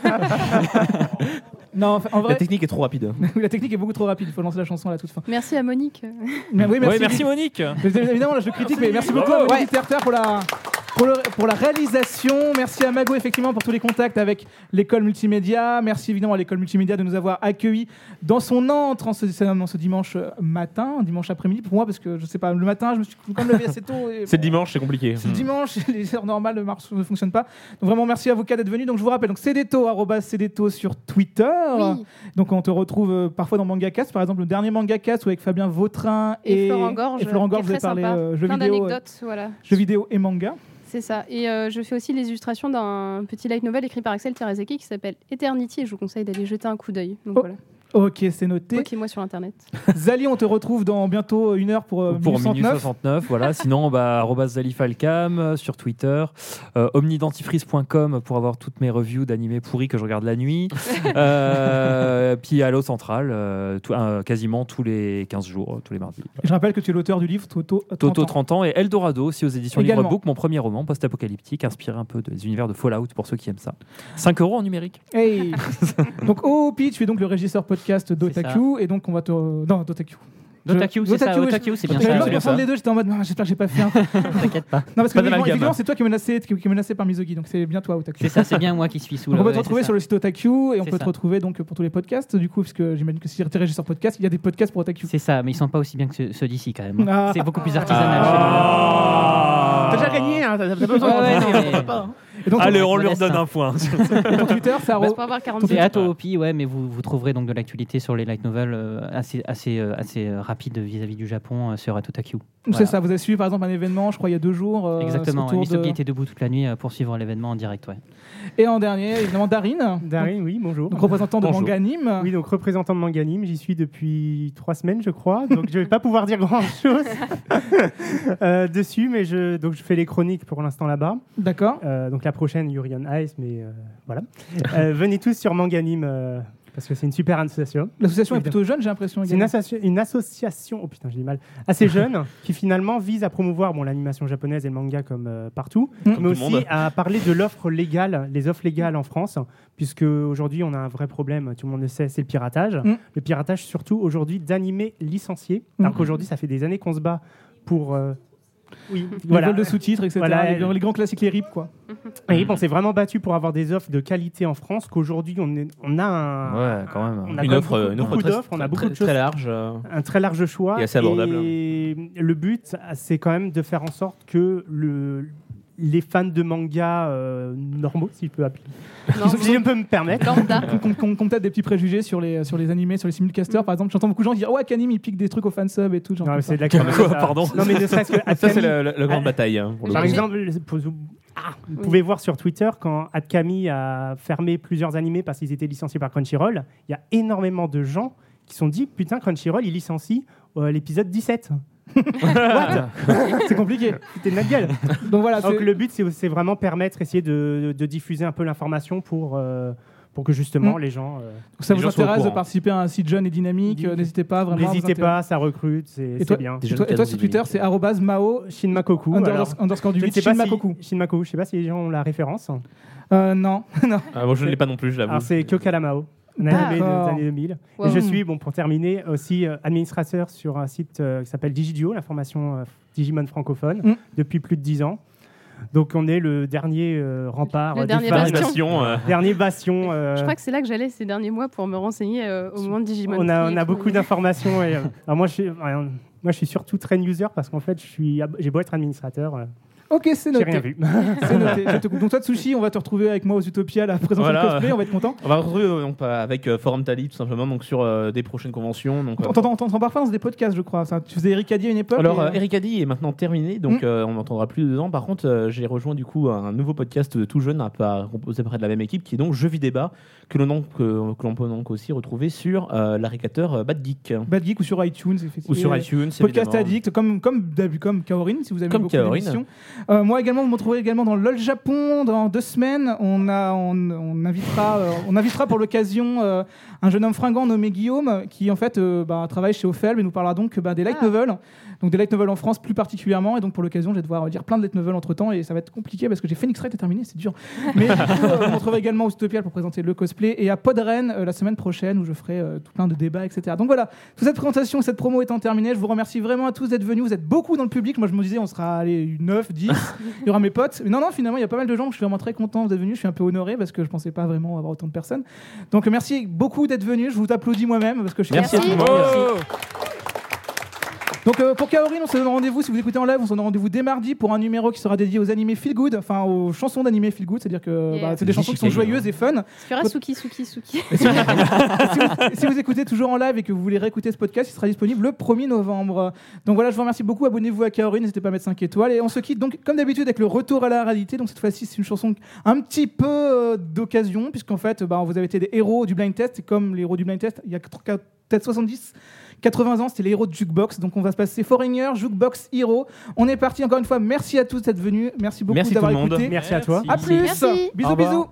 non, en, fait, en vrai, La technique est trop rapide. la technique est beaucoup trop rapide. Il faut lancer la chanson à la toute fin. Merci à Monique. Mais, oui, merci, Ouais, merci Monique. Mais évidemment, là, je le critique, mais merci beaucoup à Bravo. Monique Terter pour la. Pour, le- pour la réalisation, merci à Mago effectivement pour tous les contacts avec l'école multimédia. Merci évidemment à l'école multimédia de nous avoir accueillis dans son antre en ce, en ce dimanche matin, dimanche après-midi pour moi parce que je sais pas, le matin je me suis quand même levé assez tôt. Et, C'est bon, le dimanche, c'est compliqué. C'est le dimanche, les heures normales ne, marchent- ne fonctionnent pas. Donc vraiment merci à vous quatre d'être venus. Donc je vous rappelle, donc cdeto arobase cdeto sur Twitter. Oui. Donc on te retrouve euh, parfois dans MangaCast, par exemple le dernier MangaCast où avec Fabien Vautrin et, Et Florent Gorge. et Florent Gorge qui est vous avez très parlé sympa. euh, jeux Plein vidéo, euh, d'anecdotes, voilà. jeux vidéo et manga. C'est ça. Et euh, je fais aussi les illustrations d'un petit light novel écrit par Axel Terezeki qui s'appelle Eternity et je vous conseille d'aller jeter un coup d'œil. Donc Oh. voilà. Ok, c'est noté. Poquez-moi sur internet. Zali, on te retrouve dans bientôt une heure pour, euh, Pour Minute Minute soixante-neuf. soixante-neuf, voilà. Sinon, bah, arobase zalifalcam euh, sur Twitter, euh, omnidentifrice point com pour avoir toutes mes reviews d'animés pourris que je regarde la nuit. euh, puis Allo Central, euh, tout- euh, quasiment tous les quinze jours, tous les mardis. Et je rappelle que tu es l'auteur du livre Toto trente Toto ans. trente ans et Eldorado aussi aux éditions Également. Livre Book, mon premier roman post-apocalyptique inspiré un peu des univers de Fallout pour ceux qui aiment ça. cinq euros en numérique. Hey. Donc Opi, tu es donc le régisseur podcast d'Otaku et donc on va te non d'Otaku. D'Otaku, Je- c'est ça, Otaku, Otaku, je- c'est bien J'avais ça, peur c'est de bien confondre ça. les deux, j'étais en mode non, j'espère que j'ai pas fait un. T'inquiète pas. Non parce que Pas évidemment, d'amalgame. évidemment, c'est toi qui es menacé qui, qui est menacé par Misogi, donc c'est bien toi Otaku. C'est ça, c'est bien moi qui suis sous Donc le. on peut te ouais, retrouver c'est sur ça. le site Otaku et on C'est peut ça. te retrouver donc pour tous les podcasts du coup puisque j'imagine que si tu es régisseur podcast, il y a des podcasts pour Otaku. C'est ça, mais ils sont pas aussi bien que ceux, ceux d'ici quand même. Ah. C'est beaucoup plus artisanal. T'as déjà gagné, hein, t'as t'as pas besoin Ouais, de ouais, dire, mais- on pas, hein. Et donc, Allez, ton- on lui modeste, redonne hein. un point. et ton Twitter c'est Bah, arro- c'est pour avoir quarante ton- C'est Ato-Opi, ouais, mais vous, vous trouverez donc de l'actualité sur les light novels euh, assez, assez, euh, assez euh, rapide vis-à-vis du Japon euh, sur Atotaku. C'est Voilà. ça, vous avez suivi par exemple un événement, je crois il y a deux jours. euh, Exactement, autour ouais, Misogi de- était debout toute la nuit euh, pour suivre l'événement en direct. Ouais. Et en dernier, évidemment Darin. Darin, oui, bonjour. Donc représentant de Bonjour. Manganime. Oui, donc représentant de Manganime, j'y suis depuis trois semaines, je crois. Donc je vais pas pouvoir dire grand-chose euh, dessus, mais je, donc je fais les chroniques pour l'instant là-bas. D'accord. Euh, donc la prochaine, Yuri on Ice, mais euh, voilà. Euh, venez tous sur Manganime euh, parce que c'est une super association. L'association est Évidemment. plutôt jeune, j'ai l'impression. C'est une, également. associa- une association, oh putain, j'ai du mal, assez jeune, qui finalement vise à promouvoir bon, l'animation japonaise et le manga comme euh, partout, Mmh. mais tout le aussi monde. à parler de l'offre légale, les offres légales en France, puisque aujourd'hui on a un vrai problème, tout le monde le sait, c'est le piratage. Mmh. Le piratage surtout aujourd'hui d'animés licenciés, Mmh. alors qu'aujourd'hui ça fait des années qu'on se bat pour... euh, oui, Les voilà. vols de sous-titres, et cetera. Voilà. les, les grands classiques, les R I P, quoi. Et on s'est vraiment battu pour avoir des offres de qualité en France, qu'aujourd'hui on, est- on a un... Ouais, quand même. On a Une quand même offre, beaucoup- une offre beaucoup très, d'offres, on a très- beaucoup très, de choses très large. euh, un très large choix. Et assez abordable. Et le but, c'est quand même de faire en sorte que le, les fans de manga euh, normaux, si je peux appeler, Non, si je peux me permettre, Lambda. Qu'on qu'on- qu'on peut-être des petits préjugés sur les, sur les animés, sur les simulcasters, par exemple. J'entends beaucoup de gens dire ouais, Kanim il pique des trucs au fansub et tout. Genre non, comme mais ça. c'est de la Quoi, connerie, ça. pardon Non, mais ne serait-ce que Ça, c'est Atkami- la, la- la grande Ah, bataille. hein, pour le Par coup. exemple, pour- ah, vous Oui. pouvez voir sur Twitter quand Atkami a fermé plusieurs animés parce qu'ils étaient licenciés par Crunchyroll, il y a énormément de gens qui se sont dit putain, Crunchyroll il licencie euh, l'épisode dix-sept. What C'est compliqué. C'était de notre gueule. Donc voilà, Donc c'est- le but, c'est c'est vraiment permettre, essayer de, de diffuser un peu l'information pour, euh, pour que justement Mm. les gens... euh, ça les vous gens soient au intéresse de courant. participer à un site jeune et dynamique, Dis- euh, n'hésitez pas vraiment. à vous N'hésitez intéresser. pas, ça recrute, c'est Et c'est toi, bien. Des et jeunes toi, et toi cadres sur Twitter, c'est arobase mao Shinmakoku. under- alors, underscore du je ne huit, sais pas si- Shinmakoku. Shinmakoku, je ne sais pas si les gens ont la référence. Euh, non, non. Ah, moi, je ne l'ai pas non plus, je l'avoue. Alors c'est Kyokalamao, un animé D'accord. des années deux mille. Wow. Et je suis, bon, pour terminer, aussi euh, administrateur sur un site euh, qui s'appelle Digidio, l'information euh, Digimon francophone, Mm. depuis plus de dix ans. Donc on est le dernier euh, rempart, Le euh, dernier des fans. bastion. Bastion, euh, Dernier bastion. euh, Je crois que c'est là que j'allais ces derniers mois pour me renseigner euh, au moment de Digimon. On a, Free on a et tout. beaucoup d'informations. Et, euh, alors moi, je suis, ouais, moi, je suis surtout train user parce qu'en fait, je suis, j'ai beau être administrateur, euh, Ok, c'est j'ai noté. rien vu. C'est noté. Je te coupe. Donc toi, Tsushi, on va te retrouver avec moi aux Utopia là, présenter Voilà. le cosplay, on va être content. on va retrouver euh, donc, pas- avec euh, Forum Tali tout simplement donc, sur euh, des prochaines conventions. Donc, On euh, t'entend on t'entend parfois dans des podcasts, je crois. Ça, tu faisais Eric Addy à une époque. Alors, et, euh, euh, Eric Addy est maintenant terminé, donc Mm. euh, on n'entendra plus dedans. Par contre, euh, j'ai rejoint du coup un nouveau podcast de tout jeune, un peu à- composé près de la même équipe, qui est donc Jeux Vidébat, que l'on donc, que, que l'on peut donc aussi retrouver sur euh, l'agrégateur euh, Bad Geek. Bad Geek ou sur iTunes, effectivement. Ou sur iTunes, Podcast évidemment. addict, comme, comme, d'habitude, comme Kaorin, si vous avez Comme beaucoup Kaorin. d'émissions. Euh, moi également, vous me retrouverez également dans LOL Japon dans deux semaines. On, a, on, on, invitera, euh, on invitera pour l'occasion euh, un jeune homme fringant nommé Guillaume qui en fait euh, bah, travaille chez Ophel et nous parlera donc bah, des light Ah. novels. Donc des light novels en France plus particulièrement. Et donc pour l'occasion, je vais devoir lire plein de light novels entre temps et ça va être compliqué parce que j'ai Phoenix Wright est terminé, c'est dur. Mais du coup, euh, on me retrouvera également au Stopial pour présenter le cosplay et à Podren euh, la semaine prochaine où je ferai euh, tout plein de débats, et cetera. Donc voilà, toute cette présentation, cette promo étant terminée, je vous remercie vraiment à tous d'être venus. Vous êtes beaucoup dans le public. Moi je me disais, on sera allez, neuf, dix. Il y aura mes potes. Mais non, non, finalement, il y a pas mal de gens. Je suis vraiment très content d'être venus. Je suis un peu honoré parce que je pensais pas vraiment avoir autant de personnes. Donc merci beaucoup d'être venus. Je vous applaudis moi-même parce que je suis Merci à tout le monde. Oh Donc euh, pour Kaorin, on se donne rendez-vous, si vous écoutez en live, on se donne rendez-vous dès mardi pour un numéro qui sera dédié aux animés Feel Good, enfin aux chansons d'animés Feel Good, c'est-à-dire que Yeah. bah, c'est des chansons qui sont joyeuses et fun. Tu feras Suki, Suki, Suki. Et si, vous, si, vous, si vous écoutez toujours en live et que vous voulez réécouter ce podcast, il sera disponible le premier novembre. Donc voilà, je vous remercie beaucoup, abonnez-vous à Kaorin, n'hésitez pas à mettre cinq étoiles et on se quitte donc comme d'habitude avec le retour à la réalité. Donc cette fois-ci, c'est une chanson un petit peu euh, d'occasion puisqu'en fait, bah, vous avez été des héros du blind test et comme les héros du blind test, il y a peut-être soixante-dix quatre-vingts ans, c'était les héros de Jukebox. Donc on va se passer Foreigner, Jukebox, Hero. On est parti encore une fois. Merci à tous d'être venus. Merci beaucoup Merci d'avoir tout le monde. écouté. Merci à toi. À plus. Merci. Bisous, Au revoir. bisous.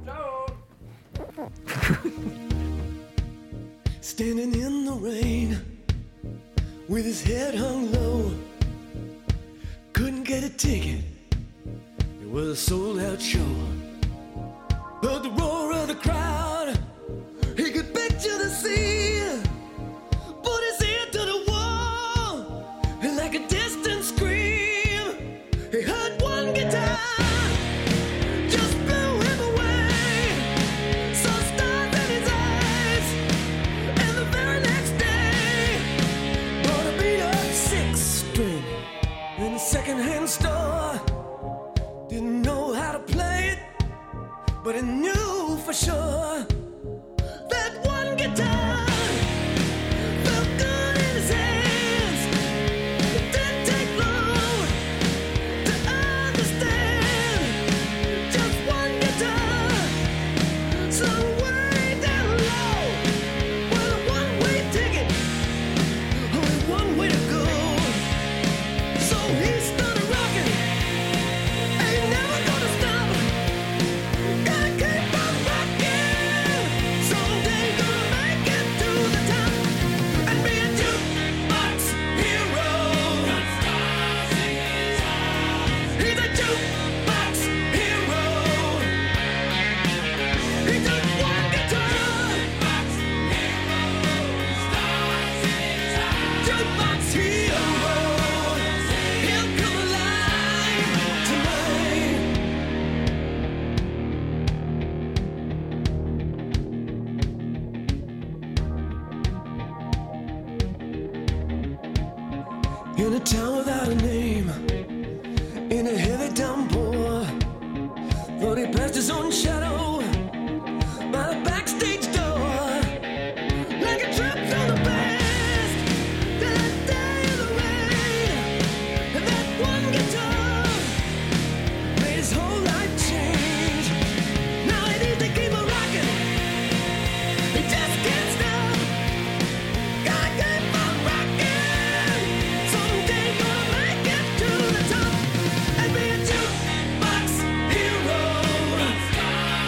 Standing in the rain with his head hung low, couldn't get a ticket, it was a sold out show. Heard the roar of the crowd, he could picture the scene, put his ear to the wall, and like a distant scream, he heard one guitar. Just blew him away. Saw stars in his eyes. And the very next day, bought a beat up six string in a secondhand store. Didn't know how to play it, but he knew for sure that one guitar felt good in his hands. It didn't take long to understand. Just one guitar sung way down low with a one-way ticket, only one way to go. So he started rocking, ain't never gonna stop. Gotta keep on rocking, someday gonna make it to the top and be a jukebox hero. He's a jukebox hero. He took one guitar, jukebox hero. He'll come alive tonight. In a town without a name, in a heavy downpour, thought he passed his own shadow by the backstage door. Like a trip through the past, to that day in the rain, and that one guitar made his whole life change. Now he needs to keep on rocking, he just can't stop. Gotta keep on rocking, someday gonna make it to the top and be a jukebox hero.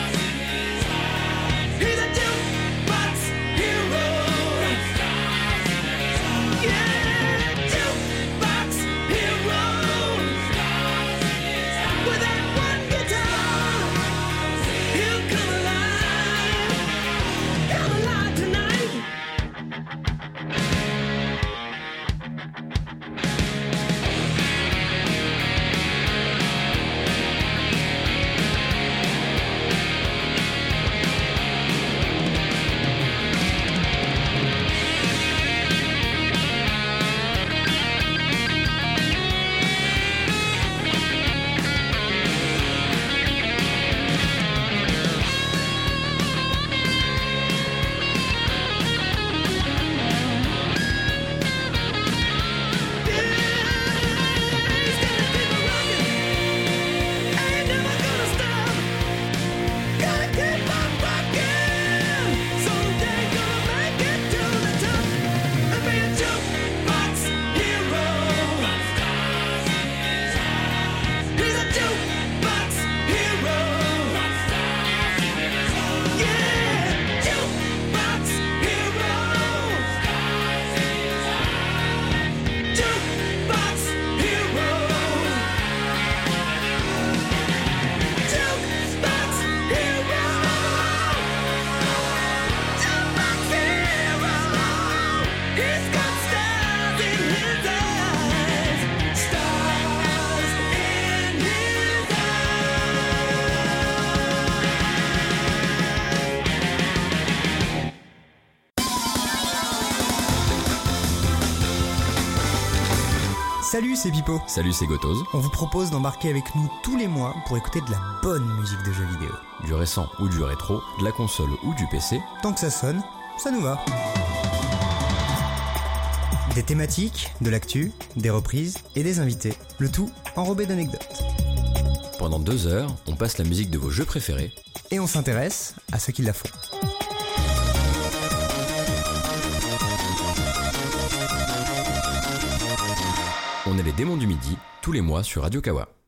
Salut, c'est Pipo. Salut, c'est Gotoz. On vous propose d'embarquer avec nous tous les mois pour écouter de la bonne musique de jeux vidéo. Du récent ou du rétro, de la console ou du P C. Tant que ça sonne, ça nous va. Des thématiques, de l'actu, des reprises et des invités. Le tout enrobé d'anecdotes. Pendant deux heures, on passe la musique de vos jeux préférés. Et on s'intéresse à ceux qui la font. On est les démons du midi, tous les mois sur Radio Kawa.